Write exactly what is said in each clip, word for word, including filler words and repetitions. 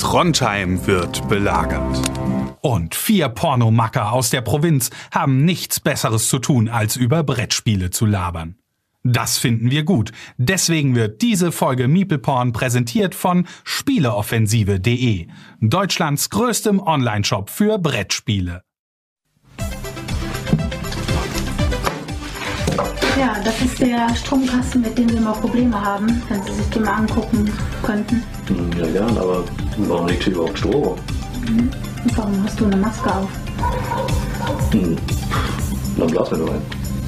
Trondheim wird belagert. Und vier Pornomacker aus der Provinz haben nichts Besseres zu tun, als über Brettspiele zu labern. Das finden wir gut. Deswegen wird diese Folge MeeplePorn präsentiert von Spieleoffensive punkt de, Deutschlands größtem Onlineshop für Brettspiele. Ja, das ist der Stromkasten, mit dem wir mal Probleme haben, wenn Sie sich den mal angucken könnten. Ja, gern, aber warum liegt hier überhaupt Strom? Mhm. Und warum hast du eine Maske auf? Hm. Dann blasen wir doch ein.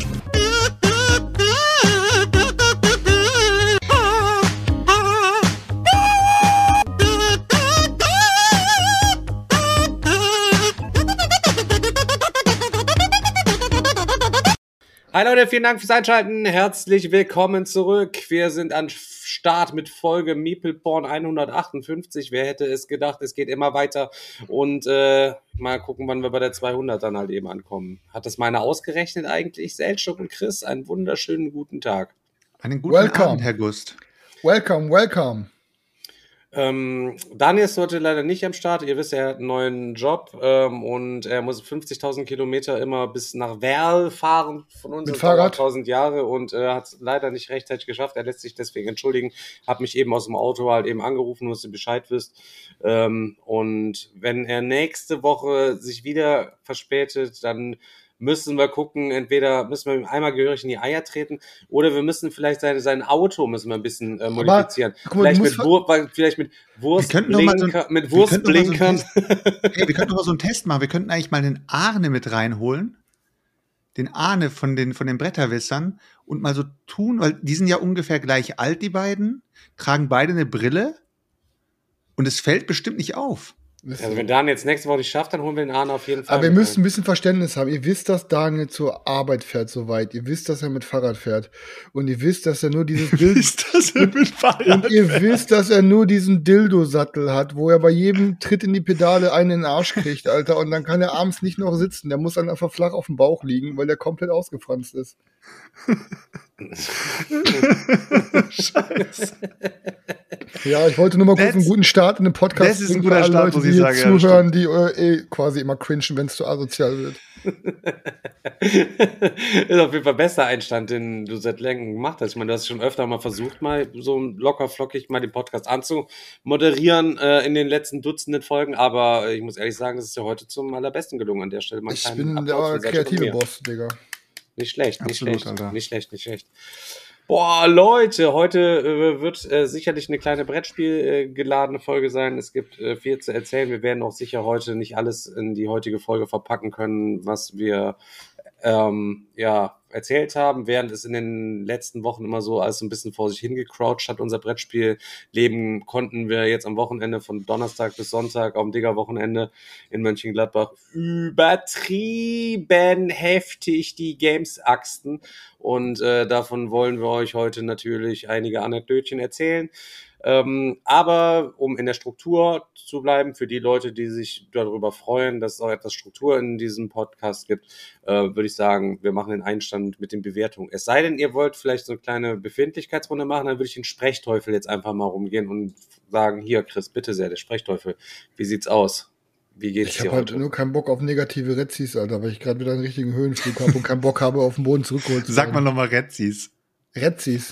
Hi Leute, vielen Dank fürs Einschalten. Herzlich willkommen zurück. Wir sind an Start mit Folge MeeplePorn hundertachtundfünfzig. Wer hätte es gedacht, es geht immer weiter. Und äh, mal gucken, wann wir bei der zweihundert dann halt eben ankommen. Hat das meine ausgerechnet eigentlich? Selchuk und Chris, einen wunderschönen guten Tag. Einen guten welcome. Abend, Herr Gust. Welcome, welcome. Ähm, Daniel ist heute leider nicht am Start. Ihr wisst, er hat einen neuen Job ähm, und er muss fünfzigtausend Kilometer immer bis nach Werl fahren von uns. Mit Fahrrad? tausend Jahre und äh, hat es leider nicht rechtzeitig geschafft. Er lässt sich deswegen entschuldigen. Hab mich eben aus dem Auto halt eben angerufen, nur dass ihr Bescheid wisst. Ähm, und wenn er nächste Woche sich wieder verspätet, dann müssen wir gucken, entweder müssen wir ihm einmal gehörig in die Eier treten oder wir müssen vielleicht sein, sein Auto müssen wir ein bisschen äh, modifizieren. Aber, mal, vielleicht, mit Wur- vielleicht mit Wurstblinker, so mit Wurstblinkern. So hey, wir könnten doch mal so einen Test machen. Wir könnten eigentlich mal den Arne mit reinholen. Den Arne von den, von den Bretterwissern und mal so tun, weil die sind ja ungefähr gleich alt, die beiden, tragen beide eine Brille und es fällt bestimmt nicht auf. Also wenn Daniel jetzt nächste Woche nicht schafft, dann holen wir den Arne auf jeden Fall. Aber wir müssen ein bisschen Verständnis haben. Ihr wisst, dass Daniel zur Arbeit fährt soweit. Ihr wisst, dass er mit Fahrrad fährt. Und ihr wisst, dass er nur dieses Bild. wisst, dass er mit Fahrrad Und ihr fährt. wisst, dass er nur diesen Dildo-Sattel hat, wo er bei jedem Tritt in die Pedale einen in den Arsch kriegt, Alter. Und dann kann er abends nicht noch sitzen. Der muss dann einfach flach auf dem Bauch liegen, weil der komplett ausgefranst ist. Scheiße. Ja, ich wollte nur mal kurz That's, einen guten Start in den Podcast. Das ist ein guter Start, Leute, muss ich die sagen. Hier zuhören, die äh, eh quasi immer cringen, wenn es zu asozial wird. Ist auf jeden Fall besser Einstand, den du seit Längen gemacht hast. Ich meine, du hast schon öfter mal versucht, mal so locker flockig mal den Podcast anzumoderieren äh, in den letzten Dutzenden Folgen, aber ich muss ehrlich sagen, es ist ja heute zum allerbesten gelungen an der Stelle. Man ich bin der kreative Boss, Digga. Nicht schlecht, nicht Absolut, schlecht, Alter. nicht schlecht, nicht schlecht. Boah, Leute, heute äh, wird äh, sicherlich eine kleine Brettspiel äh, geladene Folge sein. Es gibt äh, viel zu erzählen. Wir werden auch sicher heute nicht alles in die heutige Folge verpacken können, was wir ähm, ja erzählt haben, während es in den letzten Wochen immer so alles ein bisschen vor sich hingecroucht hat. Unser Brettspielleben konnten wir jetzt am Wochenende von Donnerstag bis Sonntag auf dem Digger-Wochenende in Mönchengladbach übertrieben heftig die Games axten und äh, davon wollen wir euch heute natürlich einige Anekdötchen erzählen. Ähm, aber um in der Struktur zu bleiben, für die Leute, die sich darüber freuen, dass es auch etwas Struktur in diesem Podcast gibt, äh, würde ich sagen, wir machen den Einstand mit den Bewertungen. Es sei denn, ihr wollt vielleicht so eine kleine Befindlichkeitsrunde machen, dann würde ich den Sprechteufel jetzt einfach mal rumgehen und sagen, hier Chris, bitte sehr, der Sprechteufel, wie sieht's aus? Wie geht's ich dir habe halt nur keinen Bock auf negative Rezis, Alter, weil ich gerade wieder einen richtigen Höhenflug habe und keinen Bock habe, auf den Boden zurückgeholt zu werden. Sag mal nochmal Rezis. Rezis.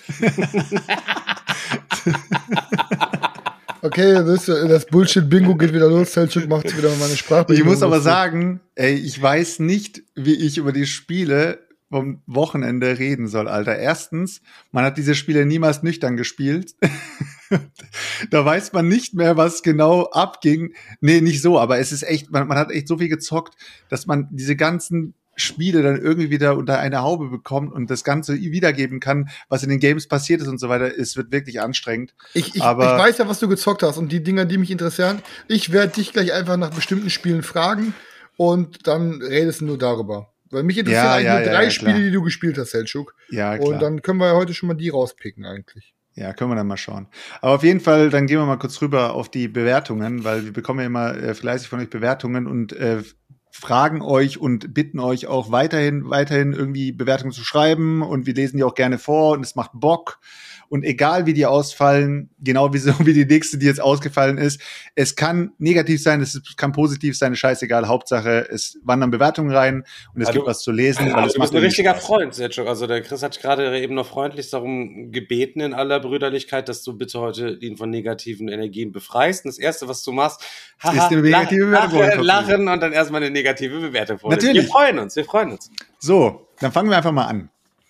Okay, das, das Bullshit-Bingo geht wieder los. Selchuk macht wieder meine Sprache. Ich muss aber sagen, ey, ich weiß nicht, wie ich über die Spiele vom Wochenende reden soll, Alter. Erstens, man hat diese Spiele niemals nüchtern gespielt. Da weiß man nicht mehr, was genau abging. Nee, nicht so, aber es ist echt, man, man hat echt so viel gezockt, dass man diese ganzen Spiele dann irgendwie wieder unter eine Haube bekommt und das Ganze wiedergeben kann, was in den Games passiert ist und so weiter. Es wird wirklich anstrengend. Ich, ich, aber ich weiß ja, was du gezockt hast und die Dinger, die mich interessieren. Ich werde dich gleich einfach nach bestimmten Spielen fragen und dann redest du nur darüber. Weil mich interessieren ja, eigentlich ja, nur drei ja, Spiele, klar. die du gespielt hast, Selchuk. Ja, klar. Und dann können wir heute schon mal die rauspicken eigentlich. Ja, können wir dann mal schauen. Aber auf jeden Fall, dann gehen wir mal kurz rüber auf die Bewertungen, weil wir bekommen ja immer äh, fleißig von euch Bewertungen und äh, fragen euch und bitten euch auch weiterhin, weiterhin irgendwie Bewertungen zu schreiben und wir lesen die auch gerne vor und es macht Bock. Und egal wie die ausfallen, genau wie, so, wie die nächste, die jetzt ausgefallen ist, es kann negativ sein, es kann positiv sein, ist scheißegal. Hauptsache, es wandern Bewertungen rein und es Also, gibt was zu lesen. Weil Also es du macht bist ein richtiger Spaß. Freund, Sergio. Also der Chris hat gerade eben noch freundlich darum gebeten in aller Brüderlichkeit, dass du bitte heute ihn von negativen Energien befreist. Und das Erste, was du machst, haha, Ist eine negative lachen, Bewertung lachen, lachen und dann erstmal eine negative Bewertung vorlesen. Natürlich. Wir freuen uns, wir freuen uns. So, dann fangen wir einfach mal an.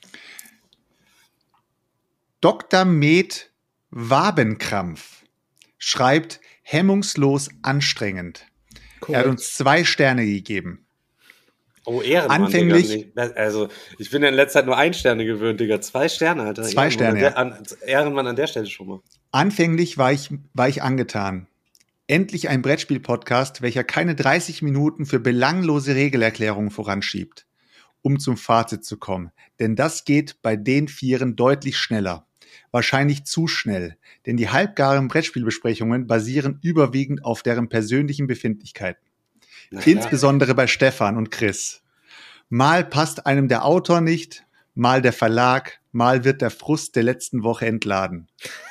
Doktor Med Wabenkrampf schreibt hemmungslos anstrengend. Er hat uns zwei Sterne gegeben. Oh, Ehrenmann, Anfänglich- Digga. Also, ich bin ja in letzter Zeit nur ein Sterne gewöhnt, Digga. Zwei Sterne, Alter. Zwei Ehrenmann Sterne, An der, an, Ehrenmann an der Stelle schon mal. Anfänglich war ich, war ich angetan. Endlich ein Brettspiel-Podcast, welcher keine dreißig Minuten für belanglose Regelerklärungen voranschiebt, um zum Fazit zu kommen. Denn das geht bei den Vieren deutlich schneller. Wahrscheinlich zu schnell, denn die halbgaren Brettspielbesprechungen basieren überwiegend auf deren persönlichen Befindlichkeiten. Na klar. Insbesondere bei Stefan und Chris. Mal passt einem der Autor nicht, mal der Verlag, mal wird der Frust der letzten Woche entladen.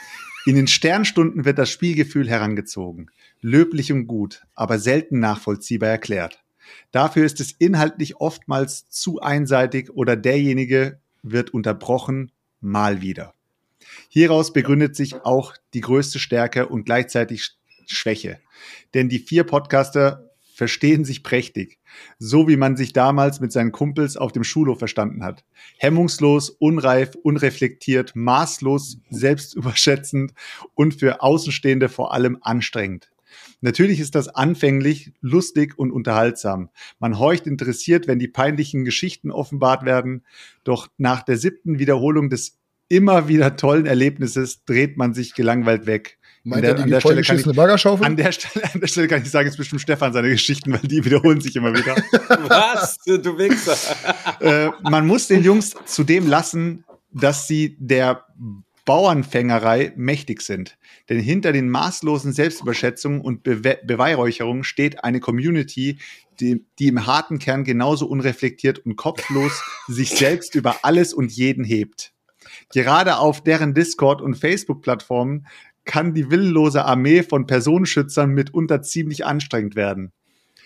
In den Sternstunden wird das Spielgefühl herangezogen. Löblich und gut, aber selten nachvollziehbar erklärt. Dafür ist es inhaltlich oftmals zu einseitig oder derjenige wird unterbrochen, mal wieder. Hieraus begründet sich auch die größte Stärke und gleichzeitig Schwäche. Denn die vier Podcaster verstehen sich prächtig, so wie man sich damals mit seinen Kumpels auf dem Schulhof verstanden hat. Hemmungslos, unreif, unreflektiert, maßlos, selbstüberschätzend und für Außenstehende vor allem anstrengend. Natürlich ist das anfänglich lustig und unterhaltsam. Man horcht interessiert, wenn die peinlichen Geschichten offenbart werden. Doch nach der siebten Wiederholung des immer wieder tollen Erlebnisses dreht man sich gelangweilt weg. Meint der- er an die der Stelle kann vollgeschissene ich- Baggerschaufel? An der Stelle, an der Stelle kann ich sagen, es ist bestimmt Stefan seine Geschichten, weil die wiederholen sich immer wieder. Was? Du Wichser. äh, man muss den Jungs zudem lassen, dass sie der Bauernfängerei mächtig sind. Denn hinter den maßlosen Selbstüberschätzungen und Bewe Beweihräucherungen steht eine Community, die, die im harten Kern genauso unreflektiert und kopflos sich selbst über alles und jeden hebt. Gerade auf deren Discord- und Facebook-Plattformen kann die willenlose Armee von Personenschützern mitunter ziemlich anstrengend werden.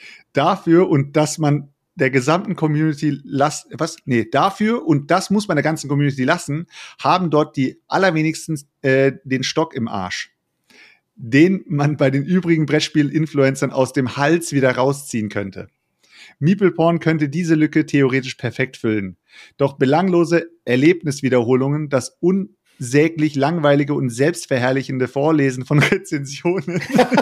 Dafür und dass man der gesamten Community las was nee dafür und das muss man der ganzen Community lassen, haben dort die allerwenigsten äh, den Stock im Arsch, den man bei den übrigen Brettspiel-Influencern aus dem Hals wieder rausziehen könnte. Meepleporn könnte diese Lücke theoretisch perfekt füllen. Doch belanglose Erlebniswiederholungen, das unsäglich langweilige und selbstverherrlichende Vorlesen von Rezensionen.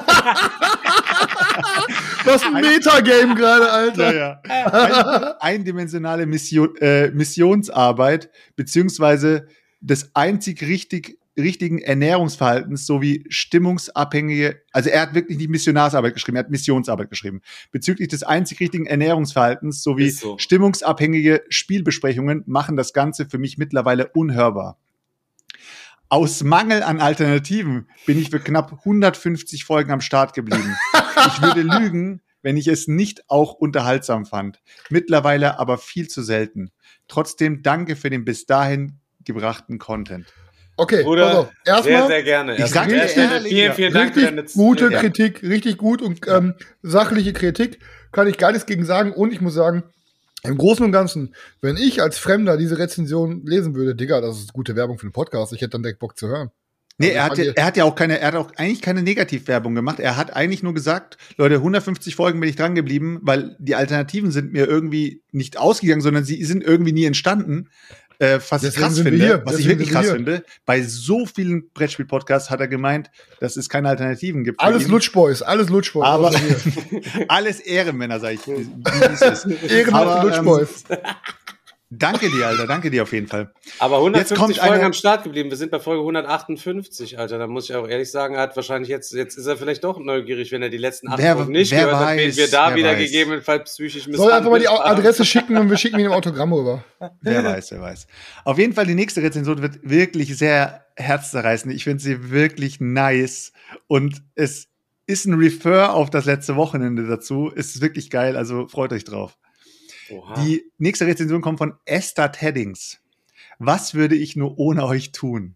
Das ist ein Metagame gerade, Alter. Ja, ja. Ein, eindimensionale Mission, äh, Missionsarbeit beziehungsweise des einzig richtig, richtigen Ernährungsverhaltens sowie stimmungsabhängige, also er hat wirklich nicht Missionarsarbeit geschrieben, er hat Missionsarbeit geschrieben. Bezüglich des einzig richtigen Ernährungsverhaltens sowie Ist so. stimmungsabhängige Spielbesprechungen machen das Ganze für mich mittlerweile unhörbar. Aus Mangel an Alternativen bin ich für knapp hundertfünfzig Folgen am Start geblieben. Ich würde lügen, wenn ich es nicht auch unterhaltsam fand. Mittlerweile aber viel zu selten. Trotzdem danke für den bis dahin gebrachten Content. Okay, pass Bruder, auf. sehr, Erstmal sehr gerne. Ich Erstmal sag an der dir Stelle ehrlich, vielen, ja. vielen Dank für richtig deine gute ja. Kritik, richtig gut und ähm, sachliche Kritik, kann ich gar nichts gegen sagen. Und ich muss sagen, im Großen und Ganzen, wenn ich als Fremder diese Rezension lesen würde, Digga, das ist gute Werbung für den Podcast, ich hätte dann direkt Bock zu hören. Nee, Also er hat, fand ja, ihr- er hat ja auch keine, er hat auch eigentlich keine Negativwerbung gemacht. Er hat eigentlich nur gesagt, Leute, hundertfünfzig Folgen bin ich dran geblieben, weil die Alternativen sind mir irgendwie nicht ausgegangen, sondern sie sind irgendwie nie entstanden. Äh, was ich Deswegen krass sind wir finde, hier. was ich Deswegen wirklich sind wir krass hier. finde, bei so vielen Brettspiel-Podcasts hat er gemeint, dass es keine Alternativen gibt. für Alles ihn. Lutschboys, alles Lutschboys. Aber außer wir. alles Ehrenmänner, sag ich. Wie, wie es ist. Ehrenhafte Aber, ähm, Lutschboys. Danke dir, Alter, danke dir auf jeden Fall. Aber hundertfünfzig kommt Folgen eine- am Start geblieben. Wir sind bei Folge hundertachtundfünfzig, Alter. Da muss ich auch ehrlich sagen, er hat wahrscheinlich jetzt, jetzt ist er vielleicht doch neugierig, wenn er die letzten acht Wer- Folgen nicht wer gehört hat, wen weiß, wir da wer wieder weiß. gegebenenfalls psychisch Soll einfach mal die misshandelt haben. Adresse schicken und wir schicken ihm ein Autogramm rüber. Wer weiß, wer weiß. Auf jeden Fall, die nächste Rezension wird wirklich sehr herzzerreißend. Ich finde sie wirklich nice. Und es ist ein Refer auf das letzte Wochenende dazu. Es ist wirklich geil, also freut euch drauf. Oha. Die nächste Rezension kommt von Esther Headings. Was würde ich nur ohne euch tun?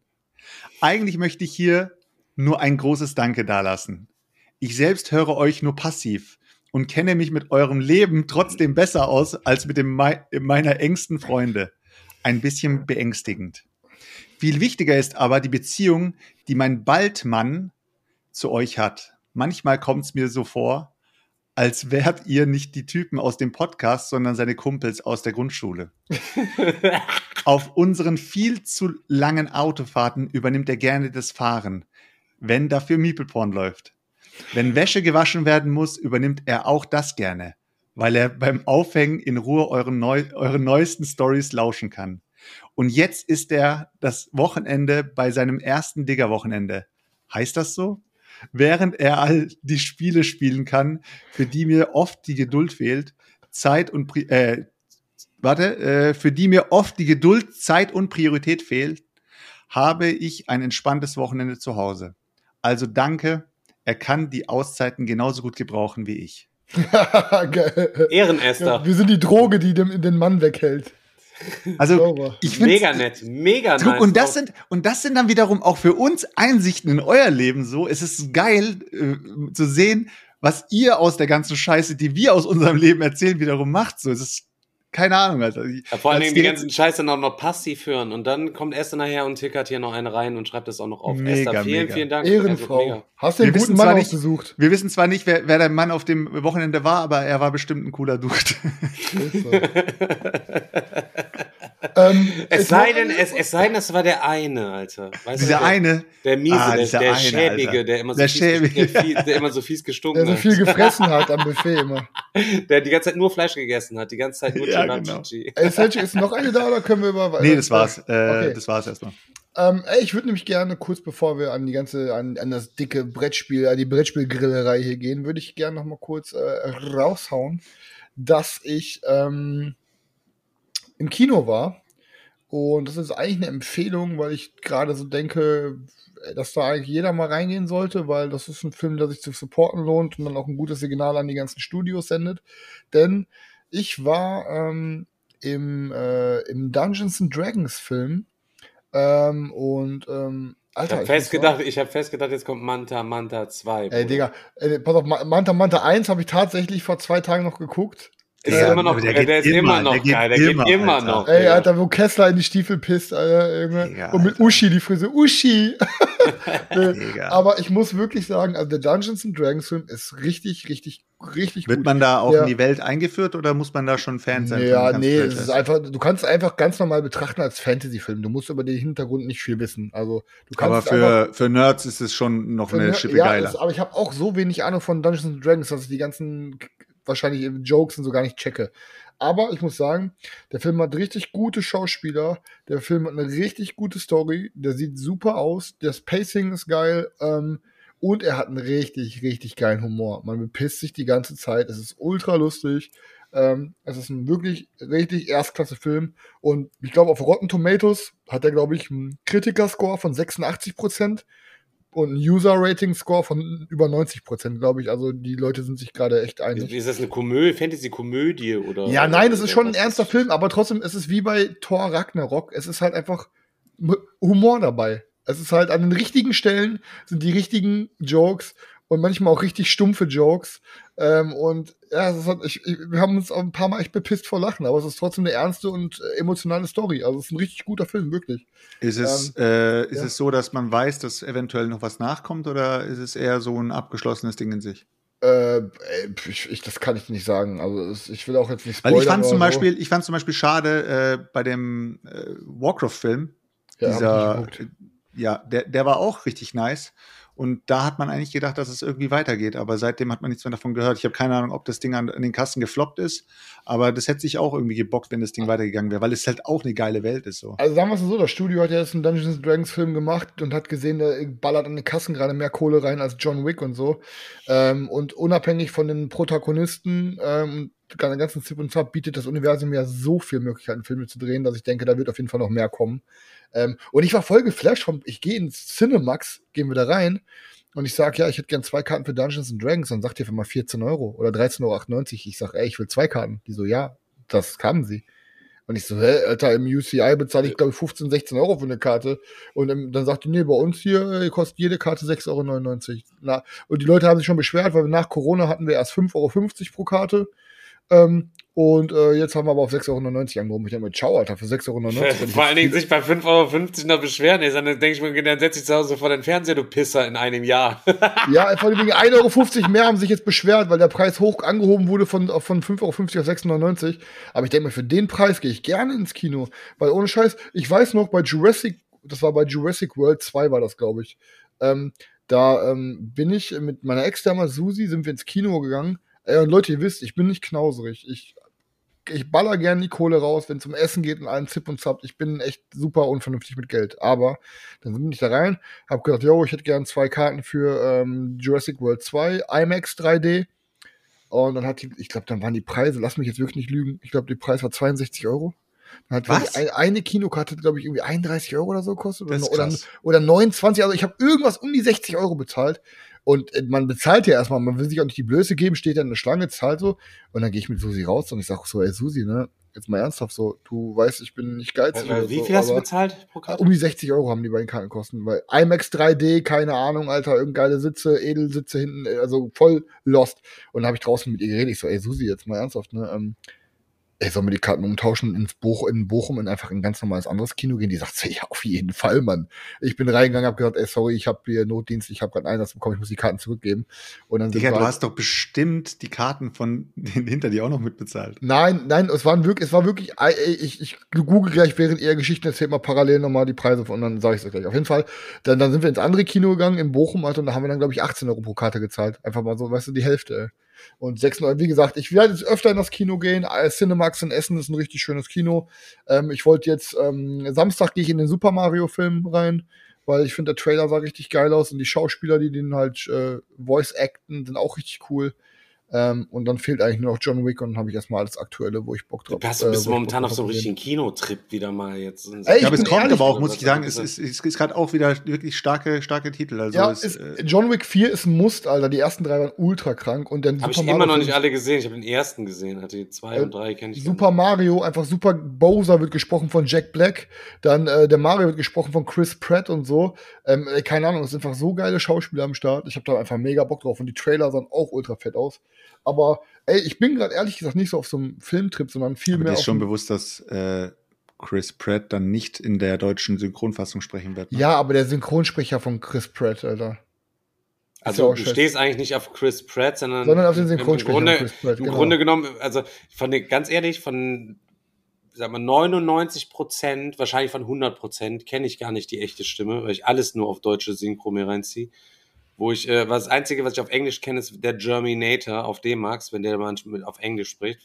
Eigentlich möchte ich hier nur ein großes Danke dalassen. Ich selbst höre euch nur passiv und kenne mich mit eurem Leben trotzdem besser aus als mit dem mei- meiner engsten Freunde. Ein bisschen beängstigend. Viel wichtiger ist aber die Beziehung, die mein Baldmann zu euch hat. Manchmal kommt es mir so vor, als wärt ihr nicht die Typen aus dem Podcast, sondern seine Kumpels aus der Grundschule. Auf unseren viel zu langen Autofahrten übernimmt er gerne das Fahren, wenn dafür Meeple-Porn läuft. Wenn Wäsche gewaschen werden muss, übernimmt er auch das gerne, weil er beim Aufhängen in Ruhe euren neu, euren neuesten Stories lauschen kann. Und jetzt ist er das Wochenende bei seinem ersten Digger-Wochenende. Heißt das so? Während er all die Spiele spielen kann, für die mir oft die Geduld fehlt, Zeit und Pri- äh, warte, äh, für die mir oft die Geduld, Zeit und Priorität fehlt, habe ich ein entspanntes Wochenende zu Hause. Also danke, er kann die Auszeiten genauso gut gebrauchen wie ich. Geil. Ehrenester. Ja, wir sind die Droge, die dem, den Mann weghält. Also Sauber. ich finde Mega nett, mega Guck, nice. und das sind und das sind dann wiederum auch für uns Einsichten in euer Leben so. Es ist geil äh, zu sehen, was ihr aus der ganzen Scheiße, die wir aus unserem Leben erzählen, wiederum macht. So, es ist keine Ahnung, Alter. Ja, vor allen Als Dingen die die- ganzen Scheiße noch, noch passiv hören und dann kommt Esther nachher und tickert hier noch eine rein und schreibt das auch noch auf. Mega, Esther, vielen, mega. vielen Dank. Ehrenfrau. Also, mega. Hast du einen Wir wissen guten Mann zwar nicht- ausgesucht? Wir wissen zwar nicht, wer, wer der Mann auf dem Wochenende war, aber er war bestimmt ein cooler Dude. ähm, Es ist sei noch denn, eine- es, es sei denn, das war der eine, Alter. Weißt Dieser du, der, eine, Der miese, Ah, der, dieser der eine, schäbige, Alter. der immer, so Der fies, schäbige. Der, fies, der immer so fies gestunken der so hat. viel gefressen hat am Buffet immer. Der die ganze Zeit nur Fleisch gegessen hat, die ganze Zeit nur Ja, Gelato-G. Ey, Selchuk, ist noch eine da oder können wir über nee, das war's. Äh, Okay. Das war's erstmal. Ähm, ey, ich würde nämlich gerne, kurz bevor wir an die ganze, an, an das dicke Brettspiel, an die Brettspielgrillerei hier gehen, würde ich gerne noch mal kurz äh, raushauen, dass ich ähm, im Kino war. Und das ist eigentlich eine Empfehlung, weil ich gerade so denke, dass da eigentlich jeder mal reingehen sollte, weil das ist ein Film, der sich zu supporten lohnt und dann auch ein gutes Signal an die ganzen Studios sendet. Denn ich war ähm, im, äh, im Dungeons and Dragons Film ähm, und ähm, Ich Alter, hab ich festgedacht, ich hab festgedacht, jetzt kommt Manta Manta zwei. muss sagen, ey, Bruder. Digga, ey, pass auf, Ma- Manta Manta eins habe ich tatsächlich vor zwei Tagen noch geguckt. Ist Ja, immer noch, aber der der, geht ist immer, immer, noch der geht geil, der geht immer, immer Alter. noch. Ey, Digga. Alter, wo Kessler in die Stiefel pisst, Alter, Junge. Digga, Und mit Alter. Uschi die Frise, Uschi! Nee, Digga. aber ich muss wirklich sagen, also der Dungeons and Dragons Film ist richtig, richtig, richtig Wird gut. man da auch Ja. in die Welt eingeführt oder muss man da schon Fan sein? Ja, von dem nee, ganzen es ist Franchise? einfach, du kannst es einfach ganz normal betrachten als Fantasy-Film. Du musst über den Hintergrund nicht viel wissen. Also, du kannst Aber es einfach- für, für Nerds ist es schon noch eine Ja, Schippe ja, geiler. es- aber ich habe auch so wenig Ahnung von Dungeons and Dragons, dass ich die ganzen wahrscheinlich Jokes und so gar nicht checke. Aber ich muss sagen, der Film hat richtig gute Schauspieler, der Film hat eine richtig gute Story, der sieht super aus, das Pacing ist geil ähm, und er hat einen richtig, richtig geilen Humor. Man bepisst sich die ganze Zeit, es ist ultra lustig. Ähm, es ist ein wirklich richtig erstklasse Film und ich glaube auf Rotten Tomatoes hat er, glaube ich, einen Kritiker-Score von sechsundachtzig Prozent und ein User-Rating-Score von über neunzig Prozent, glaube ich. Also die Leute sind sich gerade echt einig. Ist das eine Komödie, Fantasy-Komödie oder? Ja, nein, es ist oder schon ein was? ernster Film, aber trotzdem ist es wie bei Thor Ragnarok. Es ist halt einfach M- Humor dabei. Es ist halt an den richtigen Stellen sind die richtigen Jokes und manchmal auch richtig stumpfe Jokes. Ähm, und ja, es ist halt, ich, ich, wir haben uns auch ein paar Mal echt bepisst vor Lachen, aber es ist trotzdem eine ernste und äh, emotionale Story. Also es ist ein richtig guter Film, wirklich. Ist es, Ähm, äh, ist ja. es so, dass man weiß, dass eventuell noch was nachkommt oder ist es eher so ein abgeschlossenes Ding in sich? Äh, ey, ich, ich, das kann ich nicht sagen. Also es, ich will auch jetzt nicht Weil spoilern. ich fand zum oder Beispiel, ich fand zum Beispiel schade äh, bei dem äh, Warcraft-Film, so. Ja, dieser, hab ich nicht geguckt. ja, der, der war auch richtig nice. Und da hat man eigentlich gedacht, dass es irgendwie weitergeht. Aber seitdem hat man nichts mehr davon gehört. Ich habe keine Ahnung, ob das Ding an, an den Kassen gefloppt ist. Aber das hätte sich auch irgendwie gebockt, wenn das Ding weitergegangen wäre, weil es halt auch eine geile Welt ist. So. Also sagen wir es so, das Studio hat ja jetzt einen Dungeons and Dragons Film gemacht und hat gesehen, der ballert an den Kassen gerade mehr Kohle rein als John Wick und so. Ähm, und unabhängig von den Protagonisten ähm, und der ganzen Zip und Zap bietet das Universum ja so viel Möglichkeiten, Filme zu drehen, dass ich denke, da wird auf jeden Fall noch mehr kommen. Ähm, und ich war voll geflasht vom, ich gehe ins Cinemax, gehen wir da rein und ich sage, ja, ich hätte gern zwei Karten für Dungeons and Dragons. Dann sagt ihr für mal vierzehn Euro oder dreizehn Euro achtundneunzig. Ich sage, ey, ich will zwei Karten. Die so, ja, das haben sie. Und ich so, hä, Alter, im U C I bezahle ich, glaube ich, fünfzehn, sechzehn Euro für eine Karte. Und ähm, dann sagt die, nee, bei uns hier äh, kostet jede Karte sechs Euro neunundneunzig. Na, und die Leute haben sich schon beschwert, weil wir nach Corona hatten wir erst fünf Euro fünfzig pro Karte. Ähm, und äh, jetzt haben wir aber auf sechs Euro neunundneunzig angehoben. Ich denke mir, ciao, Alter, für sechs Euro neunundneunzig. Vor allen Dingen sich bei fünf Euro fünfzig noch beschweren ist, dann denke ich mir, dann setz dich zu Hause vor den Fernseher, du Pisser, in einem Jahr. Ja, vor allem wegen ein Euro fünfzig mehr haben sich jetzt beschwert, weil der Preis hoch angehoben wurde von, von fünf Euro fünfzig auf sechs Euro neunundneunzig. Aber ich denke mir, für den Preis gehe ich gerne ins Kino. Weil ohne Scheiß, ich weiß noch, bei Jurassic, das war bei Jurassic World zwei war das, glaube ich, ähm, da ähm, bin ich mit meiner Ex damals, Susi, sind wir ins Kino gegangen. Ey, und Leute, ihr wisst, ich bin nicht knauserig. Ich Ich baller gerne die Kohle raus, wenn es um Essen geht und allen Zip und Zap. Ich bin echt super unvernünftig mit Geld. Aber dann bin ich da rein, hab gedacht, yo, ich hätte gern zwei Karten für ähm, Jurassic World zwei, IMAX drei D. Und dann hat die, ich glaube, dann waren die Preise, lass mich jetzt wirklich nicht lügen, ich glaube, der Preis war zweiundsechzig Euro. Dann hat Was? Ein, eine Kinokarte, glaube ich, irgendwie einunddreißig Euro oder so gekostet. Das ist Oder, krass. oder neunundzwanzig. Also ich habe irgendwas um die sechzig Euro bezahlt. Und äh, man bezahlt ja erstmal, man will sich auch nicht die Blöße geben, steht da in der Schlange, zahlt so. Und dann gehe ich mit Susi raus und ich sage so, ey Susi, ne, jetzt mal ernsthaft so, du weißt, ich bin nicht geizig. Äh, oder Wie so, viel hast du aber bezahlt pro Karte? um die sechzig Euro haben die beiden Karten kosten, weil IMAX drei D, keine Ahnung, Alter, irgendeine geile Sitze, Edelsitze hinten, also voll lost. Und dann habe ich draußen mit ihr geredet, ich so, ey Susi, jetzt mal ernsthaft, ne, ähm, ey, sollen wir die Karten umtauschen ins Boch, in Bochum und einfach in ein ganz normales anderes Kino gehen? Die sagt so, ja, auf jeden Fall, Mann. Ich bin reingegangen, hab gesagt, ey, sorry, ich habe hier Notdienst, ich habe gerade einen Einsatz bekommen, ich muss die Karten zurückgeben. Und dann sind Digga, wir du halt- hast doch bestimmt die Karten von den hinter dir auch noch mitbezahlt. Nein, nein, es waren wirklich, es war wirklich, ey, ich, ich google gleich, während ihr Geschichten erzählt, mal parallel nochmal die Preise von, und dann sage ich es gleich. Auf jeden Fall, dann, dann sind wir ins andere Kino gegangen, in Bochum, Alter, und da haben wir dann, glaube ich, achtzehn Euro pro Karte gezahlt. Einfach mal so, weißt du, die Hälfte, ey. Und sechs Euro, wie gesagt, ich werde jetzt öfter in das Kino gehen. Cinemax in Essen ist ein richtig schönes Kino. Ähm, ich wollte jetzt, ähm, Samstag gehe ich in den Super Mario-Film rein, weil ich finde, der Trailer sah richtig geil aus und die Schauspieler, die den halt äh, Voice-Acten, sind auch richtig cool. Ähm, und dann fehlt eigentlich nur noch John Wick und dann habe ich erstmal alles Aktuelle, wo ich Bock drauf Du bist, äh, bist wo ich momentan Bock auf so einem drauf richtigen Kinotrip wieder mal jetzt. Ey, ich Ja, aber es bin kommt ehrlich, aber auch, oder muss was ich sagen, ist es das? ist, es ist gerade auch wieder wirklich starke, starke Titel. Also Ja, es, ist, äh, John Wick vier ist ein Must, Alter. Die ersten drei waren ultra krank und dann Habe ich Super immer Mario noch nicht Film- alle gesehen. Ich habe den ersten gesehen. Hatte die zwei Äh, und drei kenne ich. Super Mario, einfach Super Bowser wird gesprochen von Jack Black, dann äh, der Mario wird gesprochen von Chris Pratt und so. Ähm, ey, keine Ahnung, es sind einfach so geile Schauspieler am Start. Ich habe da einfach mega Bock drauf und die Trailer sahen auch ultra fett aus. Aber ey, ich bin gerade ehrlich gesagt nicht so auf so einem Filmtrip, sondern viel aber mehr dir ist auf schon einem- bewusst, dass äh, Chris Pratt dann nicht in der deutschen Synchronfassung sprechen wird. Ne? Ja, aber der Synchronsprecher von Chris Pratt, Alter. Also ja auch du scheiße. stehst eigentlich nicht auf Chris Pratt, sondern, Sondern auf den im Synchronsprecher Grunde, von Chris Pratt, im genau. Grunde genommen, also von den, ganz ehrlich, von sag mal neunundneunzig Prozent, wahrscheinlich von hundert Prozent, kenne ich gar nicht die echte Stimme, weil ich alles nur auf deutsche Synchro mir reinziehe. Wo ich, äh, was das Einzige, was ich auf Englisch kenne, ist der Germinator auf D-Max, wenn der manchmal auf Englisch spricht.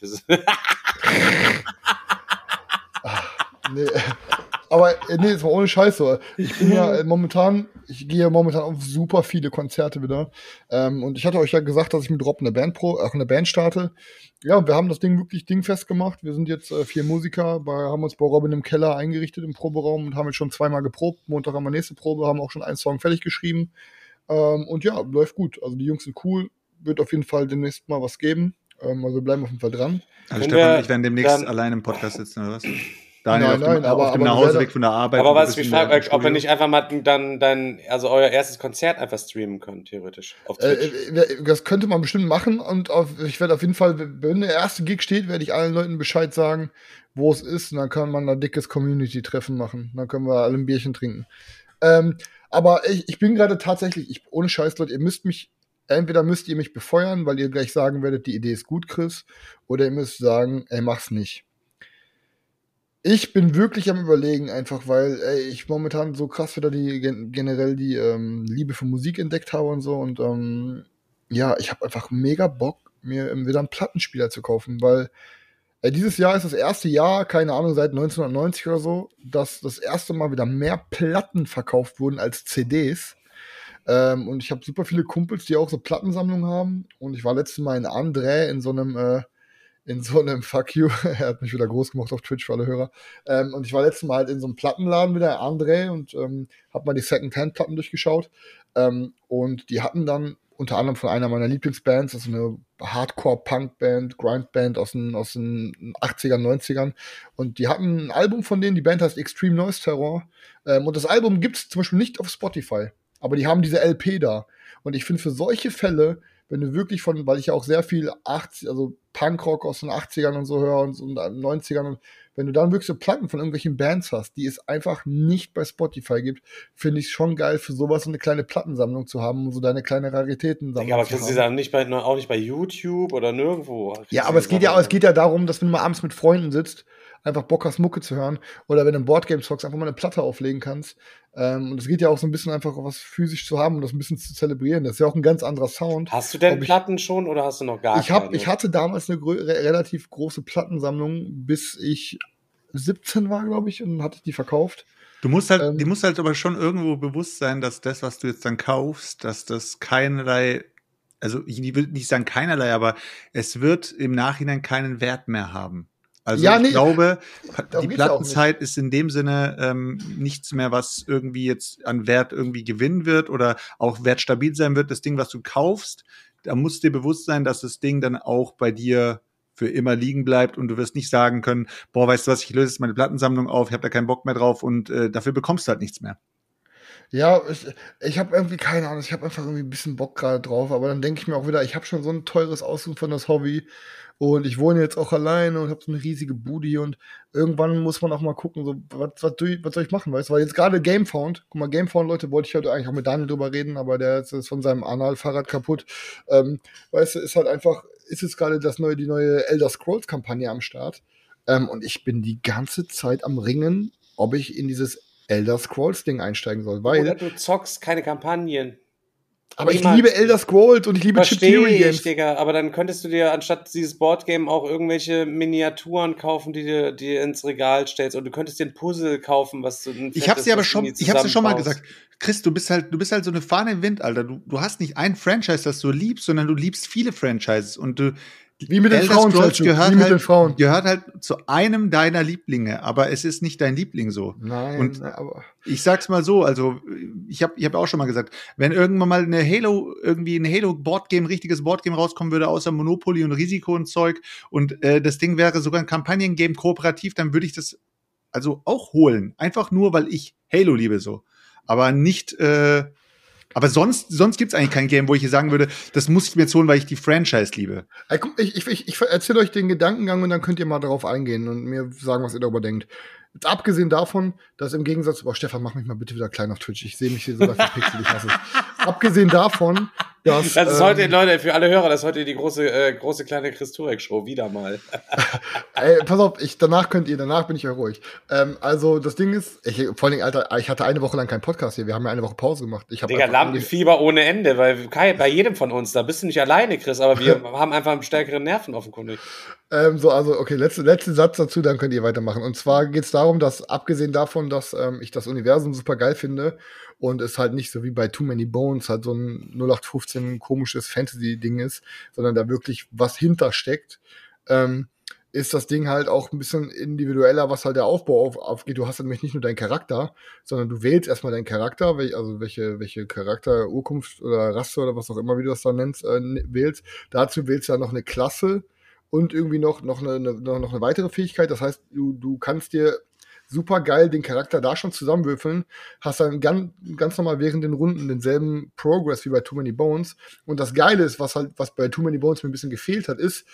Nee, aber äh, nee, jetzt mal ohne Scheiß so. Ich bin ja äh, momentan, ich gehe ja momentan auf super viele Konzerte wieder. Ähm, und ich hatte euch ja gesagt, dass ich mit Rob eine Band pro, auch eine Band starte. Ja, und wir haben das Ding wirklich dingfest gemacht. Wir sind jetzt äh, vier Musiker, bei, haben uns bei Robin im Keller eingerichtet im Proberaum und haben jetzt schon zweimal geprobt. Montag haben wir nächste Probe, haben auch schon einen Song fertig geschrieben. Ähm, und ja, läuft gut. Also die Jungs sind cool. Wird auf jeden Fall demnächst mal was geben. Ähm, also wir bleiben auf jeden Fall dran. Also Können Stefan wir und ich werden demnächst dann- allein im Podcast sitzen, oder was? Daniel Nein, auf dem, nein, aber- auf dem aber Nachhauseweg selber- von der Arbeit. Aber und du was bist ich in der- frage, im ob wir Studio. nicht einfach mal dann, dann, also euer erstes Konzert einfach streamen können, theoretisch. Auf Äh, Twitch. äh, das könnte man bestimmt machen und auf, ich werde auf jeden Fall, wenn der erste Gig steht, werde ich allen Leuten Bescheid sagen, wo es ist und dann kann man ein dickes Community-Treffen machen. Dann können wir alle ein Bierchen trinken. Ähm, aber ich, ich bin gerade tatsächlich, ich, ohne Scheiß, Leute, ihr müsst mich, entweder müsst ihr mich befeuern, weil ihr gleich sagen werdet, die Idee ist gut, Chris, oder ihr müsst sagen, ey, mach's nicht. Ich bin wirklich am Überlegen, einfach weil ey, ich momentan so krass wieder die gen generell die ähm, Liebe für Musik entdeckt habe und so. Und ähm, ja, ich habe einfach mega Bock, mir ähm, wieder einen Plattenspieler zu kaufen, weil äh, dieses Jahr ist das erste Jahr, keine Ahnung, seit neunzehnhundertneunzig oder so, dass das erste Mal wieder mehr Platten verkauft wurden als C Ds. Ähm, und ich habe super viele Kumpels, die auch so Plattensammlungen haben. Und ich war letztes Mal in André in so einem äh, in so einem Fuck you, er hat mich wieder groß gemacht auf Twitch für alle Hörer. Ähm, und ich war letztes Mal halt in so einem Plattenladen wieder, André, und ähm, hab mal die Second-Hand-Platten durchgeschaut. Ähm, und die hatten dann unter anderem von einer meiner Lieblingsbands, das ist eine Hardcore-Punk-Band, Grind-Band aus den, aus den achtzigern, neunzigern. Und die hatten ein Album von denen, die Band heißt Extreme Noise Terror. Ähm, und das Album gibt's zum Beispiel nicht auf Spotify. Aber die haben diese L P da. Und ich finde, für solche Fälle, wenn du wirklich von, weil ich ja auch sehr viel achtzig, also Punkrock aus den achtzigern und so höre und, und neunzigern, und wenn du dann wirklich so Platten von irgendwelchen Bands hast, die es einfach nicht bei Spotify gibt, finde ich schon geil, für sowas so eine kleine Plattensammlung zu haben, um so deine kleine Raritätensammlung Ja, aber zu kriegst du haben. die dann nicht bei, auch nicht bei YouTube oder nirgendwo? Kriegst Ja, du aber die es geht ja, Sachen- es geht ja darum, dass wenn du mal abends mit Freunden sitzt, einfach Bock hast, Mucke zu hören, oder wenn du im Boardgame zockst, einfach mal eine Platte auflegen kannst. Ähm, und es geht ja auch so ein bisschen einfach was physisch zu haben und das ein bisschen zu zelebrieren. Das ist ja auch ein ganz anderer Sound. Hast du denn Ob ich- Platten schon oder hast du noch gar Ich, hab, keine? ich hatte damals eine grö- re relativ große Plattensammlung, bis ich siebzehn war, glaube ich, und hatte ich die verkauft. Du musst halt, Ähm, dir muss halt aber schon irgendwo bewusst sein, dass das, was du jetzt dann kaufst, dass das keinerlei, also ich will nicht sagen keinerlei, aber es wird im Nachhinein keinen Wert mehr haben. Also Ja, ich nee, glaube, darum die geht's ja auch Plattenzeit ist in dem Sinne ähm, nichts mehr, was irgendwie jetzt an Wert irgendwie gewinnen wird oder auch wertstabil sein wird. Das Ding, was du kaufst, da muss dir bewusst sein, dass das Ding dann auch bei dir für immer liegen bleibt und du wirst nicht sagen können, boah, weißt du was, ich löse jetzt meine Plattensammlung auf, ich habe da keinen Bock mehr drauf und äh, dafür bekommst du halt nichts mehr. Ja, ich, ich habe irgendwie keine Ahnung, ich habe einfach irgendwie ein bisschen Bock gerade drauf, aber dann denke ich mir auch wieder, ich habe schon so ein teures ausuferndes Hobby und ich wohne jetzt auch alleine und habe so eine riesige Bude hier und irgendwann muss man auch mal gucken, so was, was, tu ich- was soll ich machen, weißt du, weil jetzt gerade Gamefound, guck mal, Gamefound, Leute, wollte ich heute eigentlich auch mit Daniel drüber reden, aber der ist ist von seinem Anal-Fahrrad kaputt, ähm, weißt du, ist halt einfach, ist jetzt gerade das neue, die neue Elder Scrolls-Kampagne am Start, ähm, und ich bin die ganze Zeit am Ringen, ob ich in dieses Elder Scrolls-Ding einsteigen soll, weil Oder du zockst keine Kampagnen. aber ich Niemals. liebe Elder Scrolls und ich liebe Chip Verstehe Theory ich, Games. Digga, aber dann könntest du dir anstatt dieses Boardgame auch irgendwelche Miniaturen kaufen, die du dir ins Regal stellst. Und du könntest dir ein Puzzle kaufen, was du ein Ich hab's dir aber was du schon, irgendwie ich hab's dir schon mal zusammenbaust. gesagt. Chris, du bist halt, du bist halt so eine Fahne im Wind, Alter. Du, du hast nicht ein Franchise, das du liebst, sondern du liebst viele Franchises und du Wie mit den Elder Frauen, Scrolls Selçuk, gehört wie mit halt, den Frauen. gehört halt zu einem deiner Lieblinge, aber es ist nicht dein Liebling so. Nein, Und aber ich sag's mal so, also ich habe ich hab auch schon mal gesagt, wenn irgendwann mal eine Halo, irgendwie ein Halo-Boardgame, richtiges Boardgame rauskommen würde, außer Monopoly und Risiko und Zeug, und äh, das Ding wäre sogar ein Kampagnengame kooperativ, dann würde ich das also auch holen. Einfach nur, weil ich Halo liebe so. Aber nicht, äh, aber sonst, sonst gibt's eigentlich kein Game, wo ich hier sagen würde, das muss ich mir jetzt holen, weil ich die Franchise liebe. Ey, guck, ich, ich, ich, ich erzähle euch den Gedankengang und dann könnt ihr mal darauf eingehen und mir sagen, was ihr darüber denkt. Jetzt abgesehen davon, dass im Gegensatz, oh Stefan, mach mich mal bitte wieder klein auf Twitch. Ich sehe mich hier so verpixelt, ich hasse es. Abgesehen davon, dass Das ist ähm, heute, Leute, für alle Hörer, das ist heute die große, äh, große kleine Chris Turek-Show, wieder mal. Ey, pass auf, ich, danach könnt ihr, danach bin ich ja ruhig. Ähm, also, das Ding ist, ich, vor allem, Alter, ich hatte eine Woche lang keinen Podcast hier. Wir haben ja eine Woche Pause gemacht. Ich hab Digga, einfach- Lampenfieber ohne Ende, weil Kai, bei jedem von uns, da bist du nicht alleine, Chris, aber wir haben einfach stärkere Nerven offenkundig. Ähm, so, also, okay, letzte, letzter Satz dazu, dann könnt ihr weitermachen. Und zwar geht es darum, dass, abgesehen davon, dass ähm, ich das Universum super geil finde und es halt nicht so wie bei Too Many Bones halt so ein null acht fünfzehn komisches Fantasy-Ding ist, sondern da wirklich was hintersteckt, ähm, ist das Ding halt auch ein bisschen individueller, was halt der Aufbau auf, aufgeht. Du hast nämlich nicht nur deinen Charakter, sondern du wählst erstmal deinen Charakter, wel, also welche, welche Charakter, Urkunft oder Rasse oder was auch immer, wie du das da nennst, äh, wählst. Dazu wählst du ja noch eine Klasse und irgendwie noch, noch, eine, eine, noch eine weitere Fähigkeit. Das heißt, du, du kannst dir super geil den Charakter da schon zusammenwürfeln, hast dann ganz, ganz normal während den Runden denselben Progress wie bei Too Many Bones. Und das Geile ist, was halt, was bei Too Many Bones mir ein bisschen gefehlt hat, ist,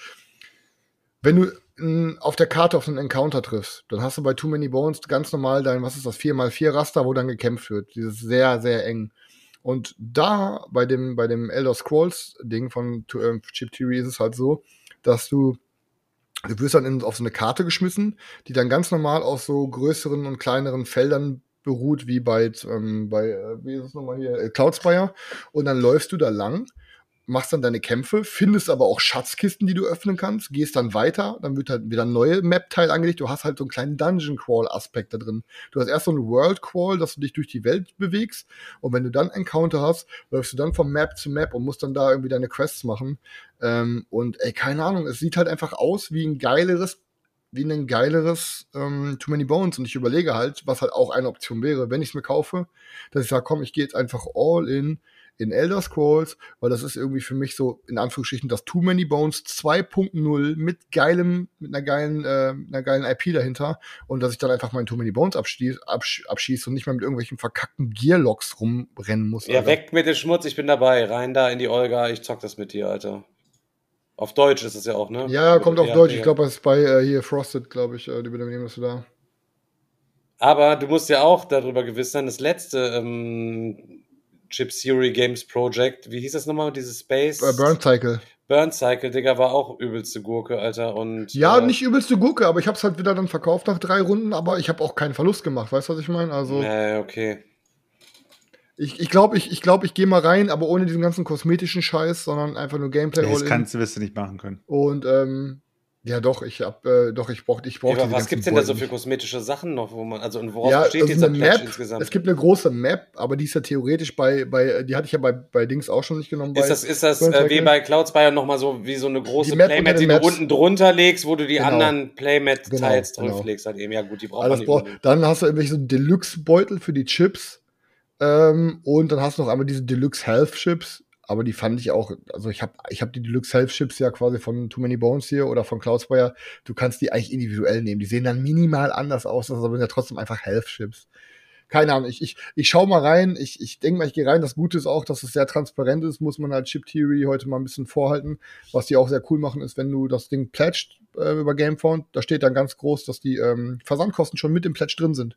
wenn du mh, auf der Karte auf einen Encounter triffst, dann hast du bei Too Many Bones ganz normal dein, was ist das, vier mal vier Raster, wo dann gekämpft wird. Dieses sehr, sehr eng. Und da, bei dem, bei dem Elder Scrolls Ding von äh, Chip Theory ist es halt so, dass du Du wirst dann in, auf so eine Karte geschmissen, die dann ganz normal aus so größeren und kleineren Feldern beruht, wie bei, ähm, bei äh, wie ist es nochmal hier, äh, Cloudspire. Und dann läufst du da lang, machst dann deine Kämpfe, findest aber auch Schatzkisten, die du öffnen kannst, gehst dann weiter, dann wird halt wieder ein neuer Map-Teil angelegt. Du hast halt so einen kleinen Dungeon-Crawl-Aspekt da drin. Du hast erst so einen World-Crawl, dass du dich durch die Welt bewegst. Und wenn du dann Encounter hast, läufst du dann von Map zu Map und musst dann da irgendwie deine Quests machen. Ähm, und ey, keine Ahnung, es sieht halt einfach aus wie ein geileres, wie ein geileres ähm, Too Many Bones. Und ich überlege halt, was halt auch eine Option wäre, wenn ich es mir kaufe, dass ich sage, komm, ich gehe jetzt einfach all in in Elder Scrolls, weil das ist irgendwie für mich so, in Anführungsstrichen, das Too Many Bones zwei Punkt null mit geilem, mit einer geilen, äh, einer geilen I P dahinter und dass ich dann einfach meinen Too Many Bones abschieße absch- abschieß und nicht mehr mit irgendwelchen verkackten Gearlocks rumrennen muss. Ja, Alter. weg mit dem Schmutz, ich bin dabei. Rein da in die Olga, ich zock das mit dir, Alter. Auf Deutsch ist es ja auch, ne? Ja, kommt auf ja, Deutsch. ja. Ich glaube, das ist bei äh, hier Frosted, glaube ich, äh, die übernehmen das da. Aber du musst ja auch darüber gewiss sein, das letzte ähm, Chip Theory Games Project, wie hieß das nochmal, dieses Space? Äh, Burn Cycle. Burn Cycle, Digga, war auch übelste Gurke, Alter. Und, Ja, äh, nicht übelste Gurke, aber ich hab's halt wieder dann verkauft nach drei Runden, aber ich habe auch keinen Verlust gemacht, weißt du, was ich meine? Also, äh, okay. ich ich glaube, ich, ich, glaub, ich gehe mal rein, aber ohne diesen ganzen kosmetischen Scheiß, sondern einfach nur Gameplay Das all kannst du, wirst du nicht machen können. Und, ähm, ja doch, ich hab, äh, doch, ich brauch, ich brauch Ja, aber diese was ganzen gibt's denn da so Beutel für nicht. kosmetische Sachen noch, wo man, also und woraus Ja, besteht also dieser eine Patch Map, insgesamt? es gibt eine große Map, aber die ist ja theoretisch bei, bei die hatte ich ja bei, bei Dings auch schon nicht genommen. Ist bei das, ist das Burn äh, wie Cycle. bei Cloudspire nochmal so wie so eine große Die Map unter Playmat, den die du Maps. unten drunter legst, wo du die Genau. anderen Playmat-Teils Genau, genau. drauflegst halt eben. Ja gut, die braucht Also man das nicht brauch, unbedingt. dann hast du irgendwelche so Deluxe-Beutel für die Chips. Ähm, und dann hast du noch einmal diese Deluxe Health Chips. Aber die fand ich auch, also ich habe ich hab die Deluxe Health Chips ja quasi von Too Many Bones hier oder von Cloudspire. Du kannst die eigentlich individuell nehmen. Die sehen dann minimal anders aus, aber sind ja trotzdem einfach Health Chips. Keine Ahnung, ich, ich, ich schau mal rein. Ich, ich denke mal, ich gehe rein. Das Gute ist auch, dass es sehr transparent ist. Muss man halt Chip Theory heute mal ein bisschen vorhalten. Was die auch sehr cool machen, ist, wenn du das Ding pledged äh, über Gamefound, da steht dann ganz groß, dass die ähm, Versandkosten schon mit im Pledge drin sind.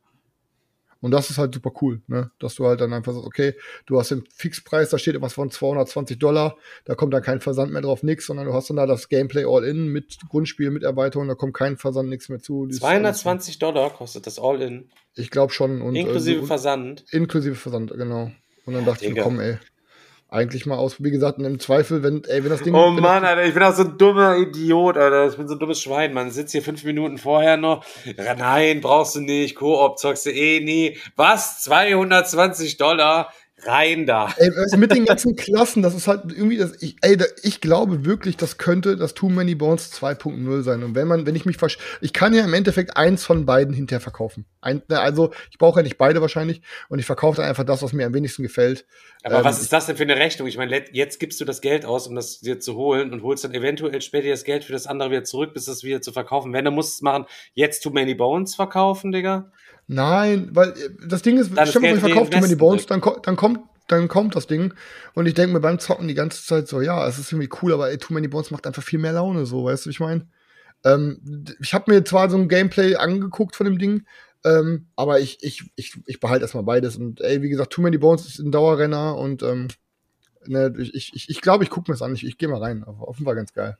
Und das ist halt super cool, ne? Dass du halt dann einfach sagst, okay, du hast den Fixpreis, da steht irgendwas von zweihundertzwanzig Dollar, da kommt dann kein Versand mehr drauf, nix, sondern du hast dann da das Gameplay All-In mit Grundspiel, mit Erweiterung, da kommt kein Versand, nix mehr zu. Das ist zweihundertzwanzig Dollar kostet das All-In. alles- Ich glaube schon. Und, Inklusive äh, so- Versand. Inklusive Versand, genau. Und dann dachte ich mir, Digga. komm, ey, eigentlich mal aus, wie gesagt, und im Zweifel, wenn, ey, wenn das Ding. Oh wenn Mann, das, Alter, ich bin auch so ein dummer Idiot, Alter. Ich bin so ein dummes Schwein, man. Sitzt hier fünf Minuten vorher noch. Ja, nein, brauchst du nicht. Koop zockst du eh nie. Was? zweihundertzwanzig Dollar? Rein da. Ey, also mit den ganzen Klassen, das ist halt irgendwie das. Ich, ey, da, ich glaube wirklich, das könnte das Too Many Bones zwei Punkt null sein. Und wenn man, wenn ich mich versch ich kann ja im Endeffekt eins von beiden hinterher verkaufen. Ein, also ich brauche ja nicht beide wahrscheinlich und ich verkaufe dann einfach das, was mir am wenigsten gefällt. Aber Ähm, was ist das denn für eine Rechnung? Ich meine, let- jetzt gibst du das Geld aus, um das dir zu holen und holst dann eventuell später das Geld für das andere wieder zurück, bis das wieder zu verkaufen. Wenn du musst es machen, jetzt Too Many Bones verkaufen, Digga. Nein, weil äh, das Ding ist, Dann stell mal vor, das ich Geld verkaufe Too Many reinvesten, Bones, dann, ko dann kommt dann kommt das Ding und ich denke mir beim Zocken die ganze Zeit so, ja, es ist irgendwie cool, aber ey, Too Many Bones macht einfach viel mehr Laune, so, weißt du, wie ich meine? Ähm, d- ich habe mir zwar so ein Gameplay angeguckt von dem Ding, ähm, aber ich, ich, ich, ich behalte erstmal beides und ey, wie gesagt, Too Many Bones ist ein Dauerrenner und ähm, ne, ich ich, ich, ich glaube, ich gucke mir das an, ich, ich gehe mal rein, auf, offenbar ganz geil.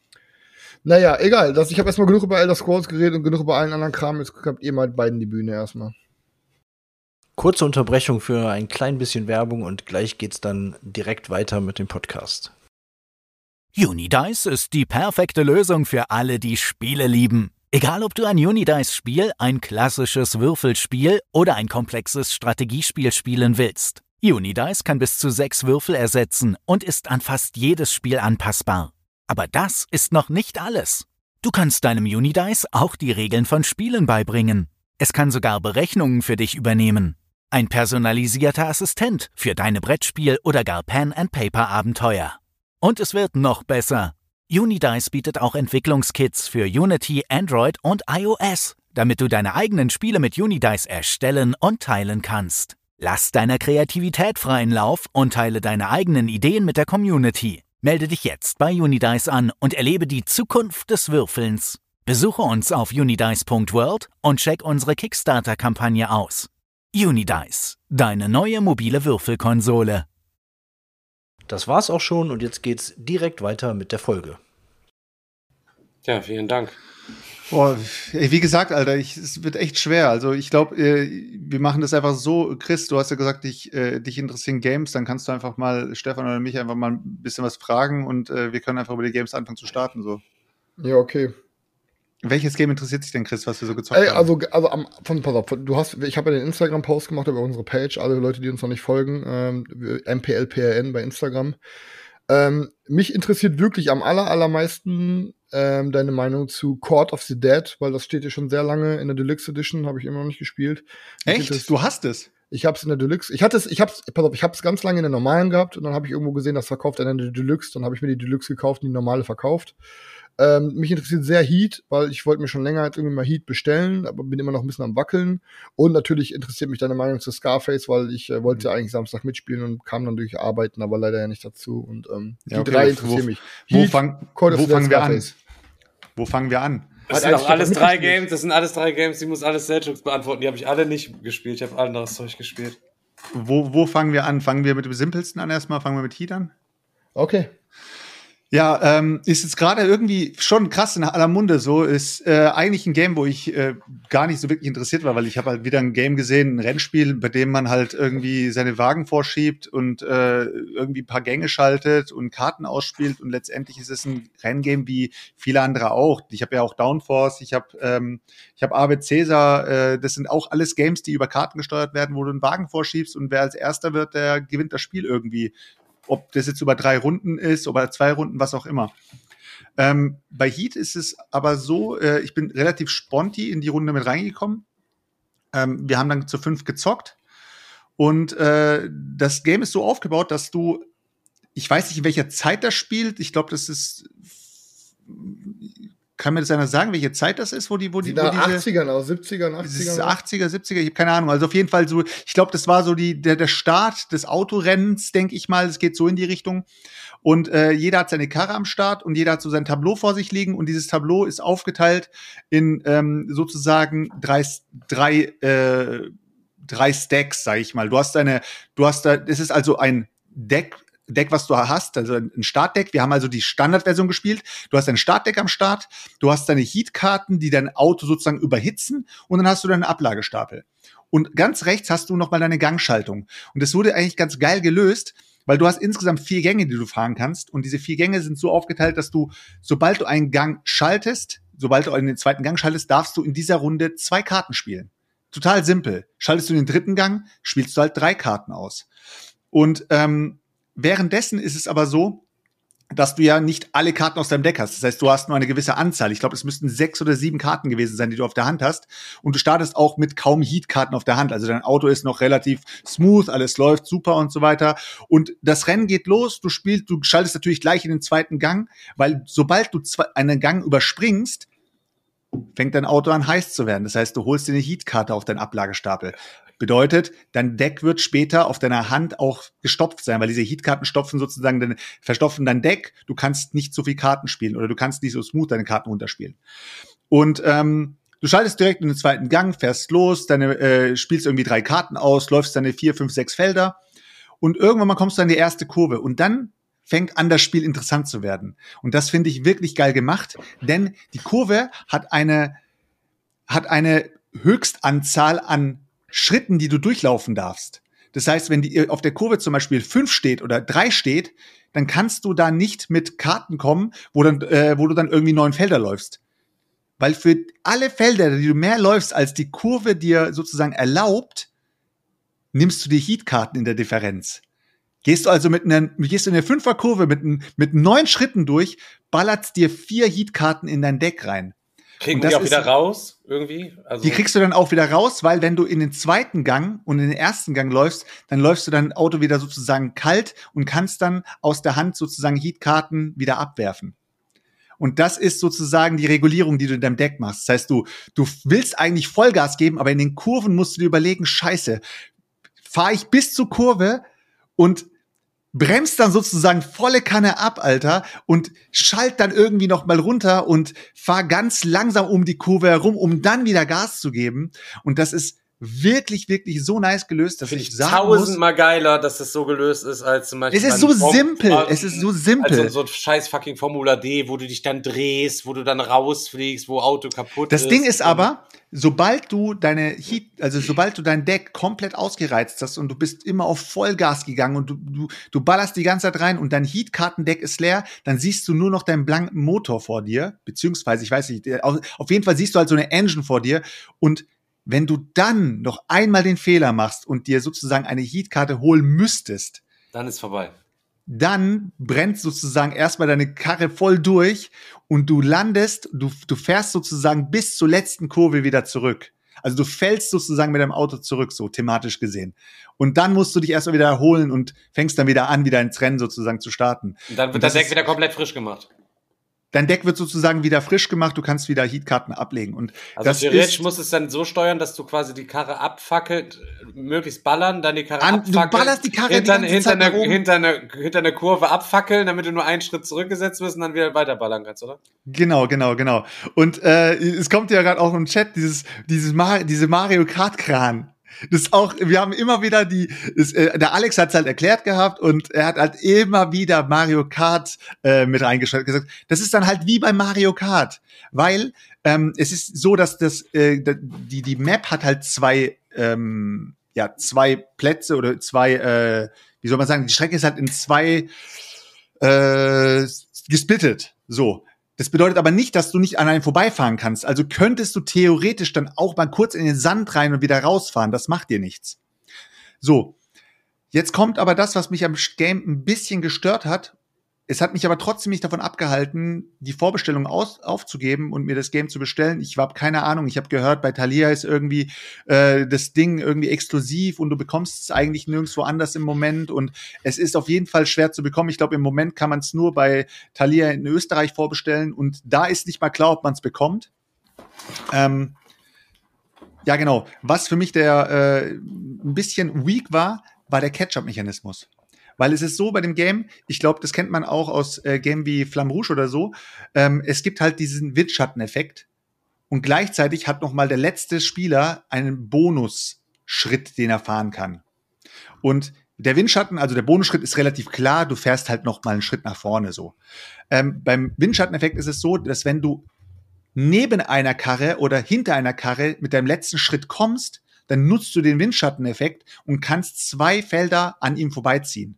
Naja, egal, das, ich habe erstmal genug über Elder Scrolls geredet und genug über allen anderen Kram, jetzt habt ihr mal beiden die Bühne erstmal. Kurze Unterbrechung für ein klein bisschen Werbung und gleich geht's dann direkt weiter mit dem Podcast. Unidice ist die perfekte Lösung für alle, die Spiele lieben. Egal, ob du ein Unidice-Spiel, ein klassisches Würfelspiel oder ein komplexes Strategiespiel spielen willst. Unidice kann bis zu sechs Würfel ersetzen und ist an fast jedes Spiel anpassbar. Aber das ist noch nicht alles. Du kannst deinem Unidice auch die Regeln von Spielen beibringen. Es kann sogar Berechnungen für dich übernehmen. Ein personalisierter Assistent für deine Brettspiel- oder gar Pen-and-Paper-Abenteuer. Und es wird noch besser. Unidice bietet auch Entwicklungskits für Unity, Android und iOS, damit du deine eigenen Spiele mit Unidice erstellen und teilen kannst. Lass deiner Kreativität freien Lauf und teile deine eigenen Ideen mit der Community. Melde dich jetzt bei Unidice an und erlebe die Zukunft des Würfelns. Besuche uns auf unidice punkt world und check unsere Kickstarter-Kampagne aus. Unidice, deine neue mobile Würfelkonsole. Das war's auch schon und jetzt geht's direkt weiter mit der Folge. Ja, vielen Dank. Boah, ey, wie gesagt, Alter, ich, es wird echt schwer. Also ich glaube, äh, wir machen das einfach so. Chris, du hast ja gesagt, dich, äh, dich interessieren Games, dann kannst du einfach mal Stefan oder mich einfach mal ein bisschen was fragen und äh, wir können einfach über die Games anfangen zu starten. So. Ja, okay. Welches Game interessiert sich denn, Chris, was wir so gezockt Ey, haben? also, also am, von, pass auf, du hast, ich habe ja den Instagram-Post gemacht über unsere Page, alle Leute, die uns noch nicht folgen, ähm, M P L P R N bei Instagram. Ähm, mich interessiert wirklich am aller, allermeisten ähm, deine Meinung zu Court of the Dead, weil das steht ja schon sehr lange in der Deluxe Edition, habe ich immer noch nicht gespielt. Mich Echt? interess- Du hast es? Ich hab's in der Deluxe. Ich hatte es, ich hab's, pass auf, ich hab's ganz lange in der normalen gehabt und dann habe ich irgendwo gesehen, das verkauft einer in der Deluxe. Dann habe ich mir die Deluxe gekauft und die normale verkauft. Ähm, mich interessiert sehr Heat, weil ich wollte mir schon länger jetzt irgendwie mal Heat bestellen, aber bin immer noch ein bisschen am Wackeln. Und natürlich interessiert mich deine Meinung zu Scarface, weil ich äh, wollte ja eigentlich Samstag mitspielen und kam dann durch Arbeiten, aber leider ja nicht dazu. Und ähm, die Ja, okay, drei wo- interessieren mich. Wo, Heat, fang, Call of wo Duty, fangen wir an? Scarface. Wo fangen wir an? Das Hat sind auch eigentlich alles nicht drei gespielt. Games, das sind alles drei Games, die muss alles Selchuk beantworten. Die habe ich alle nicht gespielt, ich habe anderes Zeug gespielt. Wo, wo fangen wir an? Fangen wir mit dem simpelsten an erstmal? Fangen wir mit Heat an? Okay. Ja, ähm, ist jetzt gerade irgendwie schon krass in aller Munde so. Ist äh, eigentlich ein Game, wo ich äh, gar nicht so wirklich interessiert war, weil ich habe halt wieder ein Game gesehen, ein Rennspiel, bei dem man halt irgendwie seine Wagen vorschiebt und äh, irgendwie ein paar Gänge schaltet und Karten ausspielt und letztendlich ist es ein Renngame wie viele andere auch. Ich habe ja auch Downforce, ich habe ähm, ich habe Ave Caesar, äh, das sind auch alles Games, die über Karten gesteuert werden, wo du einen Wagen vorschiebst und wer als Erster wird, der gewinnt das Spiel irgendwie. Ob das jetzt über drei Runden ist, oder zwei Runden, was auch immer. Ähm, bei Heat ist es aber so, äh, ich bin relativ sponti in die Runde mit reingekommen. Ähm, wir haben dann zu fünf gezockt. Und äh, das Game ist so aufgebaut, dass du, ich weiß nicht, in welcher Zeit das spielt. Ich glaube, das ist, kann mir das einer sagen, welche Zeit das ist, wo die, wo die, Sieht wo nach diese achtzigern aus, siebzigern, Das achtzigern. ist achtziger, siebziger, ich habe keine Ahnung. Also auf jeden Fall so, ich glaube, das war so die, der, der Start des Autorennens, denke ich mal. Es geht so in die Richtung. Und äh, jeder hat seine Karre am Start und jeder hat so sein Tableau vor sich liegen. Und dieses Tableau ist aufgeteilt in ähm, sozusagen drei, drei, äh, drei Stacks, sag ich mal. Du hast deine, du hast da, das ist also ein Deck, Deck, was du hast, also ein Startdeck. Wir haben also die Standardversion gespielt. Du hast ein Startdeck am Start, du hast deine Heatkarten, die dein Auto sozusagen überhitzen und dann hast du deinen Ablagestapel. Und ganz rechts hast du noch mal deine Gangschaltung. Und das wurde eigentlich ganz geil gelöst, weil du hast insgesamt vier Gänge, die du fahren kannst. Und diese vier Gänge sind so aufgeteilt, dass du, sobald du einen Gang schaltest, sobald du in den zweiten Gang schaltest, darfst du in dieser Runde zwei Karten spielen. Total simpel. Schaltest du in den dritten Gang, spielst du halt drei Karten aus. Und ähm, währenddessen ist es aber so, dass du ja nicht alle Karten aus deinem Deck hast. Das heißt, du hast nur eine gewisse Anzahl. Ich glaube, es müssten sechs oder sieben Karten gewesen sein, die du auf der Hand hast. Und du startest auch mit kaum Heat-Karten auf der Hand. Also dein Auto ist noch relativ smooth, alles läuft super und so weiter. Und das Rennen geht los. Du spielst, du schaltest natürlich gleich in den zweiten Gang, weil sobald du zwei, einen Gang überspringst, fängt dein Auto an heiß zu werden. Das heißt, du holst dir eine Heat-Karte auf deinen Ablagestapel. Bedeutet, dein Deck wird später auf deiner Hand auch gestopft sein, weil diese Heatkarten stopfen sozusagen, dein, verstopfen dein Deck. Du kannst nicht so viel Karten spielen oder du kannst nicht so smooth deine Karten runterspielen. Und ähm, du schaltest direkt in den zweiten Gang, fährst los, deine, äh, spielst irgendwie drei Karten aus, läufst deine vier, fünf, sechs Felder und irgendwann mal kommst du an die erste Kurve und dann fängt an, das Spiel interessant zu werden. Und das finde ich wirklich geil gemacht, denn die Kurve hat eine, hat eine Höchstanzahl an Schritten, die du durchlaufen darfst. Das heißt, wenn die auf der Kurve zum Beispiel fünf steht oder drei steht, dann kannst du da nicht mit Karten kommen, wo dann, äh, wo du dann irgendwie neun Felder läufst. Weil für alle Felder, die du mehr läufst, als die Kurve dir sozusagen erlaubt, nimmst du die Heatkarten in der Differenz. Gehst du also mit einer, gehst du in der Fünferkurve mit, mit neun Schritten durch, ballerst dir vier Heatkarten in dein Deck rein. Kriegen die auch wieder raus, irgendwie? Also die kriegst du dann auch wieder raus, weil wenn du in den zweiten Gang und in den ersten Gang läufst, dann läufst du dein Auto wieder sozusagen kalt und kannst dann aus der Hand sozusagen Heatkarten wieder abwerfen. Und das ist sozusagen die Regulierung, die du in deinem Deck machst. Das heißt, du, du willst eigentlich Vollgas geben, aber in den Kurven musst du dir überlegen, scheiße, fahre ich bis zur Kurve und bremst dann sozusagen volle Kanne ab, Alter, und schalt dann irgendwie noch mal runter und fahr ganz langsam um die Kurve herum, um dann wieder Gas zu geben. Und das ist wirklich, wirklich so nice gelöst, dass ich sagen muss, tausendmal geiler, dass das so gelöst ist, als zum Beispiel es ist so simpel, es ist so simpel. Also so ein scheiß fucking Formula D, wo du dich dann drehst, wo du dann rausfliegst, wo Auto kaputt das ist. Das Ding ist aber, sobald du deine Heat, also sobald du dein Deck komplett ausgereizt hast und du bist immer auf Vollgas gegangen und du, du, du ballerst die ganze Zeit rein und dein Heat-Kartendeck ist leer, dann siehst du nur noch deinen blanken Motor vor dir, beziehungsweise, ich weiß nicht, auf jeden Fall siehst du halt so eine Engine vor dir und wenn du dann noch einmal den Fehler machst und dir sozusagen eine Heatkarte holen müsstest, dann ist vorbei. Dann brennt sozusagen erstmal deine Karre voll durch und du landest, du, du fährst sozusagen bis zur letzten Kurve wieder zurück. Also du fällst sozusagen mit deinem Auto zurück, so thematisch gesehen. Und dann musst du dich erstmal wieder erholen und fängst dann wieder an, wieder ins Rennen sozusagen zu starten. Und dann wird das Deck wieder komplett frisch gemacht. Dein Deck wird sozusagen wieder frisch gemacht, du kannst wieder Heatkarten ablegen. Und also das theoretisch ist, musst du es dann so steuern, dass du quasi die Karre abfackelt, möglichst ballern, dann die Karre an, abfackeln. Du ballerst die Karre hinter, die ganze hinter, Zeit eine, nach oben. hinter, eine, hinter eine Kurve abfackeln, damit du nur einen Schritt zurückgesetzt wirst und dann wieder weiter ballern kannst, oder? Genau, genau, genau. Und äh, es kommt ja gerade auch im Chat dieses, dieses Mar- diese Mario Kart Kran. Das ist auch, wir haben immer wieder die, ist, äh, der Alex hat's halt erklärt gehabt und er hat halt immer wieder Mario Kart äh, mit reingeschaltet gesagt. Das ist dann halt wie bei Mario Kart, weil ähm, es ist so, dass das äh, die die Map hat halt zwei ähm, ja zwei Plätze oder zwei äh, wie soll man sagen, die Strecke ist halt in zwei äh, gesplittet, so. Das bedeutet aber nicht, dass du nicht an einem vorbeifahren kannst. Also könntest du theoretisch dann auch mal kurz in den Sand rein und wieder rausfahren. Das macht dir nichts. So, jetzt kommt aber das, was mich am Game ein bisschen gestört hat. Es hat mich aber trotzdem nicht davon abgehalten, die Vorbestellung aus, aufzugeben und mir das Game zu bestellen. Ich habe keine Ahnung. Ich habe gehört, bei Thalia ist irgendwie äh, das Ding irgendwie exklusiv und du bekommst es eigentlich nirgendwo anders im Moment. Und es ist auf jeden Fall schwer zu bekommen. Ich glaube, im Moment kann man es nur bei Thalia in Österreich vorbestellen. Und da ist nicht mal klar, ob man es bekommt. Ähm, ja, genau. Was für mich der äh, ein bisschen weak war, war der Catch-up-Mechanismus. Weil es ist so bei dem Game, ich glaube, das kennt man auch aus äh, Game wie Flamme Rouge oder so, ähm, es gibt halt diesen Windschatteneffekt und gleichzeitig hat noch mal der letzte Spieler einen Bonusschritt, den er fahren kann. Und der Windschatten, also der Bonusschritt ist relativ klar, du fährst halt noch mal einen Schritt nach vorne so. Ähm, beim Windschatteneffekt ist es so, dass wenn du neben einer Karre oder hinter einer Karre mit deinem letzten Schritt kommst, dann nutzt du den Windschatteneffekt und kannst zwei Felder an ihm vorbeiziehen.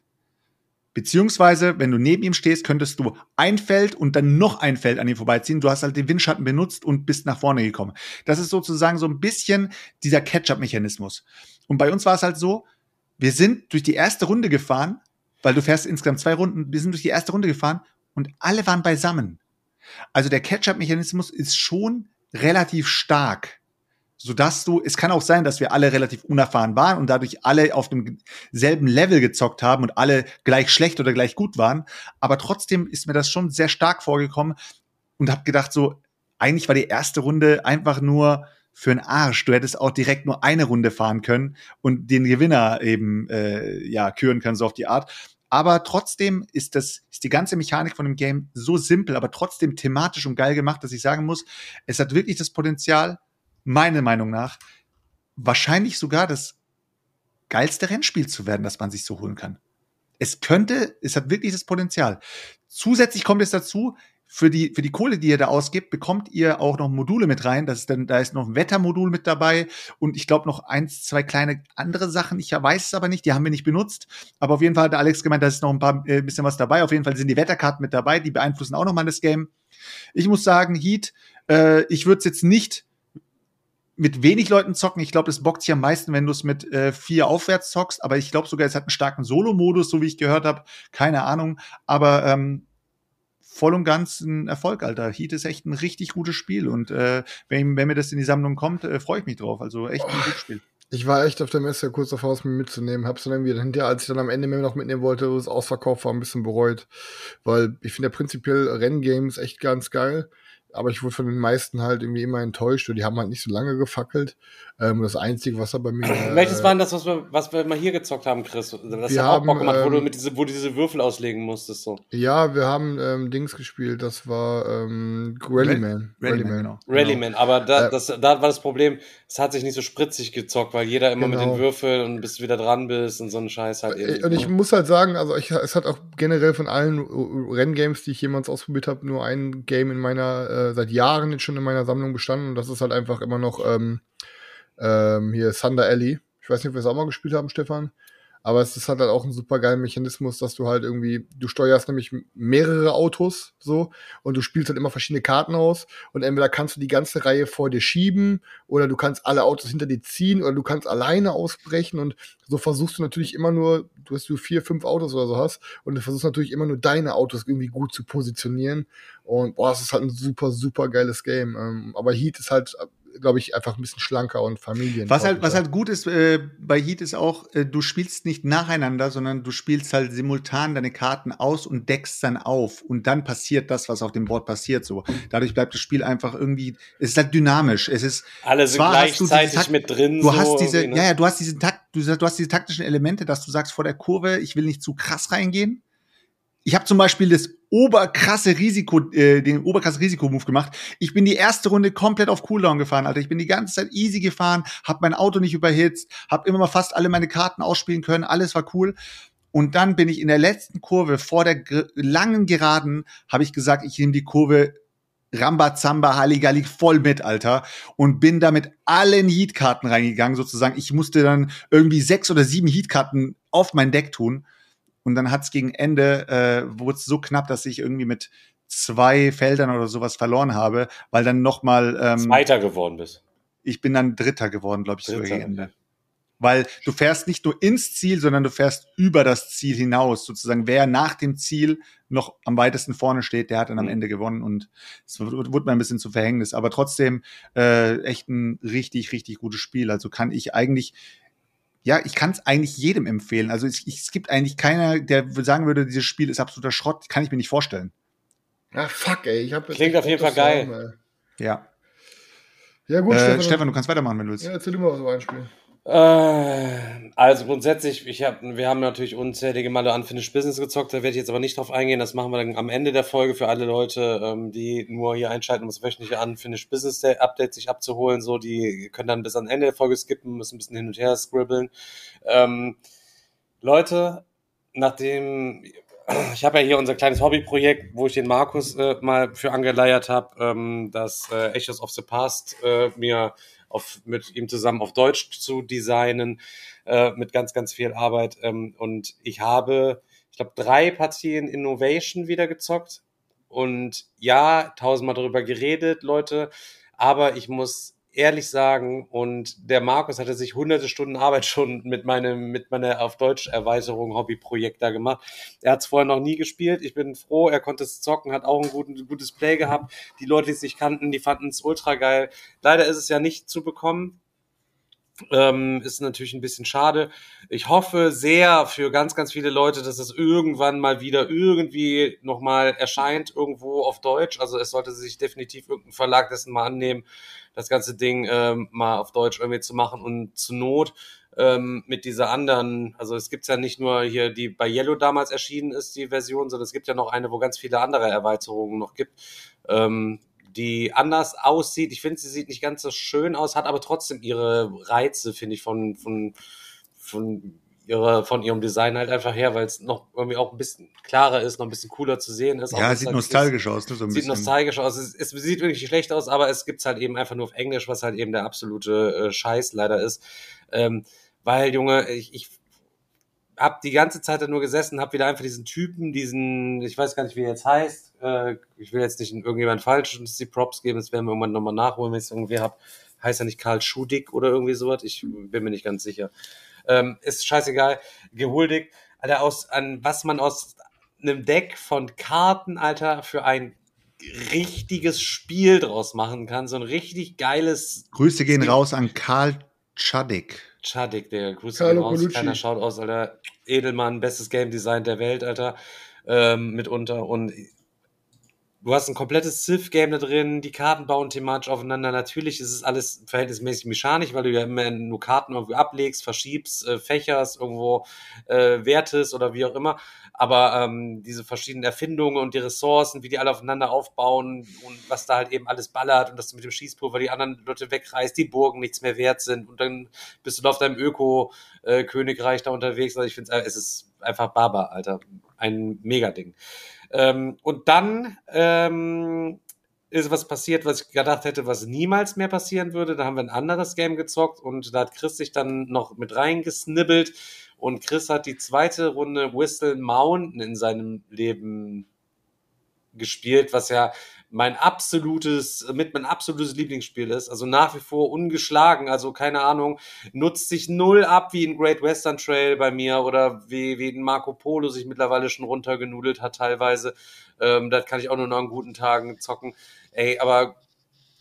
Beziehungsweise, wenn du neben ihm stehst, könntest du ein Feld und dann noch ein Feld an ihm vorbeiziehen. Du hast halt den Windschatten benutzt und bist nach vorne gekommen. Das ist sozusagen so ein bisschen dieser Catch-up-Mechanismus. Und bei uns war es halt so, wir sind durch die erste Runde gefahren, weil du fährst insgesamt zwei Runden, wir sind durch die erste Runde gefahren und alle waren beisammen. Also der Catch-up-Mechanismus ist schon relativ stark. Sodass du, es kann auch sein, dass wir alle relativ unerfahren waren und dadurch alle auf dem selben Level gezockt haben und alle gleich schlecht oder gleich gut waren. Aber trotzdem ist mir das schon sehr stark vorgekommen und habe gedacht so, eigentlich war die erste Runde einfach nur für den Arsch. Du hättest auch direkt nur eine Runde fahren können und den Gewinner eben äh, ja küren können, so auf die Art. Aber trotzdem ist das, ist die ganze Mechanik von dem Game so simpel, aber trotzdem thematisch und geil gemacht, dass ich sagen muss, es hat wirklich das Potenzial, meiner Meinung nach, wahrscheinlich sogar das geilste Rennspiel zu werden, das man sich so holen kann. Es könnte, es hat wirklich das Potenzial. Zusätzlich kommt es dazu, für die, für die Kohle, die ihr da ausgibt, bekommt ihr auch noch Module mit rein. Das ist dann, da ist noch ein Wettermodul mit dabei und ich glaube noch eins, zwei kleine andere Sachen. Ich weiß es aber nicht, die haben wir nicht benutzt. Aber auf jeden Fall hat der Alex gemeint, da ist noch ein paar, äh, bisschen was dabei. Auf jeden Fall sind die Wetterkarten mit dabei, die beeinflussen auch noch mal das Game. Ich muss sagen, Heat, äh, ich würde es jetzt nicht mit wenig Leuten zocken. Ich glaube, es bockt sich am meisten, wenn du es mit äh, vier aufwärts zockst. Aber ich glaube sogar, es hat einen starken Solo-Modus, so wie ich gehört habe. Keine Ahnung. Aber ähm, voll und ganz ein Erfolg, Alter. Heat ist echt ein richtig gutes Spiel. Und äh, wenn, wenn mir das in die Sammlung kommt, äh, freue ich mich drauf. Also echt ein gutes Spiel. Ich war echt auf der Messe kurz davor, es mir mitzunehmen. Hab's dann irgendwie hinterher, als ich dann am Ende mir noch mitnehmen wollte, wo es ausverkauft war, ein bisschen bereut. Weil ich finde ja prinzipiell Renngames echt ganz geil. Aber ich wurde von den meisten halt irgendwie immer enttäuscht und die haben halt nicht so lange gefackelt. Ähm, das Einzige, was da bei mir... Äh, Welches war denn das, was wir, was wir mal hier gezockt haben, Chris? Das wir hat auch Bock haben, gemacht, wo du ähm, mit diese, wo du diese Würfel auslegen musstest. So. Ja, wir haben ähm, Dings gespielt, das war ähm, Rallyman. Rallyman, genau. Rallyman, aber da, Äh, das, da war das Problem, es hat sich nicht so spritzig gezockt, weil jeder immer Genau. mit den Würfeln und bis du wieder dran bist und so einen Scheiß halt eben. Und ich muss halt sagen, also ich, es hat auch generell von allen Renngames, die ich jemals ausprobiert habe, nur ein Game in meiner, äh, seit Jahren jetzt schon in meiner Sammlung bestanden und das ist halt einfach immer noch ähm, ähm, hier Thunder Alley. Ich weiß nicht, ob wir es auch mal gespielt haben, Stefan. Aber es ist halt, halt auch ein super geiler Mechanismus, dass du halt irgendwie, du steuerst nämlich mehrere Autos so und du spielst halt immer verschiedene Karten aus und entweder kannst du die ganze Reihe vor dir schieben oder du kannst alle Autos hinter dir ziehen oder du kannst alleine ausbrechen und so versuchst du natürlich immer nur, du hast du vier, fünf Autos oder so hast und du versuchst natürlich immer nur deine Autos irgendwie gut zu positionieren und boah, es ist halt ein super, super geiles Game. Ähm, aber Heat ist halt glaube ich, einfach ein bisschen schlanker und familien. Was halt, was halt gut ist äh, bei Heat ist auch, äh, du spielst nicht nacheinander, sondern du spielst halt simultan deine Karten aus und deckst dann auf. Und dann passiert das, was auf dem Board passiert. So, dadurch bleibt das Spiel einfach irgendwie, es ist halt dynamisch. Es ist alle sind zwar hast du gleichzeitig diese Takt- mit drin. Du so hast diese, irgendwie, ne? ja, ja, du hast diese Takt, du, du hast diese taktischen Elemente, dass du sagst vor der Kurve, ich will nicht zu krass reingehen. Ich habe zum Beispiel das oberkrasse Risiko, äh, den oberkrasse Risikomove gemacht. Ich bin die erste Runde komplett auf Cooldown gefahren, Alter. Ich bin die ganze Zeit easy gefahren, habe mein Auto nicht überhitzt, habe immer mal fast alle meine Karten ausspielen können, alles war cool. Und dann bin ich in der letzten Kurve vor der ge- langen Geraden, habe ich gesagt, ich nehme die Kurve Rambazamba, Halligalli voll mit, Alter. Und bin da mit allen Heat-Karten reingegangen, sozusagen. Ich musste dann irgendwie sechs oder sieben Heat-Karten auf mein Deck tun. Und dann hat's gegen Ende, äh, wurde es so knapp, dass ich irgendwie mit zwei Feldern oder sowas verloren habe, weil dann noch mal ähm, Zweiter geworden bist. ich bin dann Dritter geworden, glaube ich, sogar Dritter, gegen Ende. Weil du fährst nicht nur ins Ziel, sondern du fährst über das Ziel hinaus. Sozusagen, wer nach dem Ziel noch am weitesten vorne steht, der hat dann am Mhm. Ende gewonnen. Und es wurde wurde mir ein bisschen zu Verhängnis. Aber trotzdem äh, echt ein richtig, richtig gutes Spiel. Also kann ich eigentlich, ja, ich kann es eigentlich jedem empfehlen. Also es, ich, es gibt eigentlich keiner, der sagen würde, dieses Spiel ist absoluter Schrott. Kann ich mir nicht vorstellen. Ah, fuck, ey. Ich hab jetzt Klingt echt auf jeden Bock, Fall das zu geil. haben, ey. Ja. Ja, gut, Äh, Stefan. Stefan, du kannst weitermachen, wenn du willst. Ja, erzähl du mal was über ein Spiel. Äh, also grundsätzlich, ich hab, wir haben natürlich unzählige Male Unfinished Business gezockt, da werde ich jetzt aber nicht drauf eingehen, das machen wir dann am Ende der Folge für alle Leute, ähm, die nur hier einschalten, um das wöchentliche Unfinished Business Update sich abzuholen, so, die können dann bis am Ende der Folge skippen, müssen ein bisschen hin und her scribbeln. Ähm, Leute, nachdem, ich habe ja hier unser kleines Hobbyprojekt, wo ich den Markus äh, mal für angeleiert habe, ähm, das äh, Echoes of the Past äh, mir auf, mit ihm zusammen auf Deutsch zu designen, äh, mit ganz, ganz viel Arbeit. Ähm, und ich habe, ich glaube, drei Partien Innovation wieder gezockt. Und ja, tausendmal darüber geredet, Leute. Aber ich muss ehrlich sagen, und der Markus hatte sich hunderte Stunden Arbeit schon mit meinem, mit meiner auf Deutsch Erweiterung Hobbyprojekt da gemacht. Er hat es vorher noch nie gespielt. Ich bin froh, er konnte es zocken, hat auch ein guten, gutes Play gehabt. Die Leute, die es nicht kannten, die fanden es ultra geil. Leider ist es ja nicht zu bekommen. Ähm, ist natürlich ein bisschen schade. Ich hoffe sehr für ganz, ganz viele Leute, dass es irgendwann mal wieder irgendwie nochmal erscheint, irgendwo auf Deutsch. Also es sollte sich definitiv irgendein Verlag dessen mal annehmen, das ganze Ding ähm, mal auf Deutsch irgendwie zu machen und zur Not ähm, mit dieser anderen, also es gibt's ja nicht nur hier, die bei Yellow damals erschienen ist, die Version, sondern es gibt ja noch eine, wo ganz viele andere Erweiterungen noch gibt, ähm, die anders aussieht. Ich finde, sie sieht nicht ganz so schön aus, hat aber trotzdem ihre Reize, finde ich, von, von, von, ihre, von ihrem Design halt einfach her, weil es noch irgendwie auch ein bisschen klarer ist, noch ein bisschen cooler zu sehen ist. Ja, Auch sieht halt nostalgisch aus, ne, so ein Sieht bisschen. nostalgisch aus. Es, es sieht wirklich nicht schlecht aus, aber es gibt's halt eben einfach nur auf Englisch, was halt eben der absolute äh, Scheiß leider ist. Ähm, weil, Junge, ich, ich hab die ganze Zeit da nur gesessen, hab wieder einfach diesen Typen, diesen, ich weiß gar nicht, wie er jetzt heißt, äh, ich will jetzt nicht irgendjemand falsches die Props geben, das werden wir irgendwann nochmal nachholen, wenn ich es irgendwie hab. Heißt er nicht Karl Schudig oder irgendwie sowas? Ich bin mir nicht ganz sicher. Ähm, ist scheißegal. Gehuldigt, Alter, aus, an was man aus einem Deck von Karten, Alter, für ein richtiges Spiel draus machen kann. So ein richtig geiles... Grüße gehen raus an Karl Czadik. Czadik, der Grüße Carlo gehen raus. Colucci. Keiner schaut aus, Alter. Edelmann, bestes Game Design der Welt, Alter. Ähm, mitunter. Und du hast ein komplettes Civ-Game da drin, die Karten bauen thematisch aufeinander. Natürlich ist es alles verhältnismäßig mechanisch, weil du ja immer nur Karten irgendwie ablegst, verschiebst, äh, fächerst, irgendwo äh, wertest oder wie auch immer. Aber ähm, diese verschiedenen Erfindungen und die Ressourcen, wie die alle aufeinander aufbauen und was da halt eben alles ballert und dass du mit dem Schießpulver die anderen Leute wegreißt, die Burgen nichts mehr wert sind und dann bist du da auf deinem Öko-Königreich da unterwegs. Also ich finde, es ist einfach Baba, Alter. Ein Mega-Ding. Ähm, und dann ähm, ist was passiert, was ich gedacht hätte, was niemals mehr passieren würde. Da haben wir ein anderes Game gezockt und da hat Chris sich dann noch mit reingesnibbelt und Chris hat die zweite Runde Whistle Mountain in seinem Leben gespielt, was ja mein absolutes, mit mein absolutes Lieblingsspiel ist, also nach wie vor ungeschlagen, also keine Ahnung, nutzt sich null ab wie ein Great Western Trail bei mir oder wie, wie ein Marco Polo sich mittlerweile schon runtergenudelt hat teilweise, ähm, das kann ich auch nur noch an guten Tagen zocken, ey, aber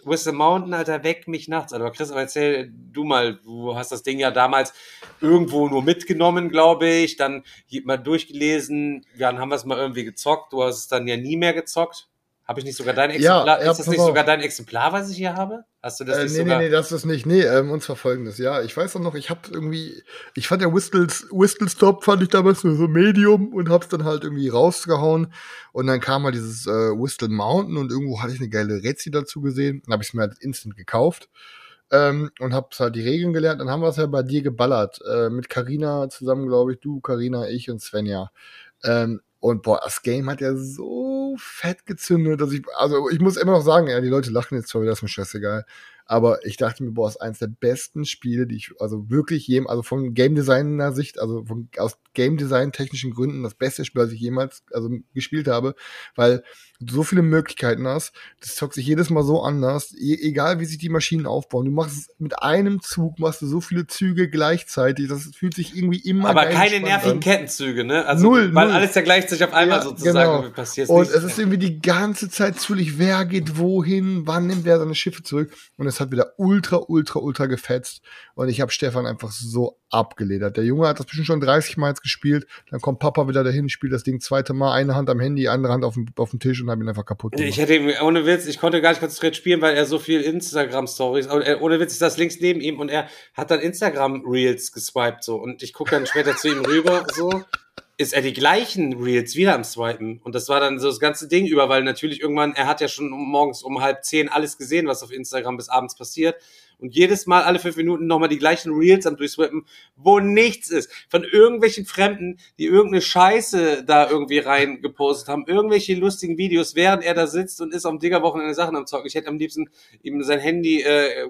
Whistle Mountain, Alter, weck mich nachts. Also Chris, aber erzähl du mal, du hast das Ding ja damals irgendwo nur mitgenommen, glaube ich, dann mal durchgelesen, dann haben wir es mal irgendwie gezockt, du hast es dann ja nie mehr gezockt. Habe ich nicht sogar dein Exemplar? Ja, ja, ist das nicht pass sogar auf. dein Exemplar, was ich hier habe? Hast du das Äh, nicht nee, sogar? nee, nee, das ist nicht. Nee, ähm, uns war folgendes. Ja, ich weiß auch noch, ich hab irgendwie, ich fand der Whistles, Whistle Stop fand ich damals nur so Medium und hab's dann halt irgendwie rausgehauen. Und dann kam halt dieses äh, Whistle Mountain und irgendwo hatte ich eine geile Rezi dazu gesehen. Dann habe ich es mir halt instant gekauft. Ähm, und hab's halt die Regeln gelernt. Dann haben wir es ja bei dir geballert. Äh, mit Carina zusammen, glaube ich. Du, Carina, ich und Svenja. Ähm, und boah, das Game hat ja so fett gezündet, dass ich, also ich muss immer noch sagen, ja, die Leute lachen jetzt zwar wieder, ist mir scheißegal. Aber ich dachte mir, boah, das ist eins der besten Spiele, die ich, also wirklich jedem, also von Game Designer Sicht, also von, aus Game Design technischen Gründen das beste Spiel, das ich jemals, also gespielt habe, weil du so viele Möglichkeiten hast, das zockt sich jedes Mal so anders, e egal wie sich die Maschinen aufbauen, du machst es mit einem Zug, machst du so viele Züge gleichzeitig, das fühlt sich irgendwie immer Aber geil keine spannend nervigen an. Kettenzüge, ne? Also, Null, weil null. alles ja gleichzeitig auf einmal Ja, sozusagen genau. passiert. Und nicht. es ist irgendwie die ganze Zeit zügig, wer geht wohin, wann nimmt wer seine Schiffe zurück. Und es hat wieder ultra, ultra, ultra gefetzt. Und ich habe Stefan einfach so abgeledert. Der Junge hat das bestimmt schon dreißig Mal jetzt gespielt. Dann kommt Papa wieder dahin, spielt das Ding zweite Mal, eine Hand am Handy, andere Hand auf dem, auf dem Tisch und hat ihn einfach kaputt gemacht. Ich hätte ihm, ohne Witz, ich konnte gar nicht konzentriert spielen, weil er so viel Instagram-Stories, ohne Witz, ich saß links neben ihm und er hat dann Instagram-Reels geswiped, so. Und ich gucke dann später zu ihm rüber, so. Ist er die gleichen Reels wieder am Swipen. Und das war dann so das ganze Ding über, weil natürlich irgendwann, er hat ja schon morgens um halb zehn alles gesehen, was auf Instagram bis abends passiert. Und jedes Mal, alle fünf Minuten nochmal die gleichen Reels am Durchswipen, wo nichts ist. Von irgendwelchen Fremden, die irgendeine Scheiße da irgendwie rein gepostet haben. Irgendwelche lustigen Videos, während er da sitzt und ist am Diggerwochenende Sachen am Zocken. Ich hätte am liebsten ihm sein Handy äh,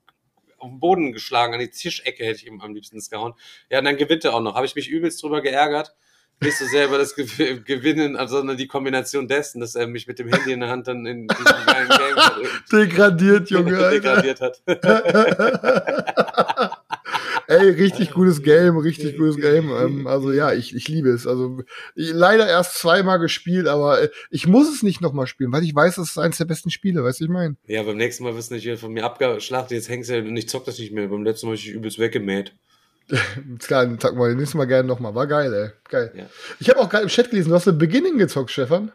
auf den Boden geschlagen, an die Tischecke hätte ich ihm am liebsten das gehauen. Ja, und dann gewinnt er auch noch. Habe ich mich übelst drüber geärgert. Nicht so sehr über das Ge- Gewinnen, sondern die Kombination dessen, dass er mich mit dem Handy in der Hand dann in diesem geilen Game Degradiert, Junge, Alter. degradiert hat. Ey, richtig gutes Game, richtig gutes Game. Ähm, also ja, ich, ich liebe es. Also ich, leider erst zweimal gespielt, aber äh, ich muss es nicht nochmal spielen, weil ich weiß, das ist eines der besten Spiele, weißt du, ich meine. Ja, beim nächsten Mal wirst du nicht wieder von mir abgeschlachtet, jetzt hängst du und ich zock das nicht mehr. Beim letzten Mal habe ich dich übelst weggemäht. Klar, dann sag mal, nächstes Mal gerne nochmal. War geil, ey. Geil. Ja. Ich habe auch gerade im Chat gelesen, du hast The Beginning gezockt, Stefan.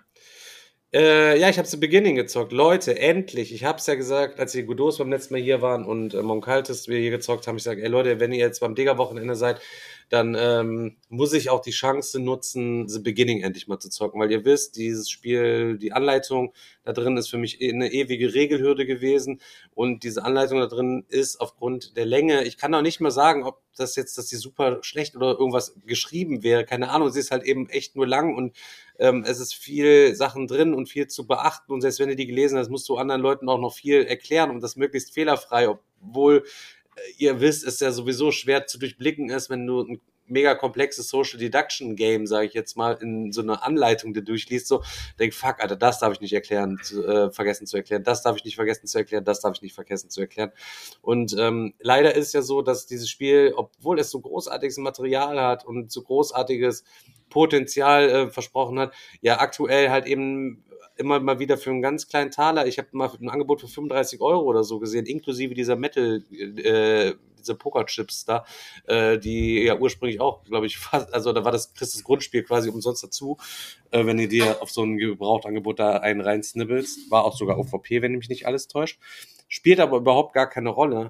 Äh, ja, ich habe The Beginning gezockt. Leute, endlich. Ich hab's ja gesagt, als die Godot beim letzten Mal hier waren und äh, Monkaltes wir hier gezockt haben, ich sage, ey Leute, wenn ihr jetzt beim Digger-Wochenende seid, dann ähm, muss ich auch die Chance nutzen, The Beginning endlich mal zu zocken, weil ihr wisst, dieses Spiel, die Anleitung da drin ist für mich eine ewige Regelhürde gewesen und diese Anleitung da drin ist aufgrund der Länge, ich kann auch nicht mal sagen, ob das jetzt, dass die super schlecht oder irgendwas geschrieben wäre, keine Ahnung, sie ist halt eben echt nur lang und ähm, es ist viel Sachen drin und viel zu beachten und selbst wenn du die gelesen hast, musst du anderen Leuten auch noch viel erklären und das möglichst fehlerfrei, obwohl ihr wisst, es ja sowieso schwer zu durchblicken ist, wenn du ein mega komplexes Social Deduction Game, sage ich jetzt mal, in so einer Anleitung dir durchliest, so, denk, fuck, Alter, das darf ich nicht erklären, zu, äh, vergessen zu erklären, das darf ich nicht vergessen zu erklären, das darf ich nicht vergessen zu erklären. Und ähm, leider ist ja so, dass dieses Spiel, obwohl es so großartiges Material hat und so großartiges Potenzial äh, versprochen hat, ja aktuell halt eben immer mal wieder für einen ganz kleinen Taler, ich habe mal ein Angebot für fünfunddreißig Euro oder so gesehen, inklusive dieser Metal, äh, diese Pokerchips da, äh, die ja ursprünglich auch, glaube ich, fast, also da war das, kriegst das Grundspiel quasi umsonst dazu, äh, wenn du dir auf so ein Gebrauchtangebot da einen reinsnibbelst, war auch sogar O V P, wenn mich nicht alles täuscht, spielt aber überhaupt gar keine Rolle.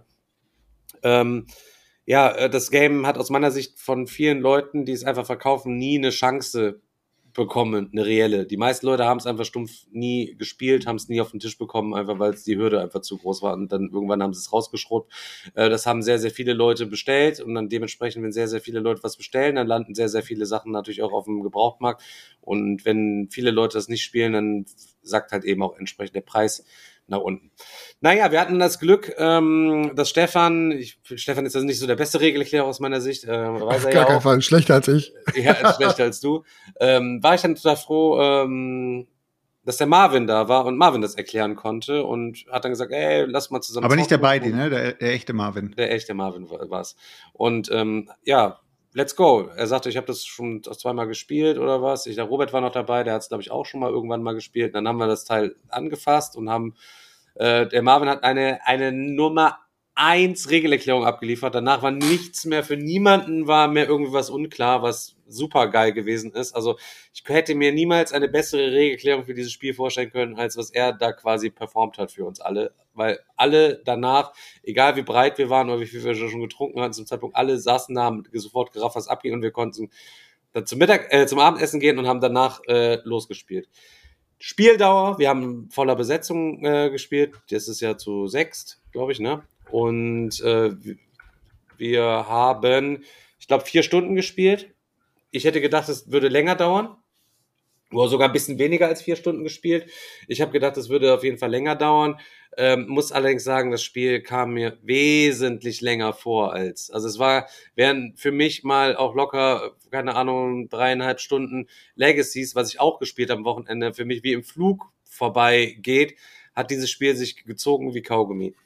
Ähm, ja, das Game hat aus meiner Sicht von vielen Leuten, die es einfach verkaufen, nie eine Chance bekommen, eine reelle. Die meisten Leute haben es einfach stumpf nie gespielt, haben es nie auf den Tisch bekommen, einfach weil es die Hürde einfach zu groß war und dann irgendwann haben sie es rausgeschrottet. Äh, das haben sehr, sehr viele Leute bestellt und dann dementsprechend, wenn sehr, sehr viele Leute was bestellen, dann landen sehr, sehr viele Sachen natürlich auch auf dem Gebrauchtmarkt und wenn viele Leute das nicht spielen, dann sagt halt eben auch entsprechend der Preis nach unten. Naja, wir hatten das Glück, ähm, dass Stefan, ich, Stefan ist also nicht so der beste Regelerklärer aus meiner Sicht, äh, weiß er Gar ja keinen auch. Fall, schlechter als ich. Ja, ist schlechter als du. Ähm, war ich dann total froh, ähm, dass der Marvin da war und Marvin das erklären konnte und hat dann gesagt, ey, lass mal zusammen Aber nicht der zocken. Beidi, ne? Der, der echte Marvin. Der echte Marvin war es. Und ähm, ja, let's go. Er sagte, ich habe das schon zweimal gespielt oder was. Ich, der Robert war noch dabei, der hat es, glaube ich, auch schon mal irgendwann mal gespielt. Dann haben wir das Teil angefasst und haben Äh, der Marvin hat eine, eine Nummer eins Regelerklärung abgeliefert. Danach war nichts mehr, für niemanden war mehr irgendwie was unklar, was super geil gewesen ist. Also ich hätte mir niemals eine bessere Regelerklärung für dieses Spiel vorstellen können, als was er da quasi performt hat für uns alle. Weil alle danach, egal wie breit wir waren oder wie viel wir schon getrunken hatten zum Zeitpunkt, alle saßen da, haben sofort gerafft, was abging und wir konnten dann zum Mittag, äh, zum Abendessen gehen und haben danach äh, losgespielt. Spieldauer, wir haben voller Besetzung äh, gespielt, das ist ja zu sechst, glaube ich, ne? Und äh, wir haben, ich glaube, vier Stunden gespielt. Ich hätte gedacht, es würde länger dauern. Oder sogar ein bisschen weniger als vier Stunden gespielt. Ich habe gedacht, es würde auf jeden Fall länger dauern. Ähm, muss allerdings sagen, das Spiel kam mir wesentlich länger vor als, also es war, wären für mich mal auch locker, keine Ahnung, dreieinhalb Stunden Legacies, was ich auch gespielt habe am Wochenende, für mich wie im Flug vorbeigeht, hat dieses Spiel sich gezogen wie Kaugummi.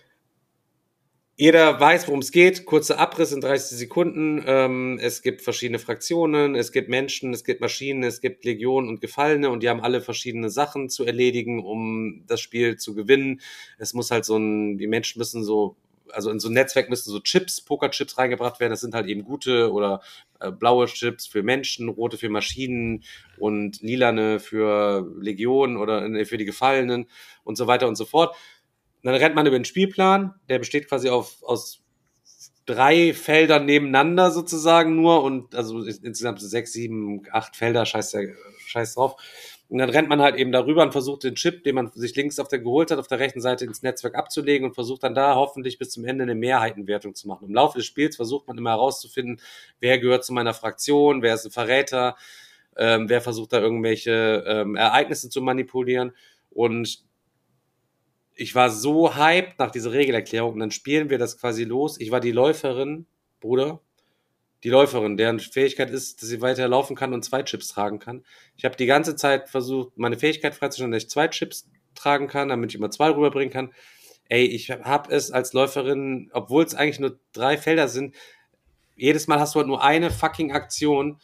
Jeder weiß, worum es geht. Kurzer Abriss in dreißig Sekunden. Ähm, es gibt verschiedene Fraktionen, es gibt Menschen, es gibt Maschinen, es gibt Legionen und Gefallene und die haben alle verschiedene Sachen zu erledigen, um das Spiel zu gewinnen. Es muss halt so ein, die Menschen müssen so, also in so ein Netzwerk müssen so Chips, Pokerchips reingebracht werden. Das sind halt eben gute oder äh, blaue Chips für Menschen, rote für Maschinen und lilane für Legionen oder äh, für die Gefallenen und so weiter und so fort. Dann rennt man über den Spielplan, der besteht quasi auf, aus drei Feldern nebeneinander sozusagen nur und also insgesamt sechs, sieben, acht Felder, scheiß, der, scheiß drauf. Und dann rennt man halt eben darüber und versucht den Chip, den man sich links auf der geholt hat, auf der rechten Seite ins Netzwerk abzulegen und versucht dann da hoffentlich bis zum Ende eine Mehrheitenwertung zu machen. Im Laufe des Spiels versucht man immer herauszufinden, wer gehört zu meiner Fraktion, wer ist ein Verräter, ähm, wer versucht da irgendwelche ähm, Ereignisse zu manipulieren und ich war so hyped nach dieser Regelerklärung und dann spielen wir das quasi los. Ich war die Läuferin, Bruder, die Läuferin, deren Fähigkeit ist, dass sie weiter laufen kann und zwei Chips tragen kann. Ich habe die ganze Zeit versucht, meine Fähigkeit freizustellen, dass ich zwei Chips tragen kann, damit ich immer zwei rüberbringen kann. Ey, ich habe es als Läuferin, obwohl es eigentlich nur drei Felder sind, jedes Mal hast du halt nur eine fucking Aktion.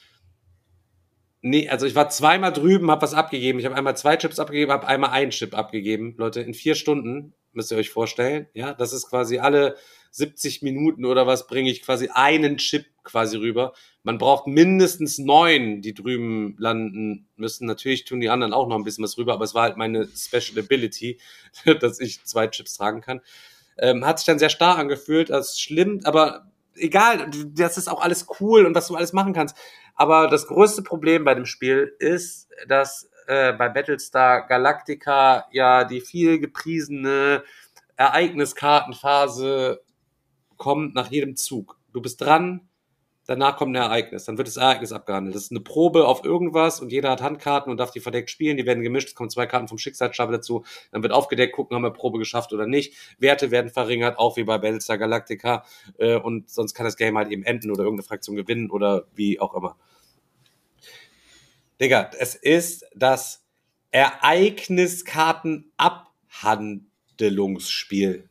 Nee, also ich war zweimal drüben, habe was abgegeben. Ich habe einmal zwei Chips abgegeben, habe einmal einen Chip abgegeben. Leute, in vier Stunden, müsst ihr euch vorstellen. Ja, das ist quasi alle siebzig Minuten oder was, bringe ich quasi einen Chip quasi rüber. Man braucht mindestens neun, die drüben landen müssen. Natürlich tun die anderen auch noch ein bisschen was rüber, aber es war halt meine Special Ability, dass ich zwei Chips tragen kann. Ähm, hat sich dann sehr starr angefühlt, das ist schlimm, aber egal, das ist auch alles cool und was du alles machen kannst. Aber das größte Problem bei dem Spiel ist, dass äh, bei Battlestar Galactica ja die viel gepriesene Ereigniskartenphase kommt nach jedem Zug. Du bist dran, danach kommt ein Ereignis, dann wird das Ereignis abgehandelt. Das ist eine Probe auf irgendwas und jeder hat Handkarten und darf die verdeckt spielen. Die werden gemischt, es kommen zwei Karten vom Schicksalsstapel dazu. Dann wird aufgedeckt, gucken, haben wir Probe geschafft oder nicht. Werte werden verringert, auch wie bei Battlestar Galactica. Äh, und sonst kann das Game halt eben enden oder irgendeine Fraktion gewinnen oder wie auch immer. Digga, es ist das Ereigniskartenabhandlungsspiel.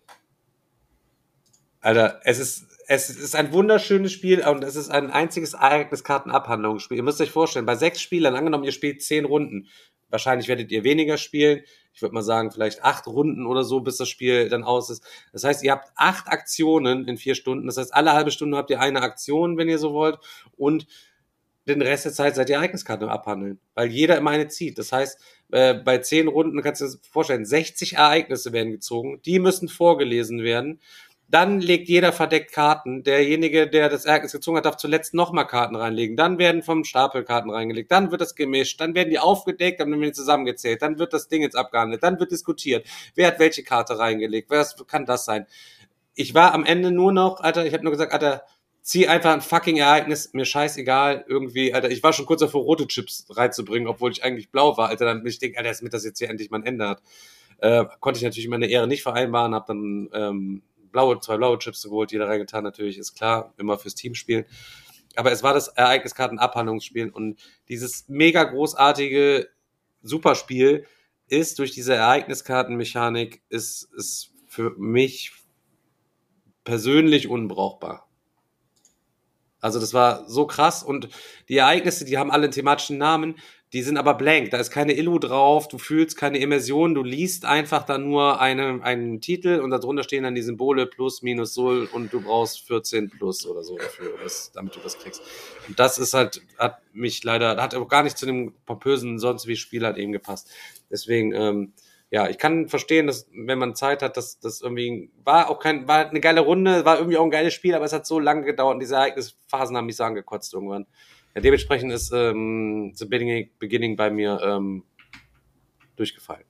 Alter, es ist, es ist ein wunderschönes Spiel und es ist ein einziges Ereigniskartenabhandlungsspiel. Ihr müsst euch vorstellen, bei sechs Spielern, angenommen, ihr spielt zehn Runden, wahrscheinlich werdet ihr weniger spielen. Ich würde mal sagen, vielleicht acht Runden oder so, bis das Spiel dann aus ist. Das heißt, ihr habt acht Aktionen in vier Stunden. Das heißt, alle halbe Stunde habt ihr eine Aktion, wenn ihr so wollt. Und den Rest der Zeit seid ihr Ereigniskarten abhandeln, weil jeder immer eine zieht. Das heißt, äh, bei zehn Runden kannst du dir das vorstellen, sechzig Ereignisse werden gezogen, die müssen vorgelesen werden. Dann legt jeder verdeckt Karten. Derjenige, der das Ereignis gezogen hat, darf zuletzt nochmal Karten reinlegen. Dann werden vom Stapel Karten reingelegt. Dann wird das gemischt. Dann werden die aufgedeckt, dann werden die zusammengezählt. Dann wird das Ding jetzt abgehandelt. Dann wird diskutiert. Wer hat welche Karte reingelegt? Was kann das sein? Ich war am Ende nur noch, Alter, ich habe nur gesagt, Alter, zieh einfach ein fucking Ereignis, mir scheißegal, irgendwie, Alter, ich war schon kurz davor, rote Chips reinzubringen, obwohl ich eigentlich blau war, Alter, dann bin ich denke, Alter, damit das jetzt hier endlich mal ein Ende hat. Äh, konnte ich natürlich meine Ehre nicht vereinbaren, hab dann ähm, blaue, zwei blaue Chips geholt, jeder reingetan, natürlich, ist klar, immer fürs Team spielen. Aber es war das Ereigniskarten-Abhandlungsspiel und dieses mega großartige Superspiel ist durch diese Ereigniskartenmechanik ist, ist für mich persönlich unbrauchbar. Also das war so krass und die Ereignisse, die haben alle einen thematischen Namen, die sind aber blank, da ist keine Illu drauf, du fühlst keine Immersion, du liest einfach da nur eine, einen Titel und darunter stehen dann die Symbole plus, minus, sol und du brauchst vierzehn plus oder so dafür, das, damit du das kriegst. Und das ist halt, hat mich leider, hat auch gar nicht zu dem pompösen sonst wie Spiel halt eben gepasst. Deswegen, ähm, ja, ich kann verstehen, dass, wenn man Zeit hat, dass das irgendwie, war auch kein, war eine geile Runde, war irgendwie auch ein geiles Spiel, aber es hat so lange gedauert und diese Ereignisphasen haben mich so angekotzt irgendwann. Ja, dementsprechend ist ähm, The Beginning, Beginning bei mir ähm, durchgefallen.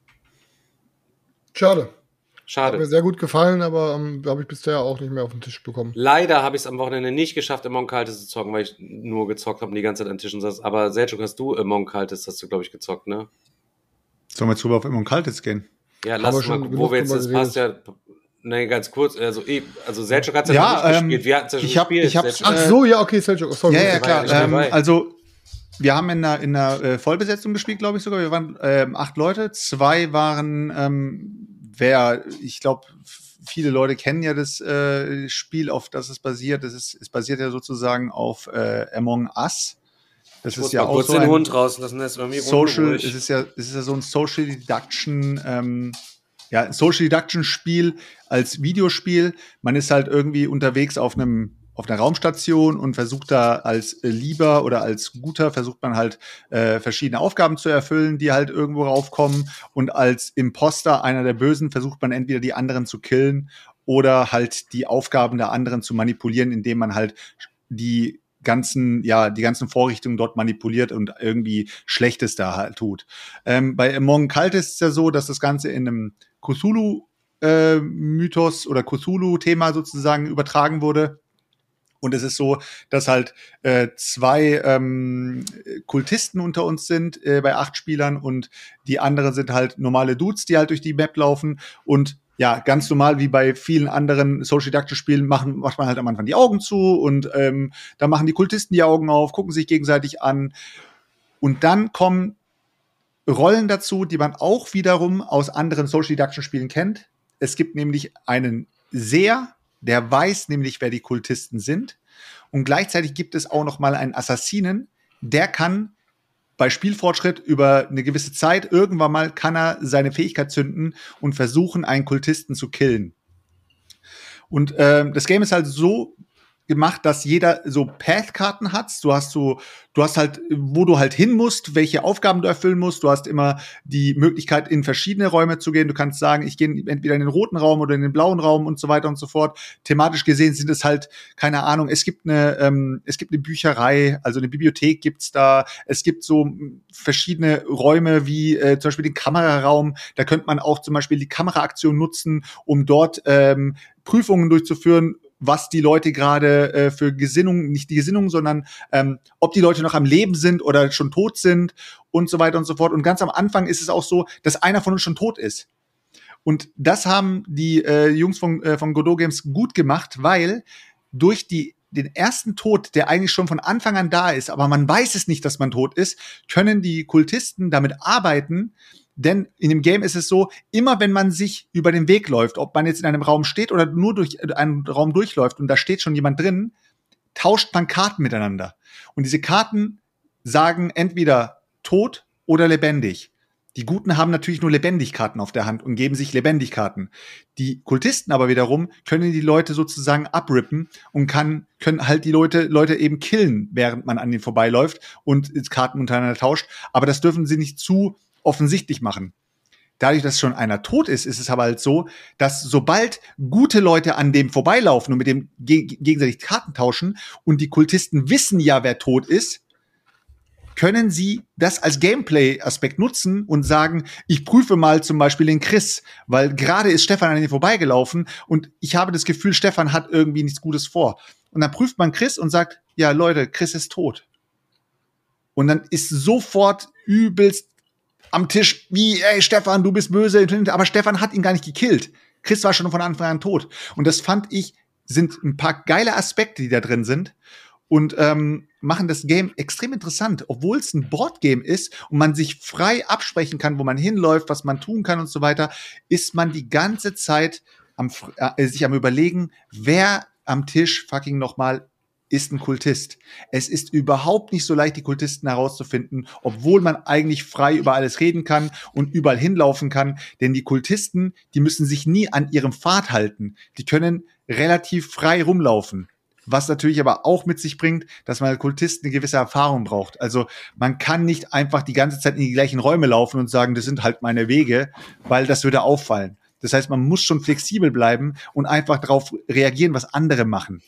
Schade. Schade. Hat mir sehr gut gefallen, aber ähm, habe ich bisher auch nicht mehr auf den Tisch bekommen. Leider habe ich es am Wochenende nicht geschafft, Among Cultist zu zocken, weil ich nur gezockt habe und die ganze Zeit an Tischen saß. Aber Selchuk, hast du Among Cultist, hast du, glaube ich, gezockt, ne? Sollen wir jetzt rüber auf Among Cultist gehen? Ja, lass Aber mal, schon wo wir jetzt, genug das drüber passt ja, ne, ganz kurz, also, eh, also Selchuk hat es ja, Ja, noch nicht ähm, gespielt, wir hatten es ja schon ich hab- gespielt. ich hab's- Selchuk. Ach so, ja, okay, Selchuk. Sorry. Ja, ja, war klar. ja nicht Ähm, dabei. also, wir haben in einer, in einer äh, Vollbesetzung gespielt, glaube ich sogar. Wir waren ähm, acht Leute. Zwei waren, ähm, wer, ich glaube, viele Leute kennen ja das äh, Spiel, auf das es basiert. Das ist, es basiert ja sozusagen auf äh, Among Us. Das Ich ist muss ja mal auch kurz so den ein Hund rauslassen, das ist irgendwie Social, unruhig. es ist ja, es ist ja so ein Social Deduction, ähm, ja, ein Social Deduction Spiel als Videospiel. Man ist halt irgendwie unterwegs auf einem auf einer Raumstation und versucht da als äh, Lieber oder als Guter versucht man halt äh, verschiedene Aufgaben zu erfüllen, die halt irgendwo raufkommen. Und als Imposter, einer der Bösen, versucht man entweder die anderen zu killen oder halt die Aufgaben der anderen zu manipulieren, indem man halt die ganzen, ja, die ganzen Vorrichtungen dort manipuliert und irgendwie Schlechtes da halt tut. Ähm, bei Among Cultist ist es ja so, dass das Ganze in einem Cthulhu-Mythos äh, oder Cthulhu-Thema sozusagen übertragen wurde. Und es ist so, dass halt äh, zwei ähm, Kultisten unter uns sind äh, bei acht Spielern und die anderen sind halt normale Dudes, die halt durch die Map laufen und ja, ganz normal wie bei vielen anderen Social Deduction Spielen machen, macht man halt am Anfang die Augen zu und ähm, dann machen die Kultisten die Augen auf, gucken sich gegenseitig an und dann kommen Rollen dazu, die man auch wiederum aus anderen Social Deduction Spielen kennt. Es gibt nämlich einen Seher, der weiß nämlich, wer die Kultisten sind. Und gleichzeitig gibt es auch noch mal einen Assassinen, der kann bei Spielfortschritt über eine gewisse Zeit, irgendwann mal kann er seine Fähigkeit zünden und versuchen, einen Kultisten zu killen. Und ähm, das Game ist halt so gemacht, dass jeder so Path-Karten hat. Du hast so, du hast halt, wo du halt hin musst, welche Aufgaben du erfüllen musst. Du hast immer die Möglichkeit, in verschiedene Räume zu gehen. Du kannst sagen, ich gehe entweder in den roten Raum oder in den blauen Raum und so weiter und so fort. Thematisch gesehen sind es halt, keine Ahnung, es gibt eine, ähm, es gibt eine Bücherei, also eine Bibliothek gibt's da. Es gibt so verschiedene Räume, wie äh, zum Beispiel den Kameraraum. Da könnte man auch zum Beispiel die Kameraaktion nutzen, um dort ähm, Prüfungen durchzuführen, was die Leute gerade äh, für Gesinnung, nicht die Gesinnung, sondern ähm, ob die Leute noch am Leben sind oder schon tot sind und so weiter und so fort. Und ganz am Anfang ist es auch so, dass einer von uns schon tot ist. Und das haben die äh, Jungs von, äh, von Godot Games gut gemacht, weil durch die den ersten Tod, der eigentlich schon von Anfang an da ist, aber man weiß es nicht, dass man tot ist, können die Kultisten damit arbeiten. Denn in dem Game ist es so, immer wenn man sich über den Weg läuft, ob man jetzt in einem Raum steht oder nur durch einen Raum durchläuft und da steht schon jemand drin, tauscht man Karten miteinander. Und diese Karten sagen entweder tot oder lebendig. Die Guten haben natürlich nur Lebendigkarten auf der Hand und geben sich Lebendigkarten. Die Kultisten aber wiederum können die Leute sozusagen abrippen und kann, können halt die Leute, Leute eben killen, während man an denen vorbeiläuft und Karten untereinander tauscht. Aber das dürfen sie nicht zu offensichtlich machen. Dadurch, dass schon einer tot ist, ist es aber halt so, dass sobald gute Leute an dem vorbeilaufen und mit dem ge- gegenseitig Karten tauschen und die Kultisten wissen ja, wer tot ist, können sie das als Gameplay-Aspekt nutzen und sagen, ich prüfe mal zum Beispiel den Chris, weil gerade ist Stefan an ihm vorbeigelaufen und ich habe das Gefühl, Stefan hat irgendwie nichts Gutes vor. Und dann prüft man Chris und sagt, ja Leute, Chris ist tot. Und dann ist sofort übelst am Tisch, wie, ey, Stefan, du bist böse, aber Stefan hat ihn gar nicht gekillt. Chris war schon von Anfang an tot. Und das fand ich, sind ein paar geile Aspekte, die da drin sind und ähm, machen das Game extrem interessant, obwohl es ein Boardgame ist und man sich frei absprechen kann, wo man hinläuft, was man tun kann und so weiter, ist man die ganze Zeit am, äh, sich am Überlegen, wer am Tisch fucking noch mal ist ein Kultist. Es ist überhaupt nicht so leicht, die Kultisten herauszufinden, obwohl man eigentlich frei über alles reden kann und überall hinlaufen kann. Denn die Kultisten, die müssen sich nie an ihrem Pfad halten. Die können relativ frei rumlaufen. Was natürlich aber auch mit sich bringt, dass man als Kultisten eine gewisse Erfahrung braucht. Also man kann nicht einfach die ganze Zeit in die gleichen Räume laufen und sagen, das sind halt meine Wege, weil das würde auffallen. Das heißt, man muss schon flexibel bleiben und einfach darauf reagieren, was andere machen.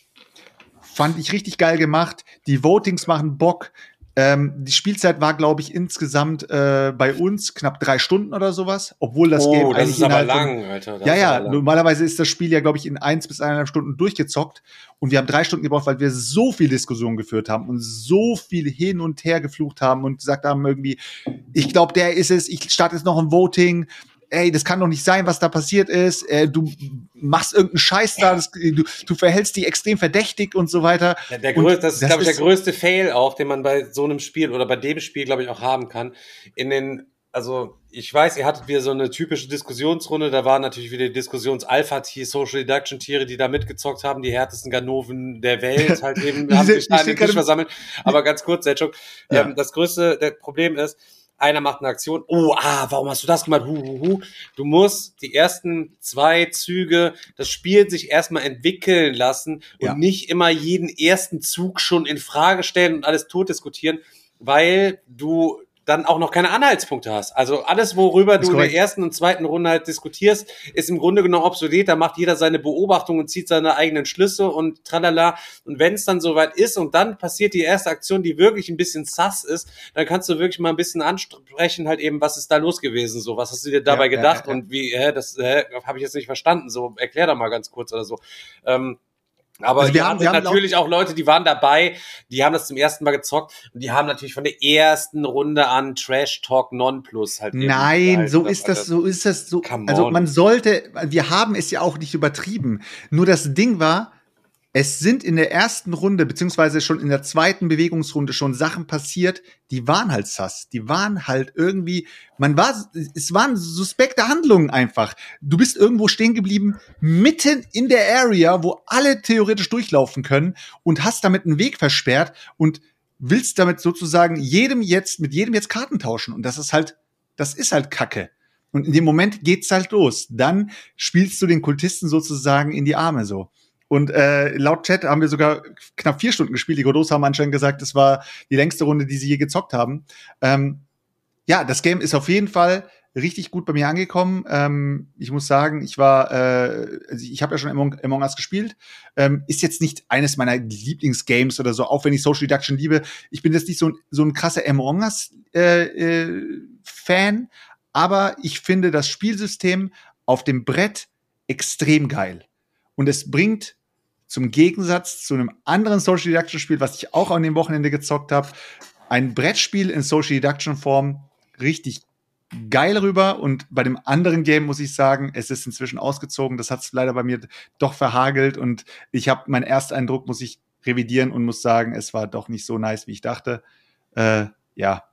Fand ich richtig geil gemacht. Die Votings machen Bock. Ähm, die Spielzeit war, glaube ich, insgesamt äh, bei uns knapp drei Stunden oder sowas, obwohl das oh, Game das eigentlich ist aber innerhalb lang, von, Alter. Das ja, ist ja, aber lang. normalerweise ist das Spiel ja, glaube ich, in eins bis eineinhalb Stunden durchgezockt und wir haben drei Stunden gebraucht, weil wir so viel Diskussion geführt haben und so viel hin und her geflucht haben und gesagt haben irgendwie, ich glaube, der ist es, ich starte jetzt noch ein Voting. Ey, das kann doch nicht sein, was da passiert ist. Äh, du machst irgendeinen Scheiß da, das, du, du verhältst dich extrem verdächtig und so weiter. Ja, der größte, das ist, das glaube ich, ist der größte Fail auch, den man bei so einem Spiel oder bei dem Spiel, glaube ich, auch haben kann. In den, also ich weiß, ihr hattet wieder so eine typische Diskussionsrunde, da waren natürlich wieder die Diskussions-Alpha-Tiere, Social-Deduction-Tiere, die da mitgezockt haben, die härtesten Ganoven der Welt halt eben, haben sich da an den Tisch versammelt. Aber ganz kurz, Setschuk, Ja. ähm, das größte der Problem ist, einer macht eine Aktion, oh, ah, warum hast du das gemacht? Hu, hu, hu. Du musst die ersten zwei Züge, das Spiel sich erstmal entwickeln lassen und Ja. nicht immer jeden ersten Zug schon in Frage stellen und alles tot diskutieren, weil du dann auch noch keine Anhaltspunkte hast. Also alles, worüber Ist du in korrekt. der ersten und zweiten Runde halt diskutierst, ist im Grunde genommen obsolet. Da macht jeder seine Beobachtung und zieht seine eigenen Schlüsse und tralala. Und wenn es dann soweit ist und dann passiert die erste Aktion, die wirklich ein bisschen sass ist, dann kannst du wirklich mal ein bisschen ansprechen, halt eben, was ist da los gewesen, so, was hast du dir dabei Ja, ja, gedacht ja, ja. und wie, hä, das hä, habe ich jetzt nicht verstanden, so, erklär doch mal ganz kurz oder so. Ähm, Aber Also wir wir haben- haben, wir haben natürlich auch Leute, die waren dabei, die haben das zum ersten Mal gezockt und die haben natürlich von der ersten Runde an Trash Talk Nonplus halt eben Nein, gehalten. so ist das, Alter. so ist das, so. Come Also on. man sollte, wir haben es ja auch nicht übertrieben. Nur das Ding war, es sind in der ersten Runde, beziehungsweise schon in der zweiten Bewegungsrunde schon Sachen passiert, die waren halt sass. Die waren halt irgendwie, man war, es waren suspekte Handlungen einfach. Du bist irgendwo stehen geblieben, mitten in der Area, wo alle theoretisch durchlaufen können und hast damit einen Weg versperrt und willst damit sozusagen jedem jetzt, mit jedem jetzt Karten tauschen. Und das ist halt, das ist halt Kacke. Und in dem Moment geht's halt los. Dann spielst du den Kultisten sozusagen in die Arme so. Und äh, laut Chat haben wir sogar knapp vier Stunden gespielt. Die Godos haben anscheinend gesagt, das war die längste Runde, die sie je gezockt haben. Ähm, ja, das Game ist auf jeden Fall richtig gut bei mir angekommen. Ähm, ich muss sagen, ich war, äh, also ich habe ja schon Among, Among Us gespielt. Ähm, ist jetzt nicht eines meiner Lieblingsgames oder so, auch wenn ich Social Deduction liebe. Ich bin jetzt nicht so, ein- so ein krasser Among Us äh, äh, Fan, aber ich finde das Spielsystem auf dem Brett extrem geil. Und es bringt zum Gegensatz zu einem anderen Social Deduction Spiel, was ich auch an dem Wochenende gezockt habe, ein Brettspiel in Social Deduction Form richtig geil rüber. Und bei dem anderen Game muss ich sagen, es ist inzwischen ausgezogen. Das hat es leider bei mir doch verhagelt. Und ich habe meinen Ersteindruck, muss ich revidieren und muss sagen, es war doch nicht so nice, wie ich dachte. Äh, ja.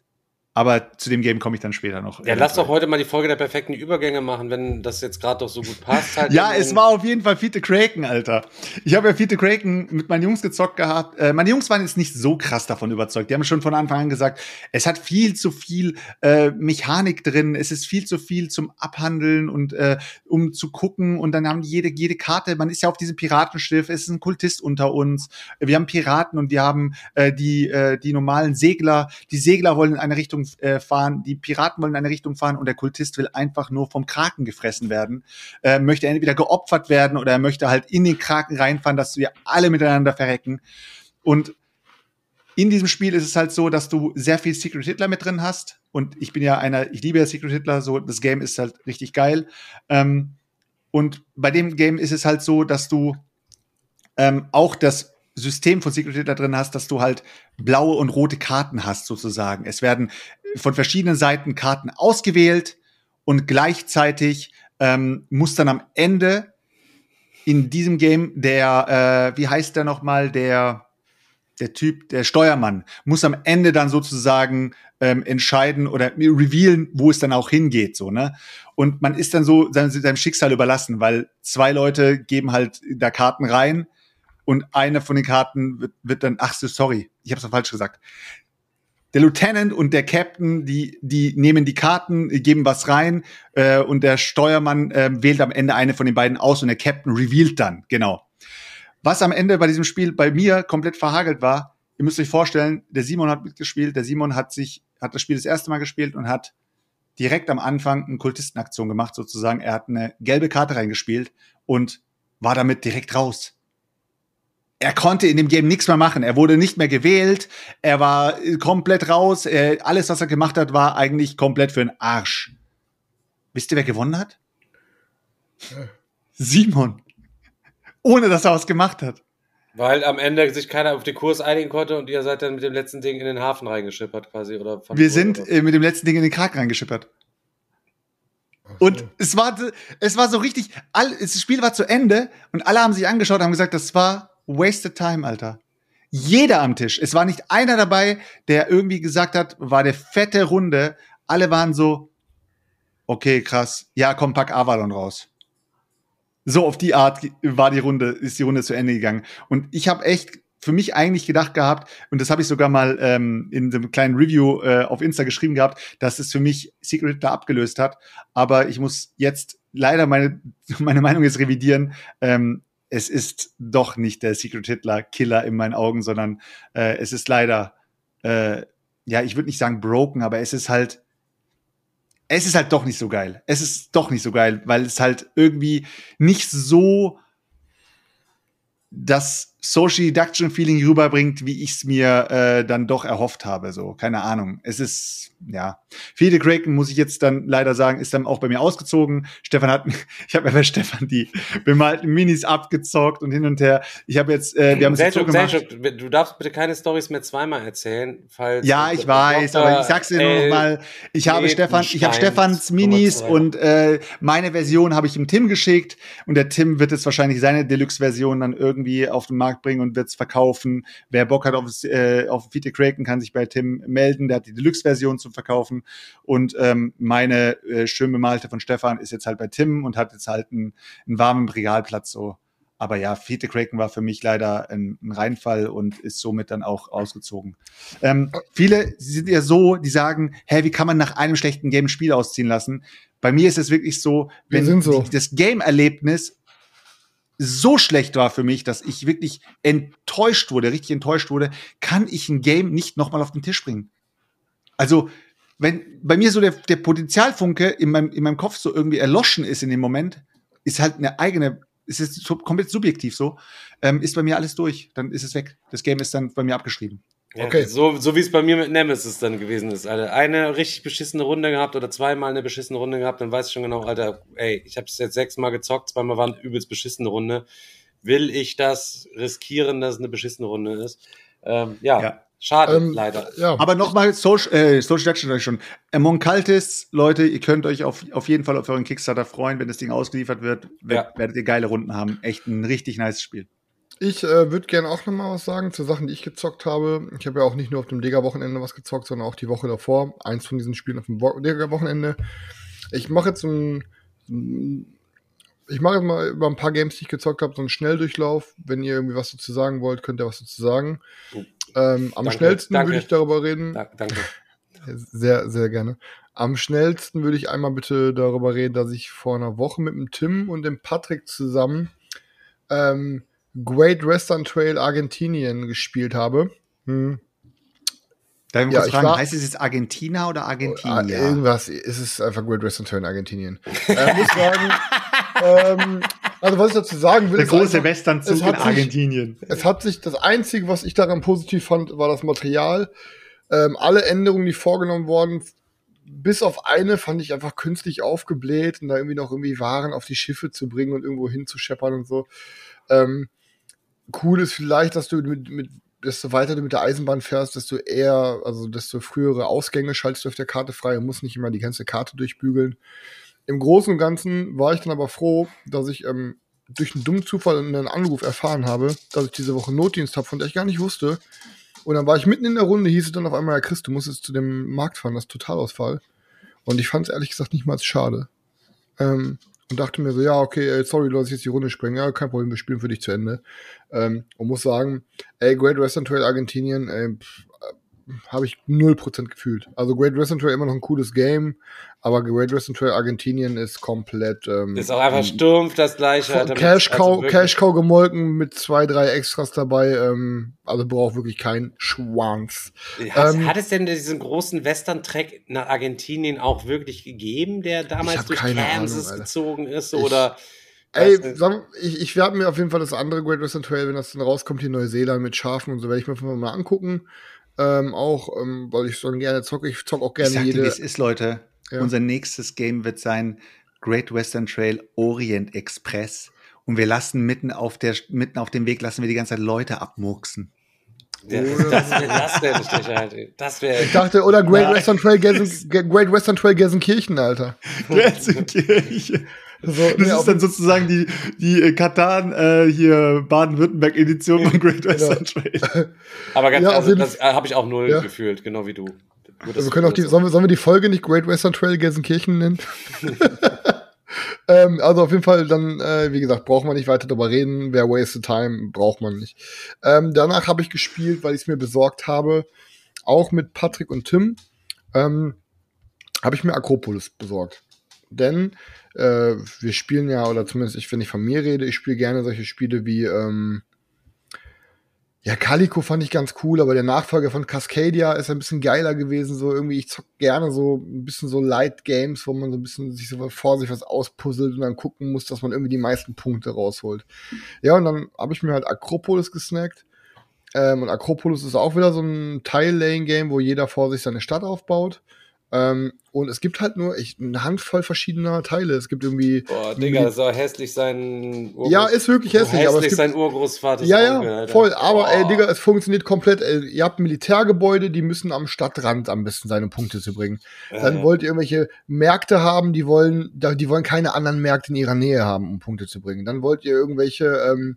Aber zu dem Game komme ich dann später noch. Ja, lass doch heute mal die Folge der perfekten Übergänge machen, wenn das jetzt gerade doch so gut passt. Halt Ja, eben. es war auf jeden Fall Fiete Kraken, Alter. Ich habe ja Fiete Kraken mit meinen Jungs gezockt gehabt. Äh, meine Jungs waren jetzt nicht so krass davon überzeugt. Die haben schon von Anfang an gesagt, es hat viel zu viel äh, Mechanik drin. Es ist viel zu viel zum Abhandeln und äh, um zu gucken. Und dann haben die jede, jede Karte, man ist ja auf diesem Piratenschiff, es ist ein Kultist unter uns. Wir haben Piraten und wir haben äh, die, äh, die normalen Segler. Die Segler wollen in eine Richtung äh, fahren, die Piraten wollen in eine Richtung fahren und der Kultist will einfach nur vom Kraken gefressen werden. Äh, möchte entweder geopfert werden oder er möchte halt in den Kraken reinfahren, dass wir alle miteinander verrecken. Und in diesem Spiel ist es halt so, dass du sehr viel Secret Hitler mit drin hast. Und ich bin ja einer, ich liebe ja Secret Hitler, so das Game ist halt richtig geil. Ähm, und bei dem Game ist es halt so, dass du ähm, auch das System von Secret Hitler drin hast, dass du halt blaue und rote Karten hast, sozusagen. Es werden von verschiedenen Seiten Karten ausgewählt und gleichzeitig ähm, muss dann am Ende in diesem Game der, äh, wie heißt der nochmal, der der Typ, der Steuermann, muss am Ende dann sozusagen ähm, entscheiden oder revealen, wo es dann auch hingeht, so, ne? Und man ist dann so seinem, seinem Schicksal überlassen, weil zwei Leute geben halt da Karten rein und eine von den Karten wird, wird dann, ach so, sorry, ich habe es falsch gesagt. Der Lieutenant und der Captain, die, die nehmen die Karten, geben was rein äh, und der Steuermann äh, wählt am Ende eine von den beiden aus und der Captain revealt dann, genau. Was am Ende bei diesem Spiel bei mir komplett verhagelt war, ihr müsst euch vorstellen, der Simon hat mitgespielt, der Simon hat sich, hat das Spiel das erste Mal gespielt und hat direkt am Anfang eine Kultistenaktion gemacht, sozusagen. Er hat eine gelbe Karte reingespielt und war damit direkt raus. Er konnte in dem Game nichts mehr machen. Er wurde nicht mehr gewählt. Er war komplett raus. Er, alles, was er gemacht hat, war eigentlich komplett für den Arsch. Wisst ihr, wer gewonnen hat? Ja. Simon. Ohne, dass er was gemacht hat. Weil am Ende sich keiner auf den Kurs einigen konnte und ihr seid dann mit dem letzten Ding in den Hafen reingeschippert quasi. Oder Wir sind äh, mit dem letzten Ding in den Krag reingeschippert. Und es war, es war so richtig, all, das Spiel war zu Ende und alle haben sich angeschaut und haben gesagt, das war wasted time, Alter. Jeder am Tisch. Es war nicht einer dabei, der irgendwie gesagt hat, war eine fette Runde. Alle waren so, okay, krass. Ja, komm, pack Avalon raus. So auf die Art war die Runde, ist die Runde zu Ende gegangen. Und ich habe echt für mich eigentlich gedacht gehabt, und das habe ich sogar mal ähm, in einem kleinen Review äh, auf Insta geschrieben gehabt, dass es für mich Secret Hitler abgelöst hat. Aber ich muss jetzt leider meine, meine Meinung jetzt revidieren. Ähm, Es ist doch nicht der Secret Hitler Killer in meinen Augen, sondern äh, es ist leider, äh, ja, ich würde nicht sagen broken, aber es ist halt, es ist halt doch nicht so geil. Es ist doch nicht so geil, weil es halt irgendwie nicht so das Social Deduction Feeling rüberbringt, wie ich es mir äh, dann doch erhofft habe. So, keine Ahnung. Es ist, ja. Fede Kraken, muss ich jetzt dann leider sagen, ist dann auch bei mir ausgezogen. Stefan hat, ich habe ja bei Stefan die bemalten Minis abgezockt und hin und her. Ich habe jetzt, äh, wir haben es jetzt so gemacht. Selchuk, du darfst bitte keine Storys mehr zweimal erzählen, falls. Ja, ich weiß, Doktor aber ich sag's dir nur noch mal. Ich habe Stefan, ich habe Stefans Minis und äh, meine Version habe ich dem Tim geschickt und der Tim wird jetzt wahrscheinlich seine Deluxe-Version dann irgendwie auf den Markt bringen und wird's verkaufen. Wer Bock hat auf, äh, auf Fede Kraken, kann sich bei Tim melden. Der hat die Deluxe-Version zum Verkaufen. Und ähm, meine äh, schön bemalte von Stefan ist jetzt halt bei Tim und hat jetzt halt einen, einen warmen Regalplatz so. Aber ja, Fede Kraken war für mich leider ein, ein Reinfall und ist somit dann auch ausgezogen. Ähm, viele sind ja so, die sagen, hä, wie kann man nach einem schlechten Game ein Spiel ausziehen lassen? Bei mir ist es wirklich so, wenn so. die, das Game-Erlebnis so schlecht war für mich, dass ich wirklich enttäuscht wurde, richtig enttäuscht wurde, kann ich ein Game nicht nochmal auf den Tisch bringen. Also, wenn bei mir so der, der Potenzialfunke in meinem, in meinem Kopf so irgendwie erloschen ist in dem Moment, ist halt eine eigene, ist es so komplett subjektiv so, ähm, ist bei mir alles durch. Dann ist es weg. Das Game ist dann bei mir abgeschrieben. Ja, okay. So, so wie es bei mir mit Nemesis dann gewesen ist. Alter. Eine richtig beschissene Runde gehabt oder zweimal eine beschissene Runde gehabt, dann weiß ich schon genau, Alter, ey, ich habe es jetzt sechsmal gezockt, zweimal war eine übelst beschissene Runde. Will ich das riskieren, dass es eine beschissene Runde ist? Ähm, ja. ja. Schade, ähm, leider. Ja. Aber nochmal, Social, äh, Social Deduction euch schon. Among Cultists, Leute, ihr könnt euch auf, auf jeden Fall auf euren Kickstarter freuen, wenn das Ding ausgeliefert wird. Ja. Werdet ihr geile Runden haben. Echt ein richtig nice Spiel. Ich äh, würde gerne auch noch mal was sagen zu Sachen, die ich gezockt habe. Ich habe ja auch nicht nur auf dem Lega-Wochenende was gezockt, sondern auch die Woche davor. Eins von diesen Spielen auf dem Lega-Wochenende. Ich mache jetzt ein, ich mache jetzt mal über ein paar Games, die ich gezockt habe, so einen Schnelldurchlauf. Wenn ihr irgendwie was dazu sagen wollt, könnt ihr was dazu sagen. Oh. Ähm, am danke, schnellsten danke. würde ich darüber reden. Da, danke. Sehr, sehr gerne. Am schnellsten würde ich einmal bitte darüber reden, dass ich vor einer Woche mit dem Tim und dem Patrick zusammen ähm, Great Western Trail Argentinien gespielt habe. Hm. Darf ich ja, kurz fragen, war, heißt es jetzt Argentina oder Argentinia? Äh, irgendwas, es ist einfach Great Western Trail in Argentinien. äh, muss sagen, ähm, also was ich dazu sagen will, der ist große einfach, Westernzug in Argentinien. Sich, es hat sich, das Einzige, was ich daran positiv fand, war das Material. Ähm, alle Änderungen, die vorgenommen wurden, bis auf eine fand ich einfach künstlich aufgebläht und da irgendwie noch irgendwie Waren auf die Schiffe zu bringen und irgendwo hinzuscheppern und so. Ähm, cool ist vielleicht, dass du mit, mit desto weiter du mit der Eisenbahn fährst, desto eher, also desto frühere Ausgänge schaltest du auf der Karte frei und musst nicht immer die ganze Karte durchbügeln. Im Großen und Ganzen war ich dann aber froh, dass ich ähm, durch einen dummen Zufall einen Anruf erfahren habe, dass ich diese Woche Notdienst habe, von der ich gar nicht wusste. Und dann war ich mitten in der Runde, hieß es dann auf einmal, ja Chris, du musst jetzt zu dem Markt fahren, das ist Totalausfall. Und ich fand es ehrlich gesagt nicht mal schade. Ähm, und dachte mir so, ja, okay, ey, sorry, dass ich jetzt die Runde springe. Ja, kein Problem, wir spielen für dich zu Ende. Ähm, und muss sagen, ey, Great Western Trail Argentinien, ey, habe ich null Prozent gefühlt. Also Great Western Trail immer noch ein cooles Game, aber Great Western Trail Argentinien ist komplett ähm, ist auch einfach stumpf das gleiche. Cash Cow, also wirklich Cash Cow gemolken mit zwei, drei Extras dabei. Ähm, also braucht wirklich keinen Schwanz. Hat, ähm, hat es denn diesen großen Western-Track nach Argentinien auch wirklich gegeben, der damals durch Kansas Ahnung, gezogen ist? Ich, oder Ey, sag, ich, ich werde mir auf jeden Fall das andere Great Western Trail, wenn das dann rauskommt, hier Neuseeland mit Schafen und so, werde ich mir einfach mal angucken. Ähm, auch, ähm, weil ich so gerne zocke. Ich zocke auch gerne ich sag jede. Dir, wie es ist, Leute. Ja. Unser nächstes Game wird sein Great Western Trail Orient Express. Und wir lassen mitten auf, der, mitten auf dem Weg, lassen wir die ganze Zeit Leute abmurksen. Ja, das wäre das wär richtig, Alter. Das wär, ich dachte, oder Great ja. Western Trail Gelsen, Great Western Trail Gelsenkirchen, Alter. Gelsenkirchen. So, das nee, ist dann sozusagen die, die Katan äh, hier Baden-Württemberg-Edition von Great Western Trail. Aber ganz ja, also, das äh, habe ich auch null ja. gefühlt, genau wie du. Gut, also wir können auch die, sollen, wir, sollen wir die Folge nicht Great Western Trail Gelsenkirchen nennen? ähm, also auf jeden Fall dann, äh, wie gesagt, braucht man nicht weiter darüber reden. Wer wasted time, braucht man nicht. Ähm, danach habe ich gespielt, weil ich es mir besorgt habe, auch mit Patrick und Tim, ähm, habe ich mir Akropolis besorgt. Denn äh, wir spielen ja, oder zumindest ich, wenn ich von mir rede, ich spiele gerne solche Spiele wie ähm, ja, Calico fand ich ganz cool, aber der Nachfolger von Cascadia ist ein bisschen geiler gewesen, so irgendwie, ich zock gerne so ein bisschen so Light Games, wo man so ein bisschen sich so vor sich was auspuzzelt und dann gucken muss, dass man irgendwie die meisten Punkte rausholt. Ja, und dann habe ich mir halt Akropolis gesnackt. Ähm, und Akropolis ist auch wieder so ein Tile-Laying-Game, wo jeder vor sich seine Stadt aufbaut. Ähm, und es gibt halt nur ich, eine Handvoll verschiedener Teile. Es gibt irgendwie. Boah, Digga, das soll hässlich sein. Urgroß- ja, ist wirklich hässlich. hässlich aber es gibt, sein Urgroßvater. Ja, ja, Onkel, voll. Aber oh. ey, Digga, es funktioniert komplett. Ey, ihr habt Militärgebäude, die müssen am Stadtrand am besten seine Punkte zu bringen. Äh. Dann wollt ihr irgendwelche Märkte haben, die wollen, die wollen keine anderen Märkte in ihrer Nähe haben, um Punkte zu bringen. Dann wollt ihr irgendwelche ähm,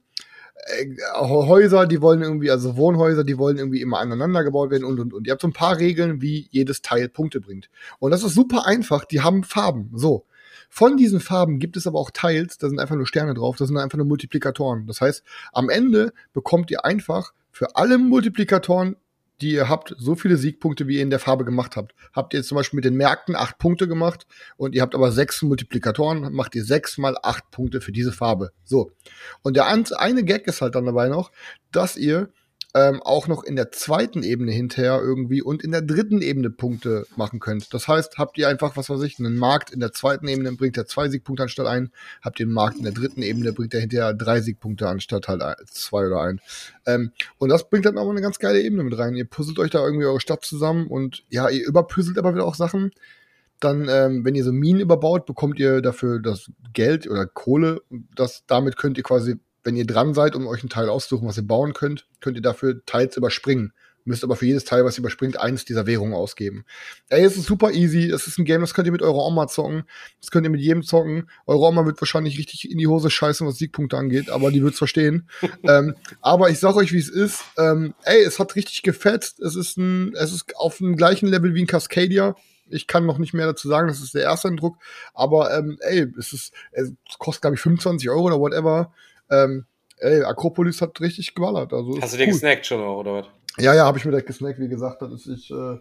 Häuser, die wollen irgendwie, also Wohnhäuser, die wollen irgendwie immer aneinander gebaut werden und, und, und. Ihr habt so ein paar Regeln, wie jedes Teil Punkte bringt. Und das ist super einfach, die haben Farben, so. Von diesen Farben gibt es aber auch Tiles, da sind einfach nur Sterne drauf, das sind einfach nur Multiplikatoren. Das heißt, am Ende bekommt ihr einfach für alle Multiplikatoren, die ihr habt, so viele Siegpunkte, wie ihr in der Farbe gemacht habt. Habt ihr jetzt zum Beispiel mit den Märkten acht Punkte gemacht und ihr habt aber sechs Multiplikatoren, macht ihr sechs mal acht Punkte für diese Farbe. So. Und der eine Gag ist halt dann dabei noch, dass ihr ähm, auch noch in der zweiten Ebene hinterher irgendwie und in der dritten Ebene Punkte machen könnt. Das heißt, habt ihr einfach, was weiß ich, einen Markt in der zweiten Ebene, bringt er zwei Siegpunkte anstatt ein, habt ihr einen Markt in der dritten Ebene, bringt er hinterher drei Siegpunkte anstatt halt zwei oder ein. Ähm, und das bringt dann auch mal eine ganz geile Ebene mit rein. Ihr puzzelt euch da irgendwie eure Stadt zusammen und ja, ihr überpuzzelt aber wieder auch Sachen. Dann, ähm, wenn ihr so Minen überbaut, bekommt ihr dafür das Geld oder Kohle. Das, damit könnt ihr quasi, wenn ihr dran seid, um euch ein Teil auszusuchen, was ihr bauen könnt, könnt ihr dafür Teils überspringen. Müsst aber für jedes Teil, was ihr überspringt, eins dieser Währungen ausgeben. Ey, es ist super easy. Es ist ein Game, das könnt ihr mit eurer Oma zocken. Das könnt ihr mit jedem zocken. Eure Oma wird wahrscheinlich richtig in die Hose scheißen, was Siegpunkte angeht, aber die wird's verstehen. ähm, aber ich sag euch, wie es ist. Ähm, ey, es hat richtig gefetzt. Es ist ein, es ist auf dem gleichen Level wie ein Cascadia. Ich kann noch nicht mehr dazu sagen, das ist der erste Eindruck. Aber ähm, ey, es ist, es kostet, glaube ich, fünfundzwanzig Euro oder whatever. Ähm, ey, Akropolis hat richtig geballert. Also hast du dir cool. gesnackt schon auch, oder was? Ja, ja, habe ich mir direkt gesnackt, wie gesagt. Das ist, ich, äh,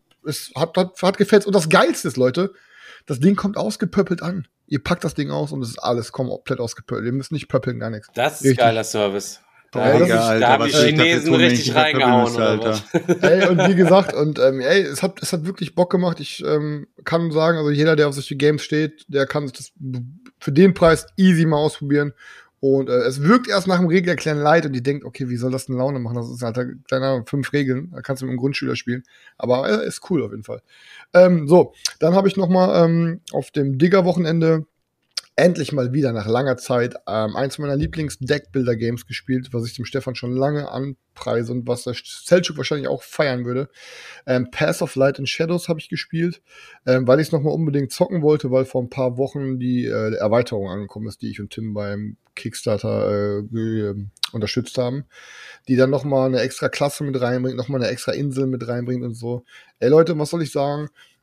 es hat, hat, hat gefetzt. Und das Geilste ist, Leute, das Ding kommt ausgepöppelt an. Ihr packt das Ding aus und es ist alles komplett ausgepöppelt. Ihr müsst nicht pöppeln, gar nichts. Das ist richtig. Geiler Service. Da, ja, Alter, ist, da haben die Chinesen richtig reingehauen, ist, Alter. Ey, und wie gesagt, und ähm, ey, es hat, es hat wirklich Bock gemacht. Ich ähm, kann sagen, also jeder, der auf solche Games steht, der kann sich das für den Preis easy mal ausprobieren. Und äh, es wirkt erst nach dem Regelerklären leid und die denkt, okay, wie soll das denn Laune machen? Das ist halt kleiner fünf Regeln, da kannst du mit einem Grundschüler spielen. Aber äh, ist cool auf jeden Fall. Ähm, so, dann habe ich noch mal ähm, auf dem Digger-Wochenende endlich mal wieder nach langer Zeit ähm, eins meiner Lieblings-Deckbuilder-Games gespielt, was ich dem Stefan schon lange anpreise und was der Selchuk wahrscheinlich auch feiern würde. Ähm, Path of Light and Shadows habe ich gespielt, ähm, weil ich es nochmal unbedingt zocken wollte, weil vor ein paar Wochen die äh, Erweiterung angekommen ist, die ich und Tim beim Kickstarter äh, ge- äh, unterstützt haben, die dann nochmal eine extra Klasse mit reinbringt, nochmal eine extra Insel mit reinbringt und so. Ey Leute, was soll ich sagen?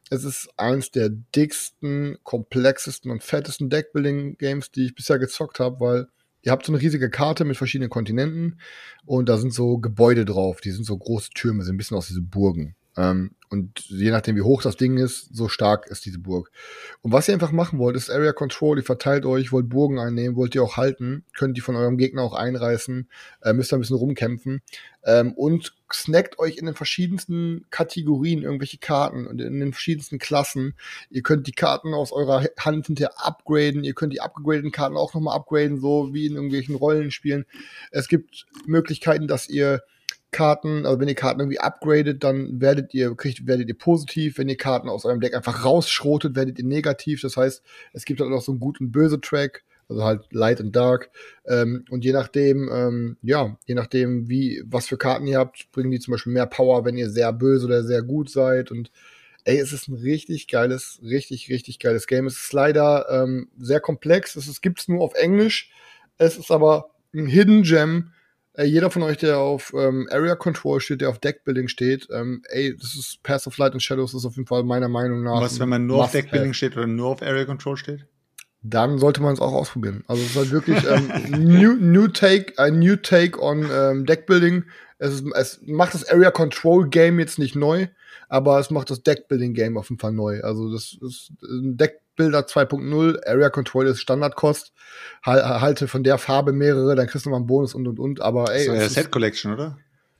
Es ist eins der dicksten, komplexesten und fettesten Deckbuilding-Games, die ich bisher gezockt habe, weil ihr habt so eine riesige Karte mit verschiedenen Kontinenten und da sind so Gebäude drauf, die sind so große Türme, sehen ein bisschen aus wie so Burgen. Ähm, und je nachdem, wie hoch das Ding ist, so stark ist diese Burg. Und was ihr einfach machen wollt, ist Area Control. Ihr verteilt euch, wollt Burgen einnehmen, wollt ihr auch halten, könnt die von eurem Gegner auch einreißen, äh, müsst ein bisschen rumkämpfen ähm, und snackt euch in den verschiedensten Kategorien irgendwelche Karten und in den verschiedensten Klassen. Ihr könnt die Karten aus eurer Hand hinterher upgraden, ihr könnt die upgradeten Karten auch nochmal upgraden, so wie in irgendwelchen Rollenspielen. Es gibt Möglichkeiten, dass ihr Karten, also wenn ihr Karten irgendwie upgradet, dann werdet ihr, kriegt, werdet ihr positiv. Wenn ihr Karten aus eurem Deck einfach rausschrotet, werdet ihr negativ. Das heißt, es gibt halt auch so einen guten böse Track, also halt Light and Dark. Ähm, und je nachdem, ähm, ja, je nachdem, wie, was für Karten ihr habt, bringen die zum Beispiel mehr Power, wenn ihr sehr böse oder sehr gut seid. Und ey, es ist ein richtig geiles, richtig, richtig geiles Game. Es ist leider ähm, sehr komplex. Es gibt es nur auf Englisch. Es ist aber ein Hidden Gem. Ey, jeder von euch, der auf ähm, Area Control steht, der auf Deckbuilding steht, ähm, ey, das ist Path of Light and Shadows, das ist auf jeden Fall meiner Meinung nach. Was, wenn man nur auf Deckbuilding steht oder nur auf Area Control steht? Dann sollte man es auch ausprobieren. Also es ist halt wirklich ähm, new, new take, ein new take on ähm, Deckbuilding. Es, ist, es macht das Area Control Game jetzt nicht neu, aber es macht das Deckbuilding Game auf jeden Fall neu. Also das ist ein Deckbuilder zwei Punkt null, Area Control ist Standardkost, Hal- halte von der Farbe mehrere, dann kriegst du mal einen Bonus und und und. Aber ey, das ist ja Set Collection, oder?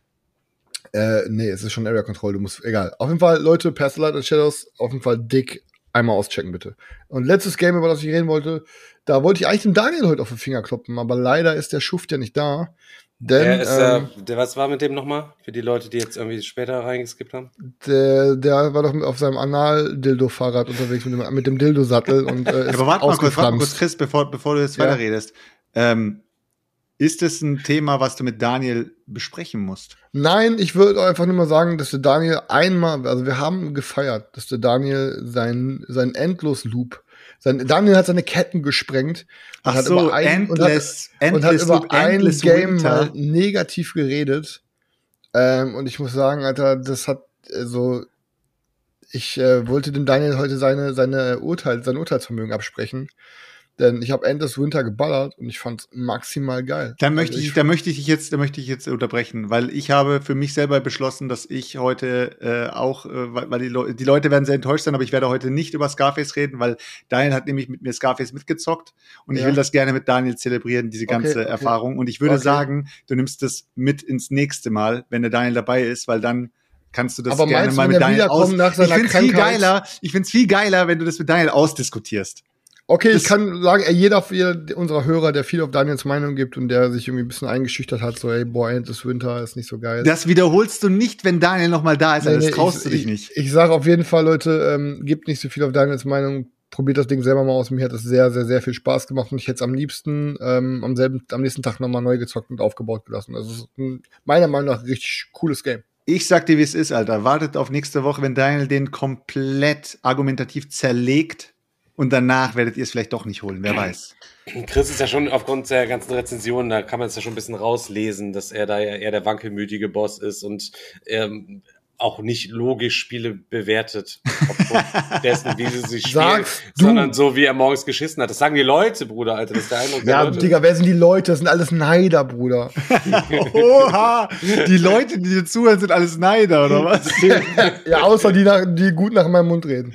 Äh, nee, es ist schon Area Control, du musst, egal. Auf jeden Fall, Leute, Path of Light and Shadows, auf jeden Fall dick. Einmal auschecken, bitte. Und letztes Game, über das ich reden wollte, da wollte ich eigentlich dem Daniel heute auf den Finger kloppen, aber leider ist der Schuft ja nicht da. Denn, der ist, ähm, äh, der, was war mit dem nochmal? Für die Leute, die jetzt irgendwie später reingeskippt haben? Der, der war doch auf seinem Anal-Dildo-Fahrrad unterwegs mit dem, mit dem Dildo-Sattel und äh, ist aber warte mal kurz, warte mal kurz, ausgefranst. Chris, bevor, bevor du jetzt Ja. weiterredest. Ähm, ist es ein Thema, was du mit Daniel besprechen musst? Nein, ich würde einfach nur mal sagen, dass der Daniel einmal, also wir haben gefeiert, dass der Daniel seinen sein Endlos-Loop, sein, Daniel hat seine Ketten gesprengt und Ach hat so, über ein, endless, und hat, und hat endless über Loop, ein endless Game Winter. mal negativ geredet. Ähm, und ich muss sagen, Alter, das hat äh, so, ich äh, wollte dem Daniel heute seine, seine Urteil, sein Urteilsvermögen absprechen. Denn ich habe Endless Winter geballert und ich fand's maximal geil. Da Also möchte ich, da möchte ich dich jetzt, da möchte ich jetzt unterbrechen, weil ich habe für mich selber beschlossen, dass ich heute äh, auch, äh, weil weil die, Leu- die Leute werden sehr enttäuscht sein, aber ich werde heute nicht über Scarface reden, weil Daniel hat nämlich mit mir Scarface mitgezockt und ich Ja. will das gerne mit Daniel zelebrieren, diese ganze Okay, okay. Erfahrung. Und ich würde Okay. sagen, du nimmst das mit ins nächste Mal, wenn der Daniel dabei ist, weil dann kannst du das Aber gerne meinst du, mal wenn mit er Daniel aus. wiederkommt nach Ich seiner find's viel Krankheit? geiler. Ich find's viel geiler, wenn du das mit Daniel ausdiskutierst. Okay, Das- ich kann sagen, ey, jeder, jeder unserer Hörer, der viel auf Daniels Meinung gibt und der sich irgendwie ein bisschen eingeschüchtert hat, so, ey, boah, Endless Winter ist nicht so geil. Das wiederholst du nicht, wenn Daniel noch mal da ist. Nee, das nee, traust ich, du dich ich, nicht. Ich sage auf jeden Fall, Leute, ähm, gebt nicht so viel auf Daniels Meinung. Probiert das Ding selber mal aus. Mir hat das sehr, sehr, sehr viel Spaß gemacht und ich hätte es am liebsten ähm, am selben, am nächsten Tag nochmal neu gezockt und aufgebaut gelassen. Also es ist ein, meiner Meinung nach ein richtig cooles Game. Ich sag dir, wie es ist, Alter. Wartet auf nächste Woche, wenn Daniel den komplett argumentativ zerlegt und danach werdet ihr es vielleicht doch nicht holen. Wer weiß. Chris ist ja schon aufgrund der ganzen Rezensionen, da kann man es ja schon ein bisschen rauslesen, dass er da ja eher der wankelmütige Boss ist und ähm, auch nicht logisch Spiele bewertet, aufgrund dessen, wie sie sich spielen, Sagst du? sondern so, wie er morgens geschissen hat. Das sagen die Leute, Bruder, Alter. Das ist der Eindruck der Ja, Leute. Digga, wer sind die Leute? Das sind alles Neider, Bruder. Oha! Die Leute, die dir zuhören, sind alles Neider, oder was? Ja, außer die, nach, die gut nach meinem Mund reden.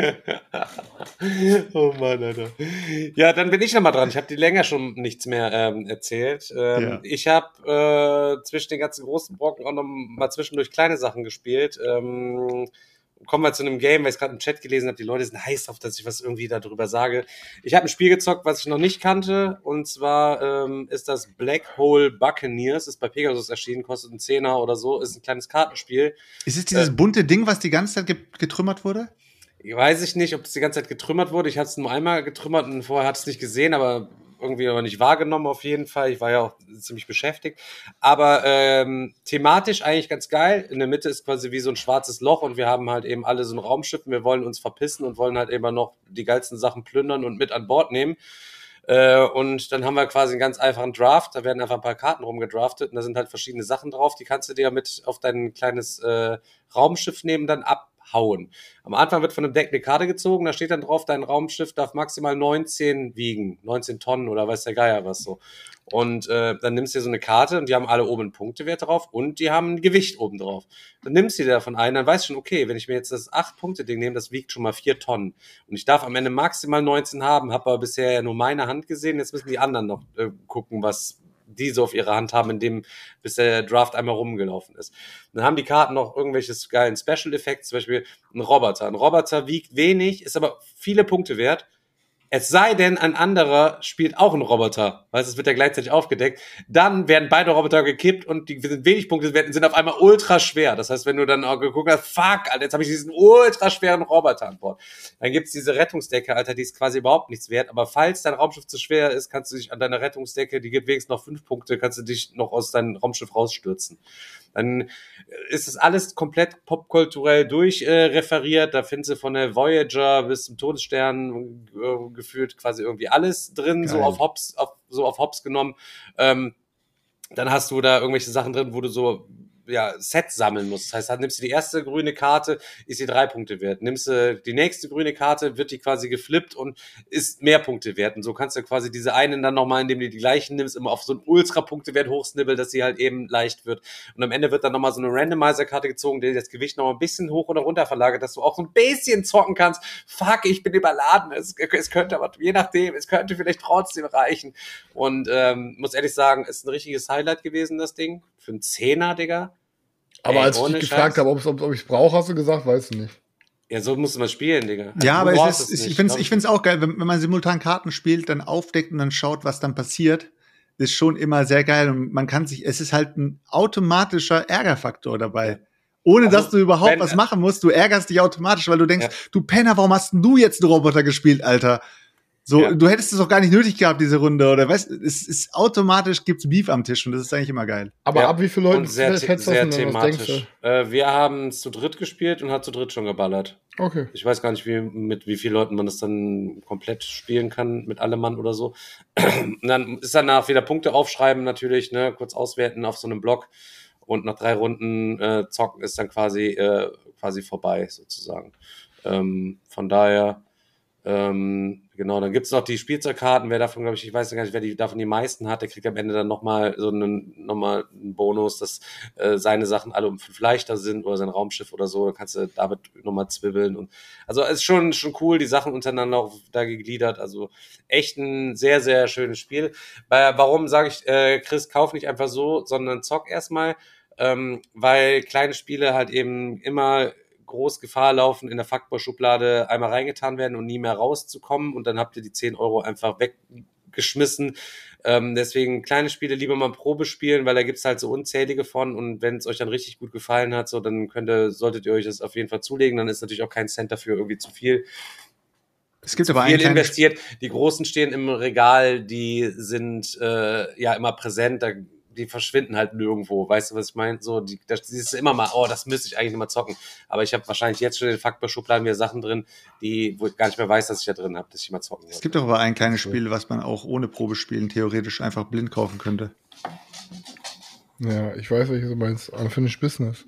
Oh Mann, Alter. Ja, dann bin ich nochmal dran. Ich habe die länger schon nichts mehr ähm, erzählt. Ähm, Ja. Ich habe äh, zwischen den ganzen großen Brocken auch noch mal zwischendurch kleine Sachen gespielt. Ähm, kommen wir zu einem Game, weil ich es gerade im Chat gelesen habe. Die Leute sind heiß drauf, dass ich was irgendwie darüber sage. Ich habe ein Spiel gezockt, was ich noch nicht kannte. Und zwar ähm, ist das Black Hole Buccaneers. Ist bei Pegasus erschienen, kostet einen Zehner oder so. Ist ein kleines Kartenspiel. Ist es dieses bunte Ding, was die ganze Zeit ge- getrümmert wurde? Ich weiß ich nicht, ob es die ganze Zeit getrümmert wurde. Ich hatte es nur einmal getrümmert und vorher hatte es nicht gesehen, aber irgendwie aber nicht wahrgenommen auf jeden Fall. Ich war ja auch ziemlich beschäftigt. Aber ähm, thematisch eigentlich ganz geil. In der Mitte ist quasi wie so ein schwarzes Loch und wir haben halt eben alle so ein Raumschiff und wir wollen uns verpissen und wollen halt eben noch die geilsten Sachen plündern und mit an Bord nehmen. Äh, und dann haben wir quasi einen ganz einfachen Draft. Da werden einfach ein paar Karten rumgedraftet und da sind halt verschiedene Sachen drauf. Die kannst du dir mit auf dein kleines äh, Raumschiff nehmen, dann ab hauen. Am Anfang wird von einem Deck eine Karte gezogen, da steht dann drauf, dein Raumschiff darf maximal neunzehn wiegen, neunzehn Tonnen oder weiß der Geier was so. Und äh, dann nimmst du dir so eine Karte und die haben alle oben einen Punktewert drauf und die haben ein Gewicht oben drauf. Dann nimmst du dir davon ein, dann weißt du schon, okay, wenn ich mir jetzt das acht-Punkte-Ding nehme, das wiegt schon mal vier Tonnen. Und ich darf am Ende maximal neunzehn haben, habe aber bisher ja nur meine Hand gesehen, jetzt müssen die anderen noch äh, gucken, was die so auf ihre Hand haben, in dem, bis der Draft einmal rumgelaufen ist. Dann haben die Karten noch irgendwelche geilen Special Effects, zum Beispiel ein Roboter. Ein Roboter wiegt wenig, ist aber viele Punkte wert. Es sei denn, ein anderer spielt auch einen Roboter, weil es wird ja gleichzeitig aufgedeckt, dann werden beide Roboter gekippt und die sind wenig Punkte wert und sind auf einmal ultra schwer. Das heißt, wenn du dann auch geguckt hast, fuck, Alter, jetzt habe ich diesen ultra schweren Roboter an Bord. Dann gibt's diese Rettungsdecke, Alter, die ist quasi überhaupt nichts wert, aber falls dein Raumschiff zu schwer ist, kannst du dich an deiner Rettungsdecke, die gibt wenigstens noch fünf Punkte, kannst du dich noch aus deinem Raumschiff rausstürzen. Dann ist das alles komplett popkulturell durchreferiert. Äh, da findest du von der Voyager bis zum Todesstern äh, gefühlt quasi irgendwie alles drin, Geil. so auf Hops, auf, so auf Hops genommen. Ähm, dann hast du da irgendwelche Sachen drin, wo du so ja, Sets sammeln musst. Das heißt, dann nimmst du die erste grüne Karte, ist die drei Punkte wert. Nimmst du die nächste grüne Karte, wird die quasi geflippt und ist mehr Punkte wert. Und so kannst du quasi diese einen dann nochmal, indem du die gleichen nimmst, immer auf so einen Ultra-Punktewert hochsnibbeln, dass sie halt eben leicht wird. Und am Ende wird dann nochmal so eine Randomizer-Karte gezogen, die das Gewicht nochmal ein bisschen hoch oder runter verlagert, dass du auch so ein bisschen zocken kannst. Fuck, ich bin überladen. Es, es könnte aber, je nachdem, es könnte vielleicht trotzdem reichen. Und ähm, muss ehrlich sagen, ist ein richtiges Highlight gewesen, das Ding. Für einen Zehner, Digga. Aber Ey, als ich dich gefragt habe, ob, ob, ob ich es brauche, hast du gesagt, weißt du nicht. Ja, so musst du mal spielen, Digga. Ja, du aber es ist, es ich finde es ich find's auch geil, wenn, wenn man simultan Karten spielt, dann aufdeckt und dann schaut, was dann passiert, ist schon immer sehr geil. Und man kann sich, es ist halt ein automatischer Ärgerfaktor dabei. Ohne also, dass du überhaupt wenn, was machen musst, du ärgerst dich automatisch, weil du denkst, ja. du Penner, warum hast denn du jetzt einen Roboter gespielt, Alter? So, ja. du hättest es doch gar nicht nötig gehabt, diese Runde, oder weißt, es ist automatisch, gibt's Beef am Tisch und das ist eigentlich immer geil. Aber ja. ab wie viele Leuten sehr, the- sehr thematisch. Äh, wir haben es zu dritt gespielt und hat zu dritt schon geballert. Okay. Ich weiß gar nicht, wie, mit wie vielen Leuten man das dann komplett spielen kann, mit allem Mann oder so. Und dann ist danach wieder Punkte aufschreiben natürlich, ne, kurz auswerten auf so einem Block und nach drei Runden äh, zocken ist dann quasi, äh, quasi vorbei, sozusagen. Ähm, von daher, ähm, genau, dann gibt's noch die Spielzeugkarten, wer davon, glaube ich, ich weiß gar nicht, wer die davon die meisten hat, der kriegt am Ende dann nochmal so einen, nochmal einen Bonus, dass äh, seine Sachen alle um fünf leichter sind oder sein Raumschiff oder so, dann kannst du damit nochmal zwibbeln und, also es ist schon, schon cool, die Sachen untereinander auch da gegliedert, also echt ein sehr, sehr schönes Spiel. Weil, warum sage ich, äh, Chris, kauf nicht einfach so, sondern zock erstmal, ähm, weil kleine Spiele halt eben immer groß Gefahr laufen, in der Fuckboy-Schublade einmal reingetan werden und nie mehr rauszukommen und dann habt ihr die zehn Euro einfach weggeschmissen. Ähm, deswegen kleine Spiele lieber mal Probe spielen, weil da gibt's halt so unzählige von und wenn es euch dann richtig gut gefallen hat, so dann könnt ihr, solltet ihr euch das auf jeden Fall zulegen, dann ist natürlich auch kein Cent dafür irgendwie zu viel. Es gibt zu aber viel investiert. Die Großen stehen im Regal, die sind äh, ja immer präsent, da die verschwinden halt nirgendwo, weißt du, was ich meine? So, die, das, das ist immer mal, oh, das müsste ich eigentlich immer zocken. Aber ich habe wahrscheinlich jetzt schon in den Fuckboy-Schubladen wieder Sachen drin, die, wo ich gar nicht mehr weiß, dass ich da drin habe, dass ich mal zocken wollte. Es gibt doch aber ein kleines Spiel, was man auch ohne Probespielen theoretisch einfach blind kaufen könnte. Ja, ich weiß, welches du meinst. Unfinished Business.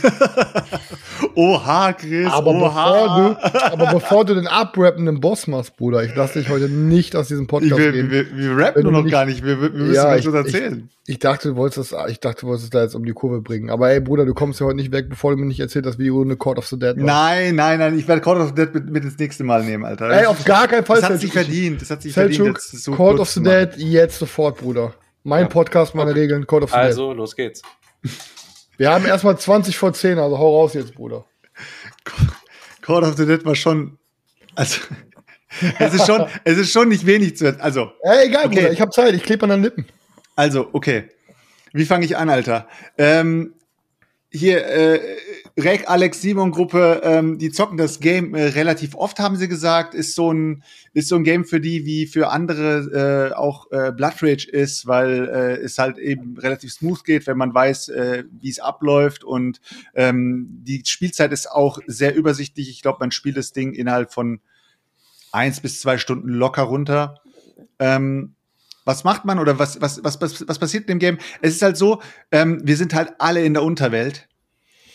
Oha, Chris, aber oha. Bevor du, aber bevor du den abrappenden Boss machst, Bruder, ich lasse dich heute nicht aus diesem Podcast wir, gehen. Wir, wir rappen nur noch nicht, gar nicht. Wir, wir müssen ja, was erzählen. Ich, ich, dachte, du wolltest das, ich dachte, du wolltest es da jetzt um die Kurve bringen. Aber ey, Bruder, du kommst ja heute nicht weg, bevor du mir nicht erzählt hast, wie du eine Call of the Dead war. Nein, nein, nein, ich werde Call of the Dead mit, mit ins nächste Mal nehmen, Alter. Ey, auf gar keinen Fall. Das hat sich verdient. Das hat sich Selchuk, verdient. So Call of the Dead jetzt sofort, Bruder. Mein ja. Podcast, meine okay. Regeln, Call of the Dead. Also, los geht's. Wir haben erstmal zwanzig vor zehn, also hau raus jetzt, Bruder. Call of the Dead war schon, also, es ist schon, es ist schon nicht wenig zu, also. Ja, egal, okay. Bruder, ich hab Zeit, ich klebe an den Lippen. Also, okay. Wie fange ich an, Alter? Ähm, hier, äh, Rek, Alex, Simon Gruppe, ähm, die zocken das Game äh, relativ oft, haben sie gesagt, ist so ein, ist so ein Game für die, wie für andere äh, auch äh, Blood Rage ist, weil äh, es halt eben relativ smooth geht, wenn man weiß, äh, wie es abläuft und ähm, die Spielzeit ist auch sehr übersichtlich. Ich glaube, man spielt das Ding innerhalb von eins bis zwei Stunden locker runter. Ähm, Was macht man oder was, was, was, was, was passiert in dem Game? Es ist halt so, ähm, wir sind halt alle in der Unterwelt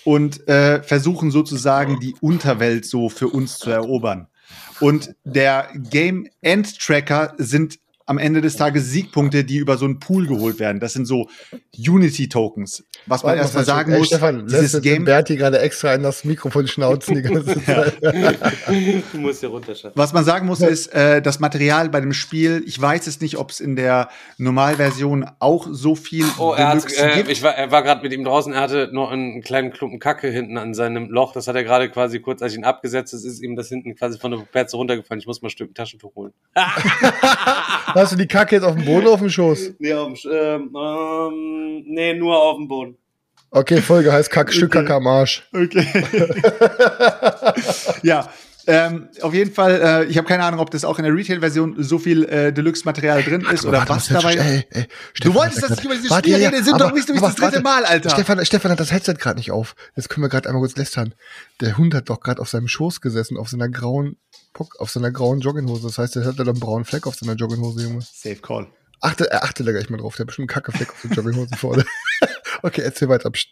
und äh, versuchen sozusagen die Unterwelt so für uns zu erobern. Und der Game-End-Tracker sind am Ende des Tages Siegpunkte, die über so einen Pool geholt werden. Das sind so Unity-Tokens. Was man erstmal sagen ey, muss, Stefan, dieses lässt Game... Berti gerade extra in das Mikrofon schnauzen die ganze Zeit. Du musst hier runterschauen. Was man sagen muss, ist, äh, das Material bei dem Spiel, ich weiß es nicht, ob es in der Normalversion auch so viel Oh, er hat, Deluxe äh, gibt. ich war, er war gerade mit ihm draußen, er hatte noch einen kleinen Klumpen Kacke hinten an seinem Loch. Das hat er gerade quasi kurz, als ich ihn abgesetzt habe, ist ihm das hinten quasi von der Perze runtergefallen. Ich muss mal ein Stück Taschentuch holen. Hast du die Kacke jetzt auf dem Boden oder auf dem Schoß? Nee, auf dem, ähm, ähm, nee, nur auf dem Boden. Okay, Folge heißt Kack, Stück Okay. Kacke am Arsch. Okay. Ja, ähm, auf jeden Fall, äh, ich habe keine Ahnung, ob das auch in der Retail-Version so viel äh, Deluxe-Material drin ist oder Warte, was warte, dabei. Ey, ey, Du Stefan wolltest, hat dass grad- ich über dieses Warte, Spiel ja, rede, sind aber- doch nicht durch aber das dritte warte, Mal, Alter. Stefan, Stefan hat das Headset gerade nicht auf. Jetzt können wir gerade einmal kurz lästern. Der Hund hat doch gerade auf seinem Schoß gesessen, auf seiner grauen Puck, auf seiner grauen Jogginghose. Das heißt, er hat da einen braunen Fleck auf seiner Jogginghose, Junge. Safe Call. Achte, er achte da gleich mal drauf. Der hat bestimmt einen Kackefleck auf der Jogginghose vorne. Okay, erzähl weiter. Psst.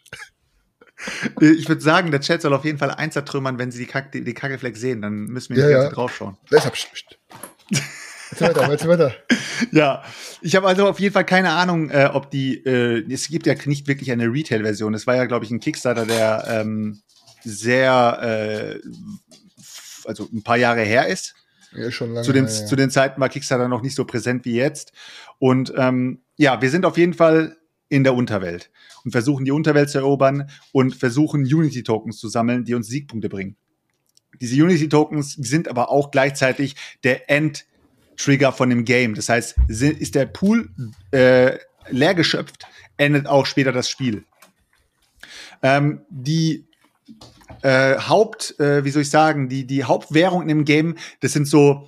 Ich würde sagen, der Chat soll auf jeden Fall eins zertrümmern, wenn sie die, Kack, die, die Kackefleck sehen. Dann müssen wir Ja, die ganze ja. Zeit draufschauen. Deshalb, psst, psst. Erzähl weiter, erzähl weiter. Ja, ich habe also auf jeden Fall keine Ahnung, äh, ob die, äh, es gibt ja nicht wirklich eine Retail-Version. Es war ja, glaube ich, ein Kickstarter, der ähm, sehr, äh, f- also ein paar Jahre her ist. Ja, schon lange. Zu den, ja, ja. zu den Zeiten war Kickstarter noch nicht so präsent wie jetzt. Und ähm, ja, wir sind auf jeden Fall in der Unterwelt und versuchen die Unterwelt zu erobern und versuchen Unity-Tokens zu sammeln, die uns Siegpunkte bringen. Diese Unity-Tokens sind aber auch gleichzeitig der End-Trigger von dem Game. Das heißt, si- ist der Pool äh, leer geschöpft, endet auch später das Spiel. Ähm, die äh, Haupt, äh, wie soll ich sagen, die, die Hauptwährung in dem Game, das sind so,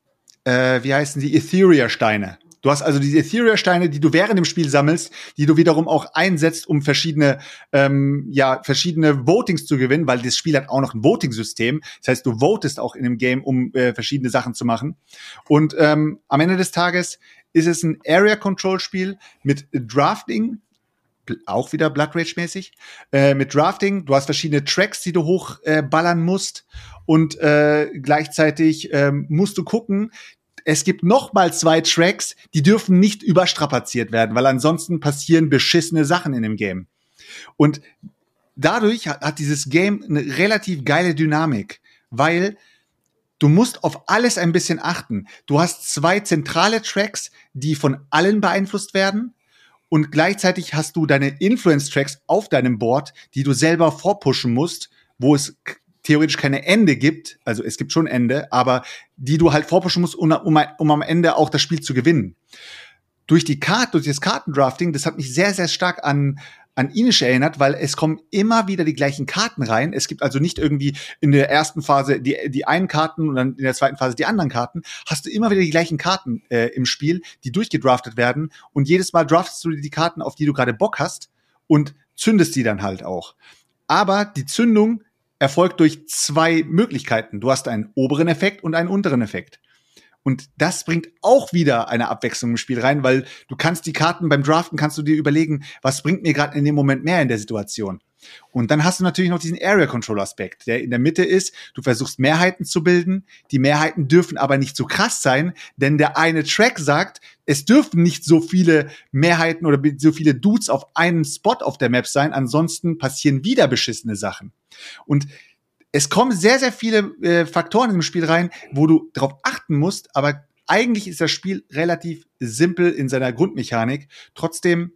äh, wie heißen die, Etheria-Steine. Du hast also diese Etheria-Steine, die du während dem Spiel sammelst, die du wiederum auch einsetzt, um verschiedene, ähm, ja, verschiedene Votings zu gewinnen, weil das Spiel hat auch noch ein Voting-System. Das heißt, du votest auch in dem Game, um äh, verschiedene Sachen zu machen. Und ähm, am Ende des Tages ist es ein Area-Control-Spiel mit Drafting, auch wieder Blood Rage-mäßig, äh, mit Drafting. Du hast verschiedene Tracks, die du hochballern äh, ballern musst. Und äh, gleichzeitig ähm, musst du gucken, es gibt noch mal zwei Tracks, die dürfen nicht überstrapaziert werden, weil ansonsten passieren beschissene Sachen in dem Game. Und dadurch hat, hat dieses Game eine relativ geile Dynamik, weil du musst auf alles ein bisschen achten. Du hast zwei zentrale Tracks, die von allen beeinflusst werden. Und gleichzeitig hast du deine Influence-Tracks auf deinem Board, die du selber vorpushen musst, wo es k- theoretisch keine Ende gibt. Also es gibt schon Ende, aber die du halt vorpushen musst, um, um, um am Ende auch das Spiel zu gewinnen. Durch die Karte, durch das Kartendrafting, das hat mich sehr, sehr stark an an Inish erinnert, weil es kommen immer wieder die gleichen Karten rein. Es gibt also nicht irgendwie in der ersten Phase die, die einen Karten und dann in der zweiten Phase die anderen Karten. Hast du immer wieder die gleichen Karten äh, im Spiel, die durchgedraftet werden. Und jedes Mal draftest du die Karten, auf die du gerade Bock hast und zündest die dann halt auch. Aber die Zündung erfolgt durch zwei Möglichkeiten. Du hast einen oberen Effekt und einen unteren Effekt. Und das bringt auch wieder eine Abwechslung im Spiel rein, weil du kannst die Karten beim Draften, kannst du dir überlegen, was bringt mir gerade in dem Moment mehr in der Situation. Und dann hast du natürlich noch diesen Area-Control-Aspekt, der in der Mitte ist. Du versuchst Mehrheiten zu bilden. Die Mehrheiten dürfen aber nicht so krass sein, denn der eine Track sagt, es dürfen nicht so viele Mehrheiten oder so viele Dudes auf einem Spot auf der Map sein, ansonsten passieren wieder beschissene Sachen. Und es kommen sehr, sehr viele äh, Faktoren im Spiel rein, wo du darauf achten musst, aber eigentlich ist das Spiel relativ simpel in seiner Grundmechanik. Trotzdem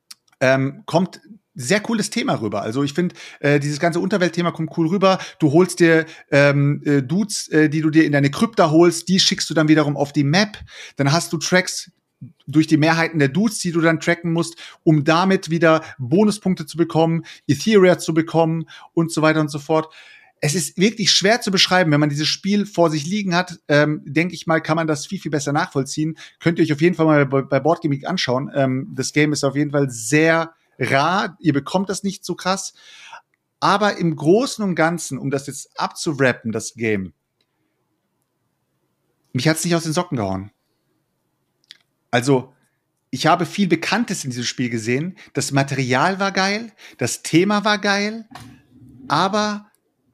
ähm, kommt sehr cooles Thema rüber. Also ich finde, äh, dieses ganze Unterweltthema kommt cool rüber. Du holst dir ähm, äh, Dudes, äh, die du dir in deine Krypta holst, die schickst du dann wiederum auf die Map. Dann hast du Tracks durch die Mehrheiten der Dudes, die du dann tracken musst, um damit wieder Bonuspunkte zu bekommen, Etheria zu bekommen und so weiter und so fort. Es ist wirklich schwer zu beschreiben, wenn man dieses Spiel vor sich liegen hat, ähm, denke ich mal, kann man das viel, viel besser nachvollziehen. Könnt ihr euch auf jeden Fall mal bei, bei Board Game Geek anschauen. Ähm, das Game ist auf jeden Fall sehr rar. Ihr bekommt das nicht so krass. Aber im Großen und Ganzen, um das jetzt abzuwrappen, das Game, mich hat's nicht aus den Socken gehauen. Also, ich habe viel Bekanntes in diesem Spiel gesehen. Das Material war geil, das Thema war geil, aber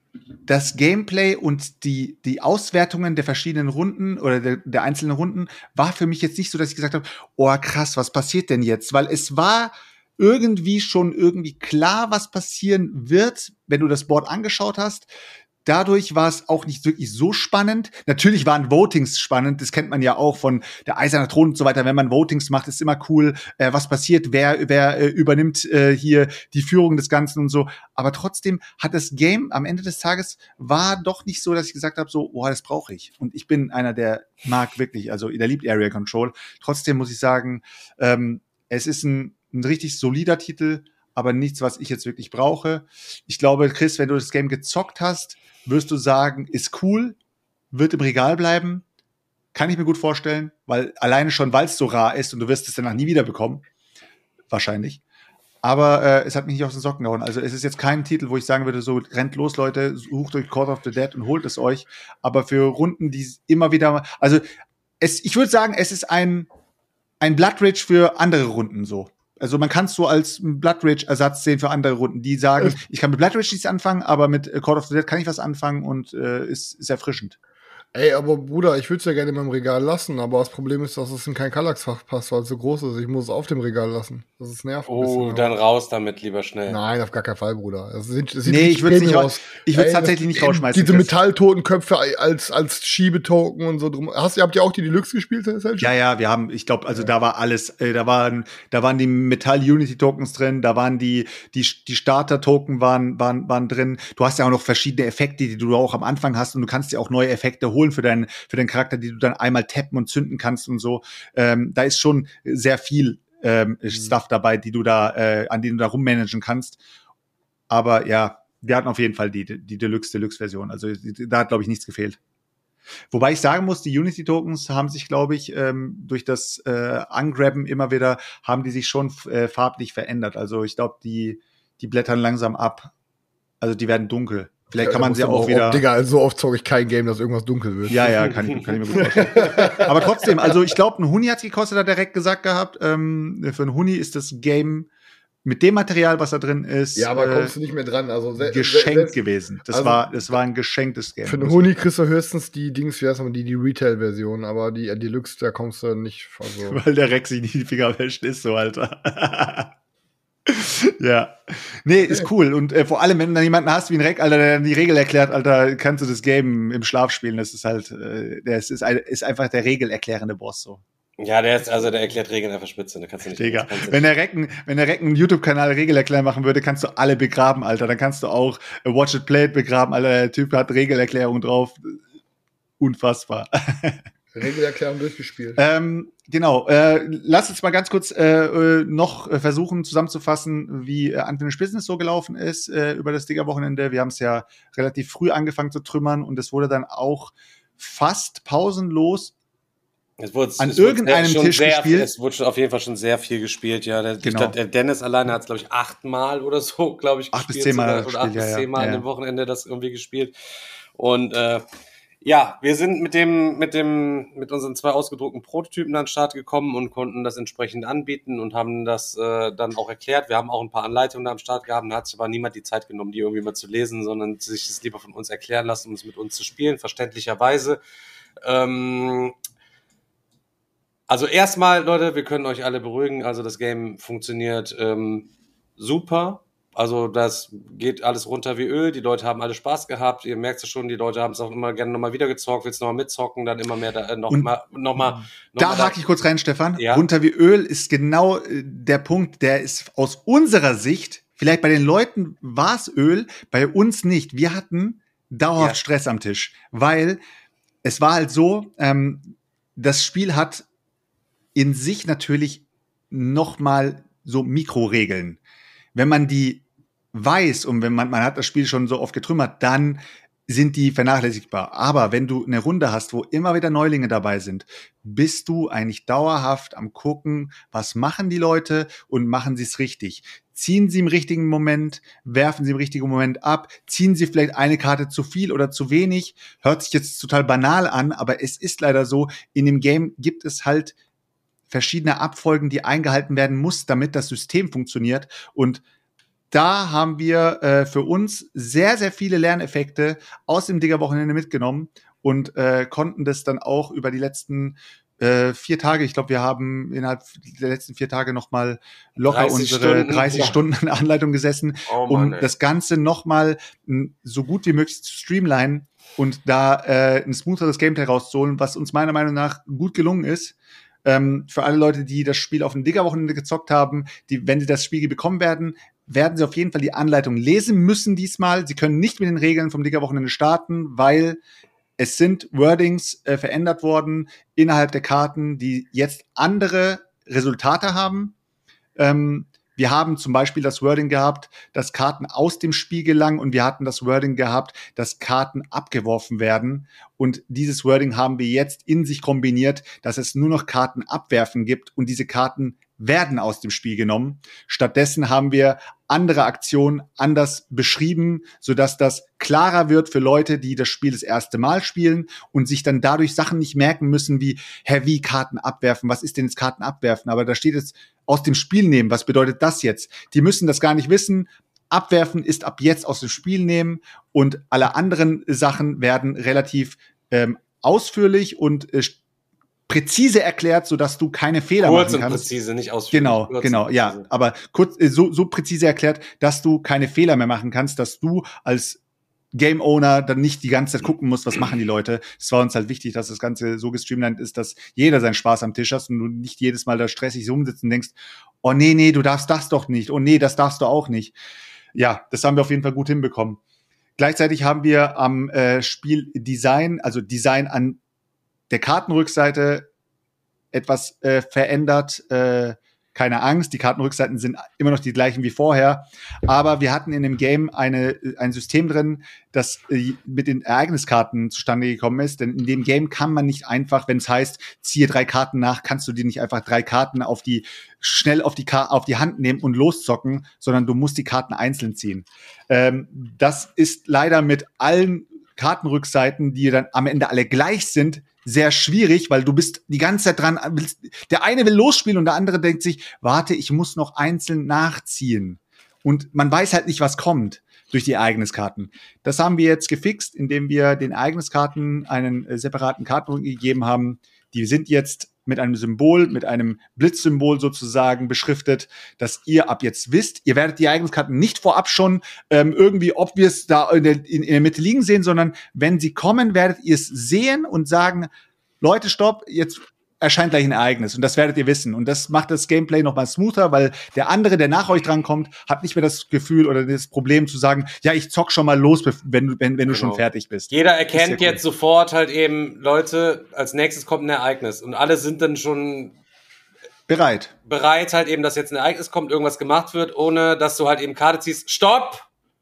das Gameplay und die, die Auswertungen der verschiedenen Runden oder der, der einzelnen Runden war für mich jetzt nicht so, dass ich gesagt habe, oh krass, was passiert denn jetzt? Weil es war irgendwie schon irgendwie klar, was passieren wird, wenn du das Board angeschaut hast. Dadurch war es auch nicht wirklich so spannend. Natürlich waren Votings spannend, das kennt man ja auch von der Eisernen Thron und so weiter. Wenn man Votings macht, ist immer cool, äh, was passiert, wer, wer äh, übernimmt äh, hier die Führung des Ganzen und so. Aber trotzdem hat das Game am Ende des Tages war doch nicht so, dass ich gesagt habe, so, oh, das brauche ich. Und ich bin einer, der mag wirklich, also der liebt Area Control. Trotzdem muss ich sagen, ähm, es ist ein, ein richtig solider Titel, aber nichts, was ich jetzt wirklich brauche. Ich glaube, Chris, wenn du das Game gezockt hast, wirst du sagen, ist cool, wird im Regal bleiben, kann ich mir gut vorstellen, weil alleine schon, weil es so rar ist und du wirst es danach nie wieder bekommen, wahrscheinlich. Aber äh, es hat mich nicht aus den Socken gehauen. Also es ist jetzt kein Titel, wo ich sagen würde, so rennt los, Leute, sucht euch Call of the Dead und holt es euch. Aber für Runden, die immer wieder, also es, ich würde sagen, es ist ein, ein Blood Rage für andere Runden so. Also man kann es so als Blood Rage-Ersatz sehen für andere Runden, die sagen, ich kann mit Blood Rage nichts anfangen, aber mit Call of the Dead kann ich was anfangen und äh, ist, ist erfrischend. Ey, aber Bruder, ich würde es ja gerne in meinem Regal lassen, aber das Problem ist, dass es in kein Kallax-Fach passt, weil es so groß ist. Ich muss es auf dem Regal lassen. Das ist nervig. Oh, dann raus damit, lieber schnell. Nein, auf gar keinen Fall, Bruder. Das sieht, das sieht nee, ich würde es aus. Ich würde es tatsächlich nicht rausschmeißen. Diese Metalltotenköpfe als, als Schiebetoken und so drum. Hast, habt ihr auch die Deluxe gespielt? Ja, ja, wir haben, ich glaube, also ja. da war alles, äh, da waren, da waren die Metall-Unity-Tokens drin, da waren die, die, die Starter-Token waren, waren, waren drin. Du hast ja auch noch verschiedene Effekte, die du auch am Anfang hast und du kannst dir auch neue Effekte holen für deinen, für den Charakter, die du dann einmal tappen und zünden kannst und so. Ähm, da ist schon sehr viel ähm, mhm. Stuff dabei, die du da, äh, an denen du da rummanagen kannst. Aber ja, wir hatten auf jeden Fall die, die Deluxe-Deluxe-Version. Also die, da hat, glaube ich, nichts gefehlt. Wobei ich sagen muss, die Unity-Tokens haben sich, glaube ich, ähm, durch das äh, Angrabben immer wieder, haben die sich schon äh, farblich verändert. Also ich glaube, die, die blättern langsam ab. Also die werden dunkel. Vielleicht ja, kann man sie auch, auch wieder. Digga, also so oft zocke ich kein Game, dass irgendwas dunkel wird. Ja, ja, kann ich, kann ich mir gut vorstellen. Aber trotzdem, also ich glaube, ein Huni hat's gekostet, hat er direkt gesagt gehabt. Ähm, für ein Huni ist das Game mit dem Material, was da drin ist, ja, aber kommst du nicht mehr dran. Also se- geschenkt se- gewesen. Das also war, das war ein geschenktes Game. Für einen Huni kriegst du höchstens die Dings, wie heißt das, die, die Retail-Version, aber die äh, Deluxe, da kommst du nicht. Also weil der Rex sich nicht die Finger wäscht, ist so, Alter. Ja. Nee, ist cool. Und äh, vor allem, wenn du dann jemanden hast wie ein Reck, Alter, der dann die Regel erklärt, Alter, kannst du das Game im Schlaf spielen. Das ist halt, äh, der ist, ist, ein, ist einfach der regelerklärende Boss so. Ja, der ist, also der erklärt Regeln einfach spitze. Da kannst du nicht. Digga, kannst du wenn der Recken, wenn der Recken einen YouTube-Kanal Regelerklären machen würde, kannst du alle begraben, Alter. Dann kannst du auch äh, Watch It Play It begraben, Alter. Der Typ hat Regelerklärung drauf. Unfassbar. Regelerklärung durchgespielt. Ähm, genau. Äh, lass uns mal ganz kurz äh, noch versuchen zusammenzufassen, wie äh, Unfinished Business so gelaufen ist äh, über das Digger-Wochenende. Wir haben es ja relativ früh angefangen zu trümmern und es wurde dann auch fast pausenlos es wurde, an es irgendeinem wurde Tisch sehr, gespielt. Es wurde schon auf jeden Fall schon sehr viel gespielt, ja. Der, genau. glaub, der Dennis alleine hat es, glaube ich, achtmal oder so, glaube ich, acht gespielt. Bis zehnmal oder acht ja, bis zehnmal ja. an dem Wochenende das irgendwie gespielt. Und äh, ja, wir sind mit dem, mit dem, mit unseren zwei ausgedruckten Prototypen an den Start gekommen und konnten das entsprechend anbieten und haben das äh, dann auch erklärt. Wir haben auch ein paar Anleitungen da am Start gehabt, da hat sich aber niemand die Zeit genommen, die irgendwie mal zu lesen, sondern sich das lieber von uns erklären lassen, um es mit uns zu spielen, verständlicherweise. Ähm, also erstmal, Leute, wir können euch alle beruhigen, also das Game funktioniert ähm, super. Also das geht alles runter wie Öl, die Leute haben alle Spaß gehabt, ihr merkt es schon, die Leute haben es auch immer gerne nochmal wieder gezockt, willst nochmal mitzocken, dann immer mehr, da, äh, noch, mal, noch mal, noch Da mal hake da. ich kurz rein, Stefan. Ja? Runter wie Öl ist genau äh, der Punkt, der ist aus unserer Sicht, vielleicht bei den Leuten war es Öl, bei uns nicht. Wir hatten dauerhaft ja. Stress am Tisch, weil es war halt so, ähm, das Spiel hat in sich natürlich nochmal so Mikroregeln. Wenn man die weiß und wenn man, man hat das Spiel schon so oft getrümmert, dann sind die vernachlässigbar. Aber wenn du eine Runde hast, wo immer wieder Neulinge dabei sind, bist du eigentlich dauerhaft am gucken, was machen die Leute und machen sie es richtig. Ziehen sie im richtigen Moment, werfen sie im richtigen Moment ab, ziehen sie vielleicht eine Karte zu viel oder zu wenig. Hört sich jetzt total banal an, aber es ist leider so, in dem Game gibt es halt verschiedene Abfolgen, die eingehalten werden muss, damit das System funktioniert. Und da haben wir äh, für uns sehr, sehr viele Lerneffekte aus dem Digger-Wochenende mitgenommen und äh, konnten das dann auch über die letzten äh, vier Tage, ich glaube, wir haben innerhalb der letzten vier Tage noch mal locker unsere Stunden, dreißig ja. Stunden in Anleitung gesessen, Oh um Mann, ey. das Ganze noch mal m, so gut wie möglich zu streamlinen und da äh, ein smootheres Gameplay rauszuholen, was uns meiner Meinung nach gut gelungen ist. Ähm, für alle Leute, die das Spiel auf dem Digger-Wochenende gezockt haben, die, wenn sie das Spiel bekommen werden, werden sie auf jeden Fall die Anleitung lesen müssen diesmal. Sie können nicht mit den Regeln vom Digger-Wochenende starten, weil es sind Wordings äh, verändert worden innerhalb der Karten, die jetzt andere Resultate haben. Ähm, wir haben zum Beispiel das Wording gehabt, dass Karten aus dem Spiel gelangen, und wir hatten das Wording gehabt, dass Karten abgeworfen werden. Und dieses Wording haben wir jetzt in sich kombiniert, dass es nur noch Karten abwerfen gibt, und diese Karten werden aus dem Spiel genommen. Stattdessen haben wir andere Aktionen anders beschrieben, sodass das klarer wird für Leute, die das Spiel das erste Mal spielen und sich dann dadurch Sachen nicht merken müssen wie, hä, wie Karten abwerfen? Was ist denn jetzt Karten abwerfen? Aber da steht jetzt aus dem Spiel nehmen. Was bedeutet das jetzt? Die müssen das gar nicht wissen. Abwerfen ist ab jetzt aus dem Spiel nehmen, und alle anderen Sachen werden relativ ähm, ausführlich und äh, präzise erklärt, sodass du keine Fehler Kurz machen und kannst. präzise, nicht ausführlich. Genau, Kurz genau, und ja, präzise. aber kurz äh, so so präzise erklärt, dass du keine Fehler mehr machen kannst, dass du als Game Owner dann nicht die ganze Zeit gucken musst, was machen die Leute. Es war uns halt wichtig, dass das Ganze so gestreamlined ist, dass jeder seinen Spaß am Tisch hat und du nicht jedes Mal da stressig so umsitzt und denkst, oh nee, nee, du darfst das doch nicht, oh nee, das darfst du auch nicht. Ja, das haben wir auf jeden Fall gut hinbekommen. Gleichzeitig haben wir am äh, Spieldesign, also Design an der Kartenrückseite etwas äh, verändert. Äh, keine Angst, die Kartenrückseiten sind immer noch die gleichen wie vorher. Aber wir hatten in dem Game eine, ein System drin, das äh, mit den Ereigniskarten zustande gekommen ist. Denn in dem Game kann man nicht einfach, wenn es heißt, ziehe drei Karten nach, kannst du dir nicht einfach drei Karten auf die schnell auf die, Ka- auf die Hand nehmen und loszocken, sondern du musst die Karten einzeln ziehen. Ähm, das ist leider mit allen Kartenrückseiten, die dann am Ende alle gleich sind, sehr schwierig, weil du bist die ganze Zeit dran, willst, der eine will losspielen und der andere denkt sich, warte, ich muss noch einzeln nachziehen. Und man weiß halt nicht, was kommt durch die Ereigniskarten. Das haben wir jetzt gefixt, indem wir den Ereigniskarten einen äh, separaten Kartenrücken gegeben haben. Die sind jetzt mit einem Symbol, mit einem Blitzsymbol sozusagen beschriftet, dass ihr ab jetzt wisst, ihr werdet die Ereigniskarten nicht vorab schon ähm, irgendwie obvious da in der, in, in der Mitte liegen sehen, sondern wenn sie kommen, werdet ihr es sehen und sagen, Leute, stopp, jetzt erscheint gleich ein Ereignis, und das werdet ihr wissen. Und das macht das Gameplay noch mal smoother, weil der andere, der nach euch drankommt, hat nicht mehr das Gefühl oder das Problem zu sagen, ja, ich zock schon mal los, wenn du, wenn, wenn du Genau. schon fertig bist. Jeder erkennt Ist sehr cool. jetzt sofort halt eben, Leute, als nächstes kommt ein Ereignis. Und alle sind dann schon Bereit. bereit, halt eben, dass jetzt ein Ereignis kommt, irgendwas gemacht wird, ohne dass du halt eben Karte ziehst. Stopp!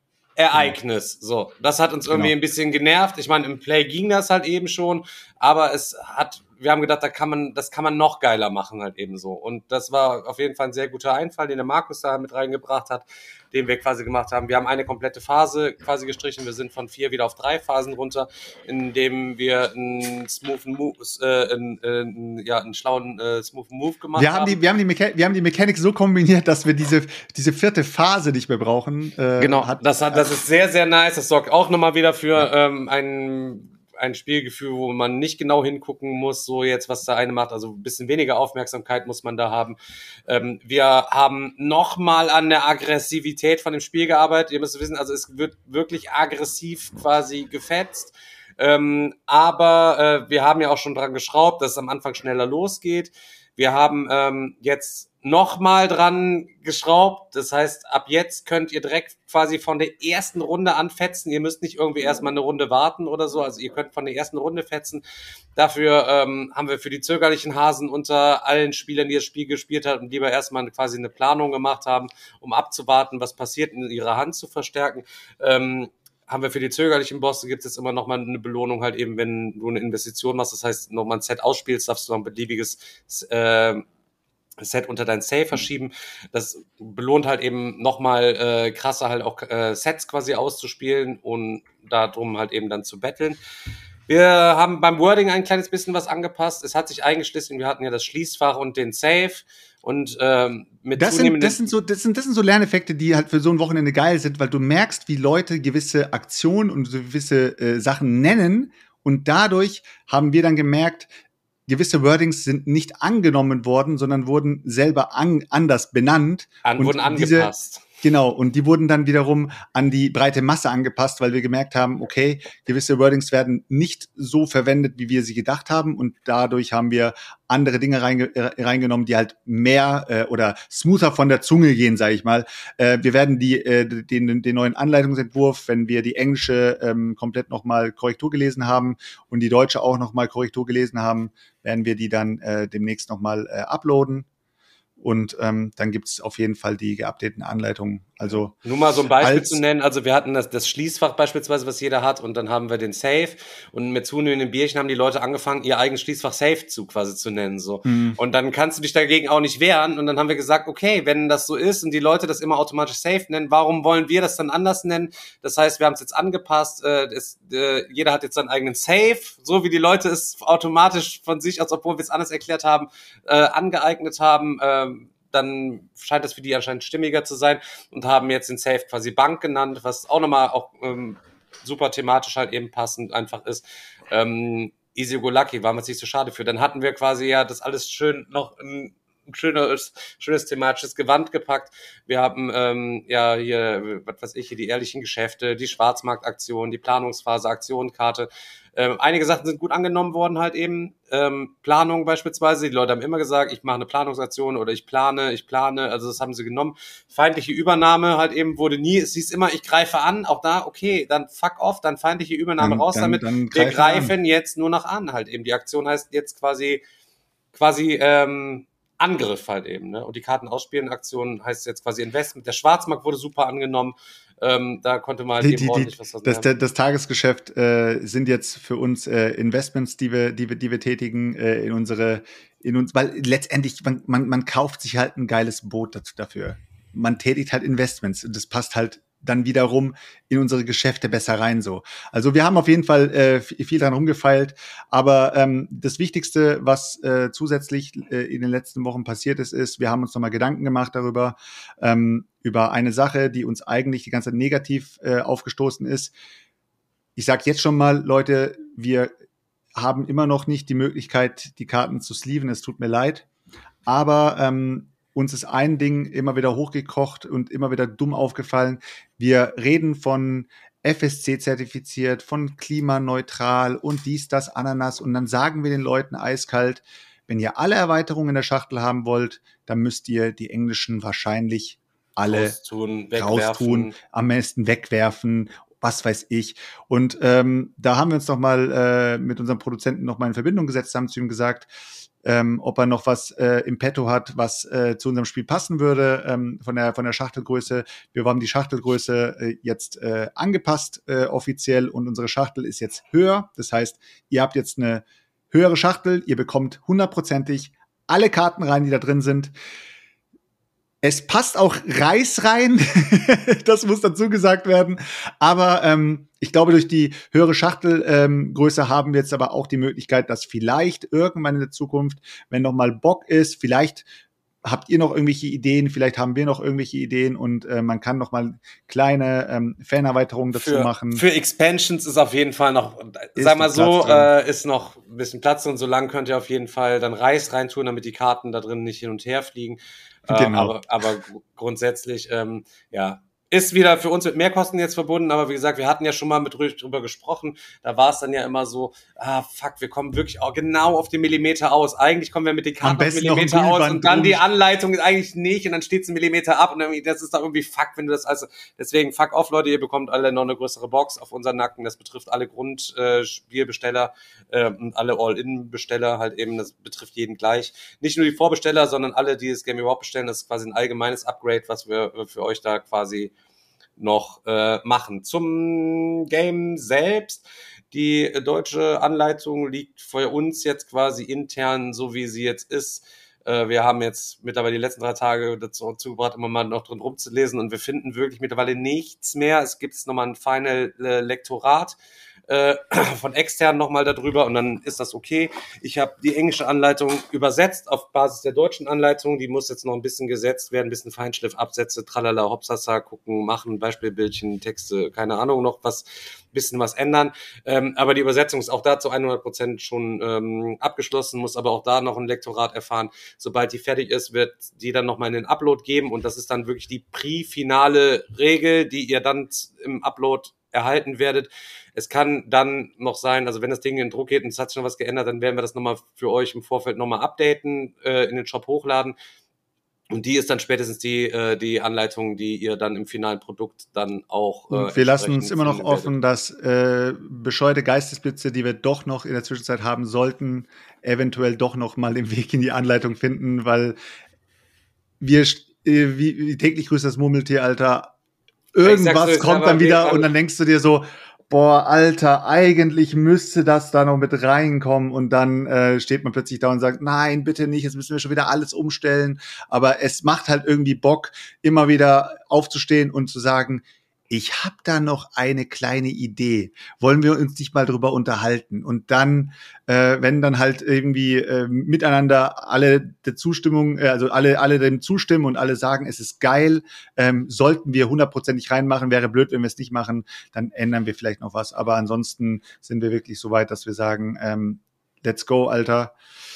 Ereignis. So, das hat uns irgendwie Genau. ein bisschen genervt. Ich meine, im Play ging das halt eben schon, aber es hat, wir haben gedacht, da kann man, das kann man noch geiler machen halt eben so. Und das war auf jeden Fall ein sehr guter Einfall, den der Markus da mit reingebracht hat, den wir quasi gemacht haben. Wir haben eine komplette Phase quasi gestrichen. Wir sind von vier wieder auf drei Phasen runter, indem wir einen smoothen Move, äh, einen, äh, ja, einen schlauen äh, smoothen Move gemacht Wir haben haben. die, wir haben die, Mecha- wir haben die Mechanik so kombiniert, dass wir diese, diese vierte Phase nicht mehr brauchen. Äh, Genau, hat, das, hat, das ist sehr, sehr nice. Das sorgt auch nochmal wieder für ähm, ein, ein Spielgefühl, wo man nicht genau hingucken muss, so jetzt, was der eine macht. Also ein bisschen weniger Aufmerksamkeit muss man da haben. Ähm, wir haben nochmal an der Aggressivität von dem Spiel gearbeitet. Ihr müsst wissen, also es wird wirklich aggressiv quasi gefetzt. Ähm, aber äh, wir haben ja auch schon dran geschraubt, dass es am Anfang schneller losgeht. Wir haben ähm, jetzt nochmal dran geschraubt. Das heißt, ab jetzt könnt ihr direkt quasi von der ersten Runde anfetzen. Ihr müsst nicht irgendwie erstmal eine Runde warten oder so. Also ihr könnt von der ersten Runde fetzen. Dafür ähm, haben wir für die zögerlichen Hasen unter allen Spielern, die das Spiel gespielt haben, lieber erstmal quasi eine Planung gemacht haben, um abzuwarten, was passiert, in ihrer Hand zu verstärken. Ähm, haben wir für die zögerlichen Bosse, gibt es jetzt immer noch mal eine Belohnung halt eben, wenn du eine Investition machst, das heißt, noch mal ein Set ausspielst, darfst du noch ein beliebiges äh, Set unter dein Save verschieben. Das belohnt halt eben nochmal äh, krasser halt auch äh, Sets quasi auszuspielen und darum halt eben dann zu battlen. Wir haben beim Wording ein kleines bisschen was angepasst. Es hat sich eingeschlissen, wir hatten ja das Schließfach und den Save Und ähm, mit das sind, das sind so, das sind, das sind so Lerneffekte, die halt für so ein Wochenende geil sind, weil du merkst, wie Leute gewisse Aktionen und so gewisse äh, Sachen nennen. Und dadurch haben wir dann gemerkt, gewisse Wordings sind nicht angenommen worden, sondern wurden selber an, anders benannt. An, und wurden angepasst. Diese, genau, und die wurden dann wiederum an die breite Masse angepasst, weil wir gemerkt haben, okay, gewisse Wordings werden nicht so verwendet, wie wir sie gedacht haben. Und dadurch haben wir andere Dinge reinge reingenommen, die halt mehr äh, oder smoother von der Zunge gehen, sage ich mal. Äh, wir werden die äh, den, den neuen Anleitungsentwurf, wenn wir die englische ähm, komplett nochmal Korrektur gelesen haben und die deutsche auch nochmal Korrektur gelesen haben, werden wir die dann äh, demnächst nochmal äh, uploaden. Und ähm, dann gibt's auf jeden Fall die geupdateten Anleitungen. Also nur mal so ein Beispiel zu nennen, also wir hatten das, das Schließfach beispielsweise, was jeder hat, und dann haben wir den Safe, und mit zunehmendem Bierchen haben die Leute angefangen, ihr eigenes Schließfach Safe zu quasi zu nennen, so. Mhm. Und dann kannst du dich dagegen auch nicht wehren, und dann haben wir gesagt, okay, wenn das so ist und die Leute das immer automatisch Safe nennen, warum wollen wir das dann anders nennen? Das heißt, wir haben es jetzt angepasst, äh, es, äh, jeder hat jetzt seinen eigenen Safe, so wie die Leute es automatisch von sich, als obwohl wir es anders erklärt haben, äh, angeeignet haben, äh, dann scheint das für die anscheinend stimmiger zu sein, und haben jetzt den Safe quasi Bank genannt, was auch nochmal auch ähm, super thematisch halt eben passend einfach ist. Ähm, Easy Go Lucky, war mir jetzt nicht so schade für. Dann hatten wir quasi ja das alles schön noch ein, ein schönes, schönes thematisches Gewand gepackt. Wir haben ähm, ja hier, was weiß ich, hier die ehrlichen Geschäfte, die Schwarzmarktaktion, die Planungsphase, Aktionenkarte. Ähm, einige Sachen sind gut angenommen worden halt eben. Ähm, Planung beispielsweise. Die Leute haben immer gesagt, ich mache eine Planungsaktion oder ich plane, ich plane. Also das haben sie genommen. Feindliche Übernahme halt eben wurde nie, es hieß immer, ich greife an. Auch da, okay, dann fuck off, dann feindliche Übernahme dann, raus dann, damit. Dann Wir greifen an. jetzt nur noch an halt eben. Die Aktion heißt jetzt quasi, quasi, ähm, Angriff halt eben, ne? Und die Karten-Ausspielen-Aktion heißt jetzt quasi Investment. Der Schwarzmarkt wurde super angenommen. Ähm, da konnte man halt die, eben die, ordentlich die, was das, das, das Tagesgeschäft äh, sind jetzt für uns äh, Investments, die wir, die wir, die wir tätigen äh, in unsere, in uns, weil letztendlich man, man, man kauft sich halt ein geiles Boot dazu, dafür. Man tätigt halt Investments und das passt halt dann wiederum in unsere Geschäfte besser rein so. Also wir haben auf jeden Fall äh, viel dran rumgefeilt, aber ähm, das Wichtigste, was äh, zusätzlich äh, in den letzten Wochen passiert ist, ist, wir haben uns nochmal Gedanken gemacht darüber, ähm, über eine Sache, die uns eigentlich die ganze Zeit negativ äh, aufgestoßen ist. Ich sag jetzt schon mal, Leute, wir haben immer noch nicht die Möglichkeit, die Karten zu sleeven, es tut mir leid, aber ähm, uns ist ein Ding immer wieder hochgekocht und immer wieder dumm aufgefallen. Wir reden von F S C-zertifiziert, von klimaneutral und dies, das, Ananas. Und dann sagen wir den Leuten eiskalt, wenn ihr alle Erweiterungen in der Schachtel haben wollt, dann müsst ihr die englischen wahrscheinlich alle raustun, raustun, am besten wegwerfen, was weiß ich. Und ähm, da haben wir uns noch mal äh, mit unserem Produzenten noch mal in Verbindung gesetzt, haben zu ihm gesagt, Ähm, ob er noch was äh, im Petto hat, was äh, zu unserem Spiel passen würde, ähm, von der von der Schachtelgröße. Wir haben die Schachtelgröße äh, jetzt äh, angepasst äh, offiziell, und unsere Schachtel ist jetzt höher. Das heißt, ihr habt jetzt eine höhere Schachtel, ihr bekommt hundertprozentig alle Karten rein, die da drin sind. Es passt auch Reis rein, das muss dazu gesagt werden. Aber ähm, ich glaube, durch die höhere Schachtelgröße ähm, haben wir jetzt aber auch die Möglichkeit, dass vielleicht irgendwann in der Zukunft, wenn noch mal Bock ist, vielleicht habt ihr noch irgendwelche Ideen, vielleicht haben wir noch irgendwelche Ideen, und äh, man kann noch mal kleine ähm, Fanerweiterungen dazu für, machen. Für Expansions ist auf jeden Fall noch, ist sag mal so, äh, ist noch ein bisschen Platz, und so lang könnt ihr auf jeden Fall dann Reis reintun, damit die Karten da drin nicht hin und her fliegen. Genau. Äh, aber, aber grundsätzlich, ähm, ja, ist wieder für uns mit Mehrkosten jetzt verbunden, aber wie gesagt, wir hatten ja schon mal mit Rüsch drüber gesprochen, da war es dann ja immer so, ah fuck, wir kommen wirklich auch genau auf den Millimeter aus. Eigentlich kommen wir mit den Karten auf Millimeter aus, und dann die Anleitung ist eigentlich nicht, und dann steht es ein Millimeter ab, und irgendwie, das ist doch irgendwie fuck, wenn du das, also deswegen fuck off, Leute, ihr bekommt alle noch eine größere Box auf unseren Nacken, das betrifft alle Grundspielbesteller äh, und alle All-In-Besteller halt eben, das betrifft jeden gleich. Nicht nur die Vorbesteller, sondern alle, die das Game überhaupt bestellen, das ist quasi ein allgemeines Upgrade, was wir für euch da quasi noch äh, machen. Zum Game selbst. Die deutsche Anleitung liegt für uns jetzt quasi intern, so wie sie jetzt ist. Äh, wir haben jetzt mittlerweile die letzten drei Tage dazu zugebracht, immer mal noch drin rumzulesen, und wir finden wirklich mittlerweile nichts mehr. Es gibt jetzt nochmal ein Final äh, Lektorat, äh, von extern nochmal darüber und dann ist das okay. Ich habe die englische Anleitung übersetzt auf Basis der deutschen Anleitung. Die muss jetzt noch ein bisschen gesetzt werden, ein bisschen Feinschliff, Absätze, tralala, hopsasa, gucken, machen, Beispielbildchen, Texte, keine Ahnung, noch was, bisschen was ändern. Ähm, aber die Übersetzung ist auch da zu hundert Prozent schon ähm, abgeschlossen, muss aber auch da noch ein Lektorat erfahren. Sobald die fertig ist, wird die dann nochmal in den Upload geben und das ist dann wirklich die pre-finale Regel, die ihr dann im Upload erhalten werdet. Es kann dann noch sein, also wenn das Ding in den Druck geht und es hat sich noch was geändert, dann werden wir das nochmal für euch im Vorfeld nochmal updaten, äh, in den Shop hochladen. Und die ist dann spätestens die äh, die Anleitung, die ihr dann im finalen Produkt dann auch äh, Und wir lassen uns immer noch offen, dass äh, bescheuerte Geistesblitze, die wir doch noch in der Zwischenzeit haben sollten, eventuell doch noch mal den Weg in die Anleitung finden, weil wir, äh, wie, wie täglich grüßt das Murmeltier, Alter, irgendwas so, kommt dann wieder und dann denkst du dir so, boah, Alter, eigentlich müsste das da noch mit reinkommen und dann äh, steht man plötzlich da und sagt, nein, bitte nicht, jetzt müssen wir schon wieder alles umstellen. Aber es macht halt irgendwie Bock, immer wieder aufzustehen und zu sagen, ich habe da noch eine kleine Idee. Wollen wir uns nicht mal drüber unterhalten? Und dann, äh, wenn dann halt irgendwie äh, miteinander alle der Zustimmung, äh, also alle alle dem zustimmen und alle sagen, es ist geil, ähm, sollten wir hundertprozentig reinmachen. Wäre blöd, wenn wir es nicht machen, dann ändern wir vielleicht noch was. Aber ansonsten sind wir wirklich so weit, dass wir sagen, ähm, let's go, Alter.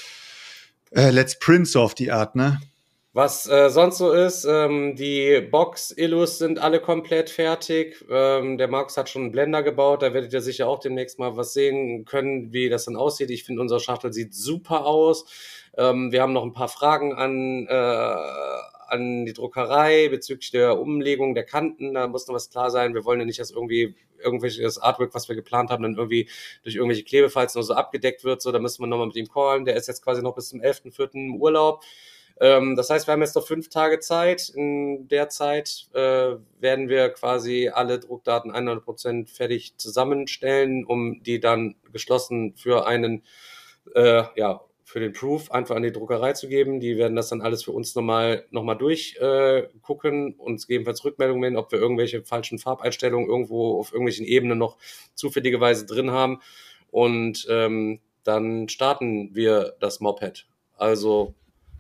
Äh, let's Prince auf die Art, ne? Was äh, sonst so ist, ähm, die Box-Illus sind alle komplett fertig. Ähm, der Markus hat schon einen Blender gebaut, da werdet ihr sicher auch demnächst mal was sehen können, wie das dann aussieht. Ich finde, unsere Schachtel sieht super aus. Ähm, wir haben noch ein paar Fragen an, äh, an die Druckerei bezüglich der Umlegung der Kanten. Da muss noch was klar sein. Wir wollen ja nicht, dass irgendwie irgendwelches Artwork, was wir geplant haben, dann irgendwie durch irgendwelche Klebefalzen nur so abgedeckt wird. So, da müssen wir nochmal mit ihm callen. Der ist jetzt quasi noch bis zum elften vierten im Urlaub. Das heißt, wir haben jetzt noch fünf Tage Zeit. In der Zeit äh, werden wir quasi alle Druckdaten hundert Prozent fertig zusammenstellen, um die dann geschlossen für einen, äh, ja, für den Proof einfach an die Druckerei zu geben. Die werden das dann alles für uns nochmal noch mal durchgucken, äh, uns gegebenenfalls Rückmeldungen nehmen, ob wir irgendwelche falschen Farbeinstellungen irgendwo auf irgendwelchen Ebenen noch zufälligerweise drin haben. Und ähm, dann starten wir das Moped. Also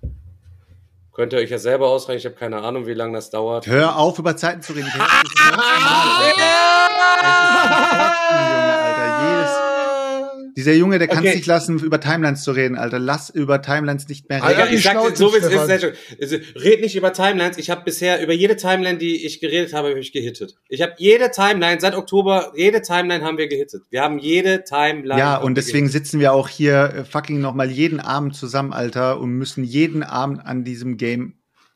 könnt ihr euch ja selber ausrechnen, ich habe keine Ahnung, wie lange das dauert. Hör auf, über Zeiten zu reden. Das ist das normal, Alter. Alter. Jedes, dieser Junge, der kann es okay. nicht lassen, über Timelines zu reden, Alter. Lass über Timelines nicht mehr reden. Alter, ich sag dir, so wie es ist, red nicht über Timelines. Ich habe bisher über jede Timeline, die ich geredet habe, habe ich gehittet. Ich habe jede Timeline, seit Oktober, jede Timeline haben wir gehittet. Wir haben jede Timeline. Ja, und deswegen gehittet. Sitzen wir auch hier äh, fucking nochmal jeden Abend zusammen, Alter, und müssen jeden Abend an diesem Game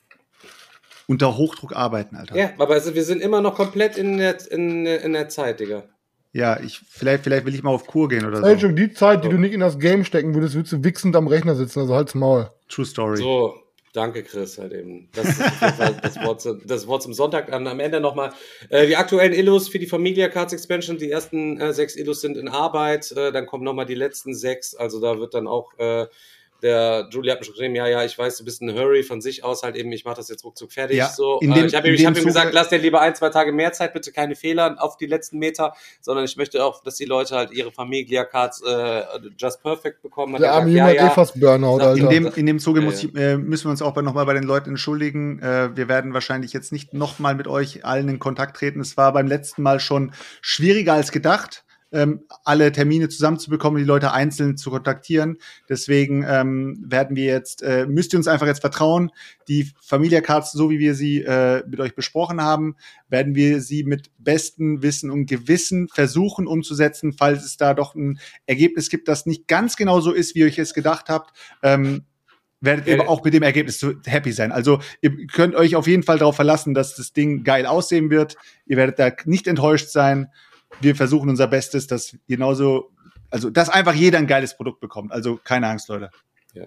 unter Hochdruck arbeiten, Alter. Ja, aber also wir sind immer noch komplett in der, in, in der Zeit, Digga. Ja, ich, vielleicht, vielleicht will ich mal auf Kur gehen oder so. Hey, schon die Zeit, die du nicht in das Game stecken würdest, würdest du wichsend am Rechner sitzen, also halt's Maul. True Story. So, danke Chris, halt eben. Das ist das, Wort, das Wort zum Sonntag. Am Ende nochmal äh, die aktuellen Illus für die Familia Cards Expansion. Die ersten äh, sechs Illus sind in Arbeit, äh, dann kommen nochmal die letzten sechs, also da wird dann auch äh, der Julie hat mir schon geschrieben, ja, ja, ich weiß, du bist in Hurry von sich aus halt eben, ich mache das jetzt ruckzuck fertig. Ja, so. dem, äh, ich habe ihm, hab ihm gesagt, lass dir lieber ein, zwei Tage mehr Zeit, bitte keine Fehler auf die letzten Meter, sondern ich möchte auch, dass die Leute halt ihre Familia-Cards äh, just perfect bekommen. Der arme Junge hat eh fast Burnout, Alter. In dem, in dem Zuge ja, muss ich, äh, müssen wir uns auch nochmal bei den Leuten entschuldigen. Äh, wir werden wahrscheinlich jetzt nicht nochmal mit euch allen in Kontakt treten. Es war beim letzten Mal schon schwieriger als gedacht, Ähm, alle Termine zusammenzubekommen, die Leute einzeln zu kontaktieren. Deswegen ähm, werden wir jetzt, äh, müsst ihr uns einfach jetzt vertrauen. Die Familia Cards, so wie wir sie äh, mit euch besprochen haben, werden wir sie mit bestem Wissen und Gewissen versuchen umzusetzen, falls es da doch ein Ergebnis gibt, das nicht ganz genau so ist, wie ihr euch es gedacht habt. Ähm, werdet ihr ja. auch mit dem Ergebnis so happy sein. Also ihr könnt euch auf jeden Fall darauf verlassen, dass das Ding geil aussehen wird. Ihr werdet da nicht enttäuscht sein. Wir versuchen unser Bestes, dass genauso, also dass einfach jeder ein geiles Produkt bekommt. Also keine Angst, Leute. Ja.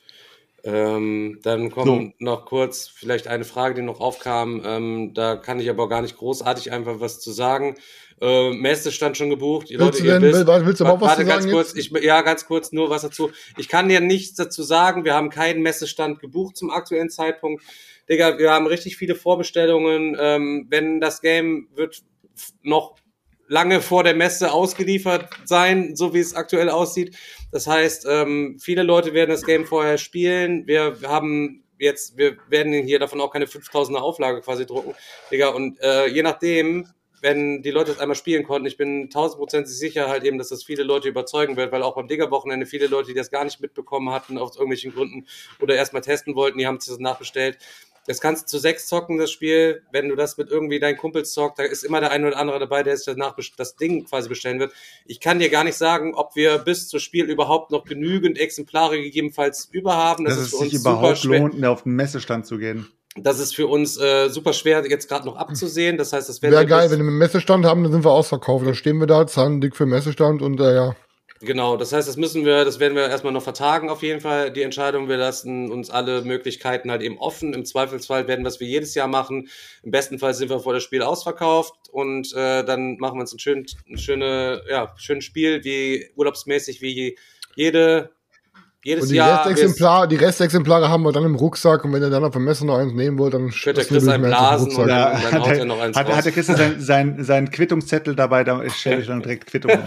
Ähm, dann kommt so. noch kurz vielleicht eine Frage, die noch aufkam. Ähm, da kann ich aber gar nicht großartig einfach was zu sagen. Äh, Messe stand schon gebucht. Die willst Leute, du denn, ihr wisst, will, willst du aber auch was warte zu ganz sagen kurz. Ich, ja, ganz kurz nur was dazu. Ich kann dir nichts dazu sagen. Wir haben keinen Messestand gebucht zum aktuellen Zeitpunkt. Digga, wir haben richtig viele Vorbestellungen. Ähm, wenn das Game wird noch lange vor der Messe ausgeliefert sein, so wie es aktuell aussieht. Das heißt, ähm, viele Leute werden das Game vorher spielen. Wir haben jetzt, wir werden hier davon auch keine fünftausender Auflage quasi drucken, Digga. Und äh, je nachdem, wenn die Leute das einmal spielen konnten, ich bin tausendprozentig sicher halt eben, dass das viele Leute überzeugen wird, weil auch beim Digger-Wochenende viele Leute, die das gar nicht mitbekommen hatten, aus irgendwelchen Gründen oder erstmal testen wollten, die haben sich das nachbestellt. Das kannst du zu sechs zocken, das Spiel. Wenn du das mit irgendwie deinen Kumpels zockst, da ist immer der eine oder andere dabei, der sich danach das Ding quasi bestellen wird. Ich kann dir gar nicht sagen, ob wir bis zum Spiel überhaupt noch genügend Exemplare gegebenenfalls überhaben. Das Dass ist es für uns sich super überhaupt schwer. lohnt, auf den Messestand zu gehen. Das ist für uns äh, super schwer, jetzt gerade noch abzusehen. Das heißt, das wäre Wäre geil, wenn wir einen Messestand haben, dann sind wir ausverkauft. Dann stehen wir da, zahlen dick für den Messestand und äh, ja. Genau, das heißt, das müssen wir, das werden wir erstmal noch vertagen auf jeden Fall, die Entscheidung. Wir lassen uns alle Möglichkeiten halt eben offen. Im Zweifelsfall werden wir es wie jedes Jahr machen. Im besten Fall sind wir vor das Spiel ausverkauft und äh, dann machen wir uns ein, schön, ein schöne, ja, schönes Spiel, wie urlaubsmäßig wie jede jedes Und die Jahr. Restexemplare, die Restexemplare haben wir dann im Rucksack und wenn ihr dann auf der Messe noch eins nehmen wollt, dann könnt ihr Chris einen blasen und Ja, dann, dann hat, haut er, er noch eins hat, raus. hat der Christian sein, sein, sein Quittungszettel dabei, da stelle ich dann direkt Quittung aus,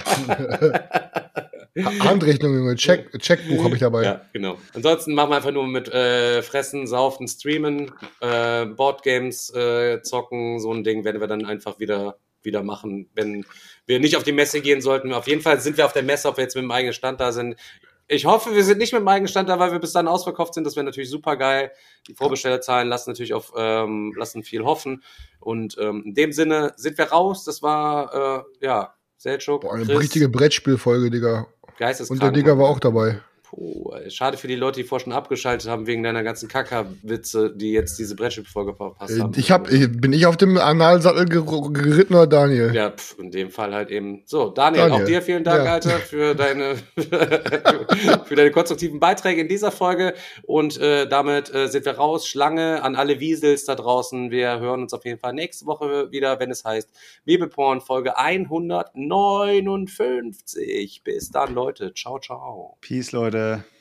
Alter. Handrechnung, Junge, Check, Checkbuch habe ich dabei. Ja, genau. Ansonsten machen wir einfach nur mit äh, Fressen, Saufen, Streamen, äh, Boardgames äh, zocken, so ein Ding werden wir dann einfach wieder wieder machen, wenn wir nicht auf die Messe gehen sollten. Auf jeden Fall sind wir auf der Messe, ob wir jetzt mit dem eigenen Stand da sind. Ich hoffe, wir sind nicht mit dem eigenen Stand da, weil wir bis dann ausverkauft sind. Das wäre natürlich super geil. Die Vorbestellerzahlen lassen natürlich auf ähm, lassen viel hoffen. Und ähm, in dem Sinne sind wir raus. Das war äh, ja Selchuk, Boah, eine Chris, richtige Brettspielfolge, Digga. geisteskrank. Und der Digga war auch dabei. Puh, schade für die Leute, die vorher schon abgeschaltet haben, wegen deiner ganzen Kackerwitze, die jetzt diese Brettspielfolge verpasst haben. Ich hab, ich, bin ich auf dem Analsattel ger geritten oder Daniel? Ja, pf, in dem Fall halt eben. So, Daniel, Daniel. auch dir vielen Dank, Ja. Alter, für deine für deine konstruktiven Beiträge in dieser Folge. Und äh, damit äh, sind wir raus. Schlange an alle Wiesels da draußen. Wir hören uns auf jeden Fall nächste Woche wieder, wenn es heißt Bibelporn Folge hundertneunundfünfzig. Bis dann, Leute. Ciao, ciao. Peace, Leute.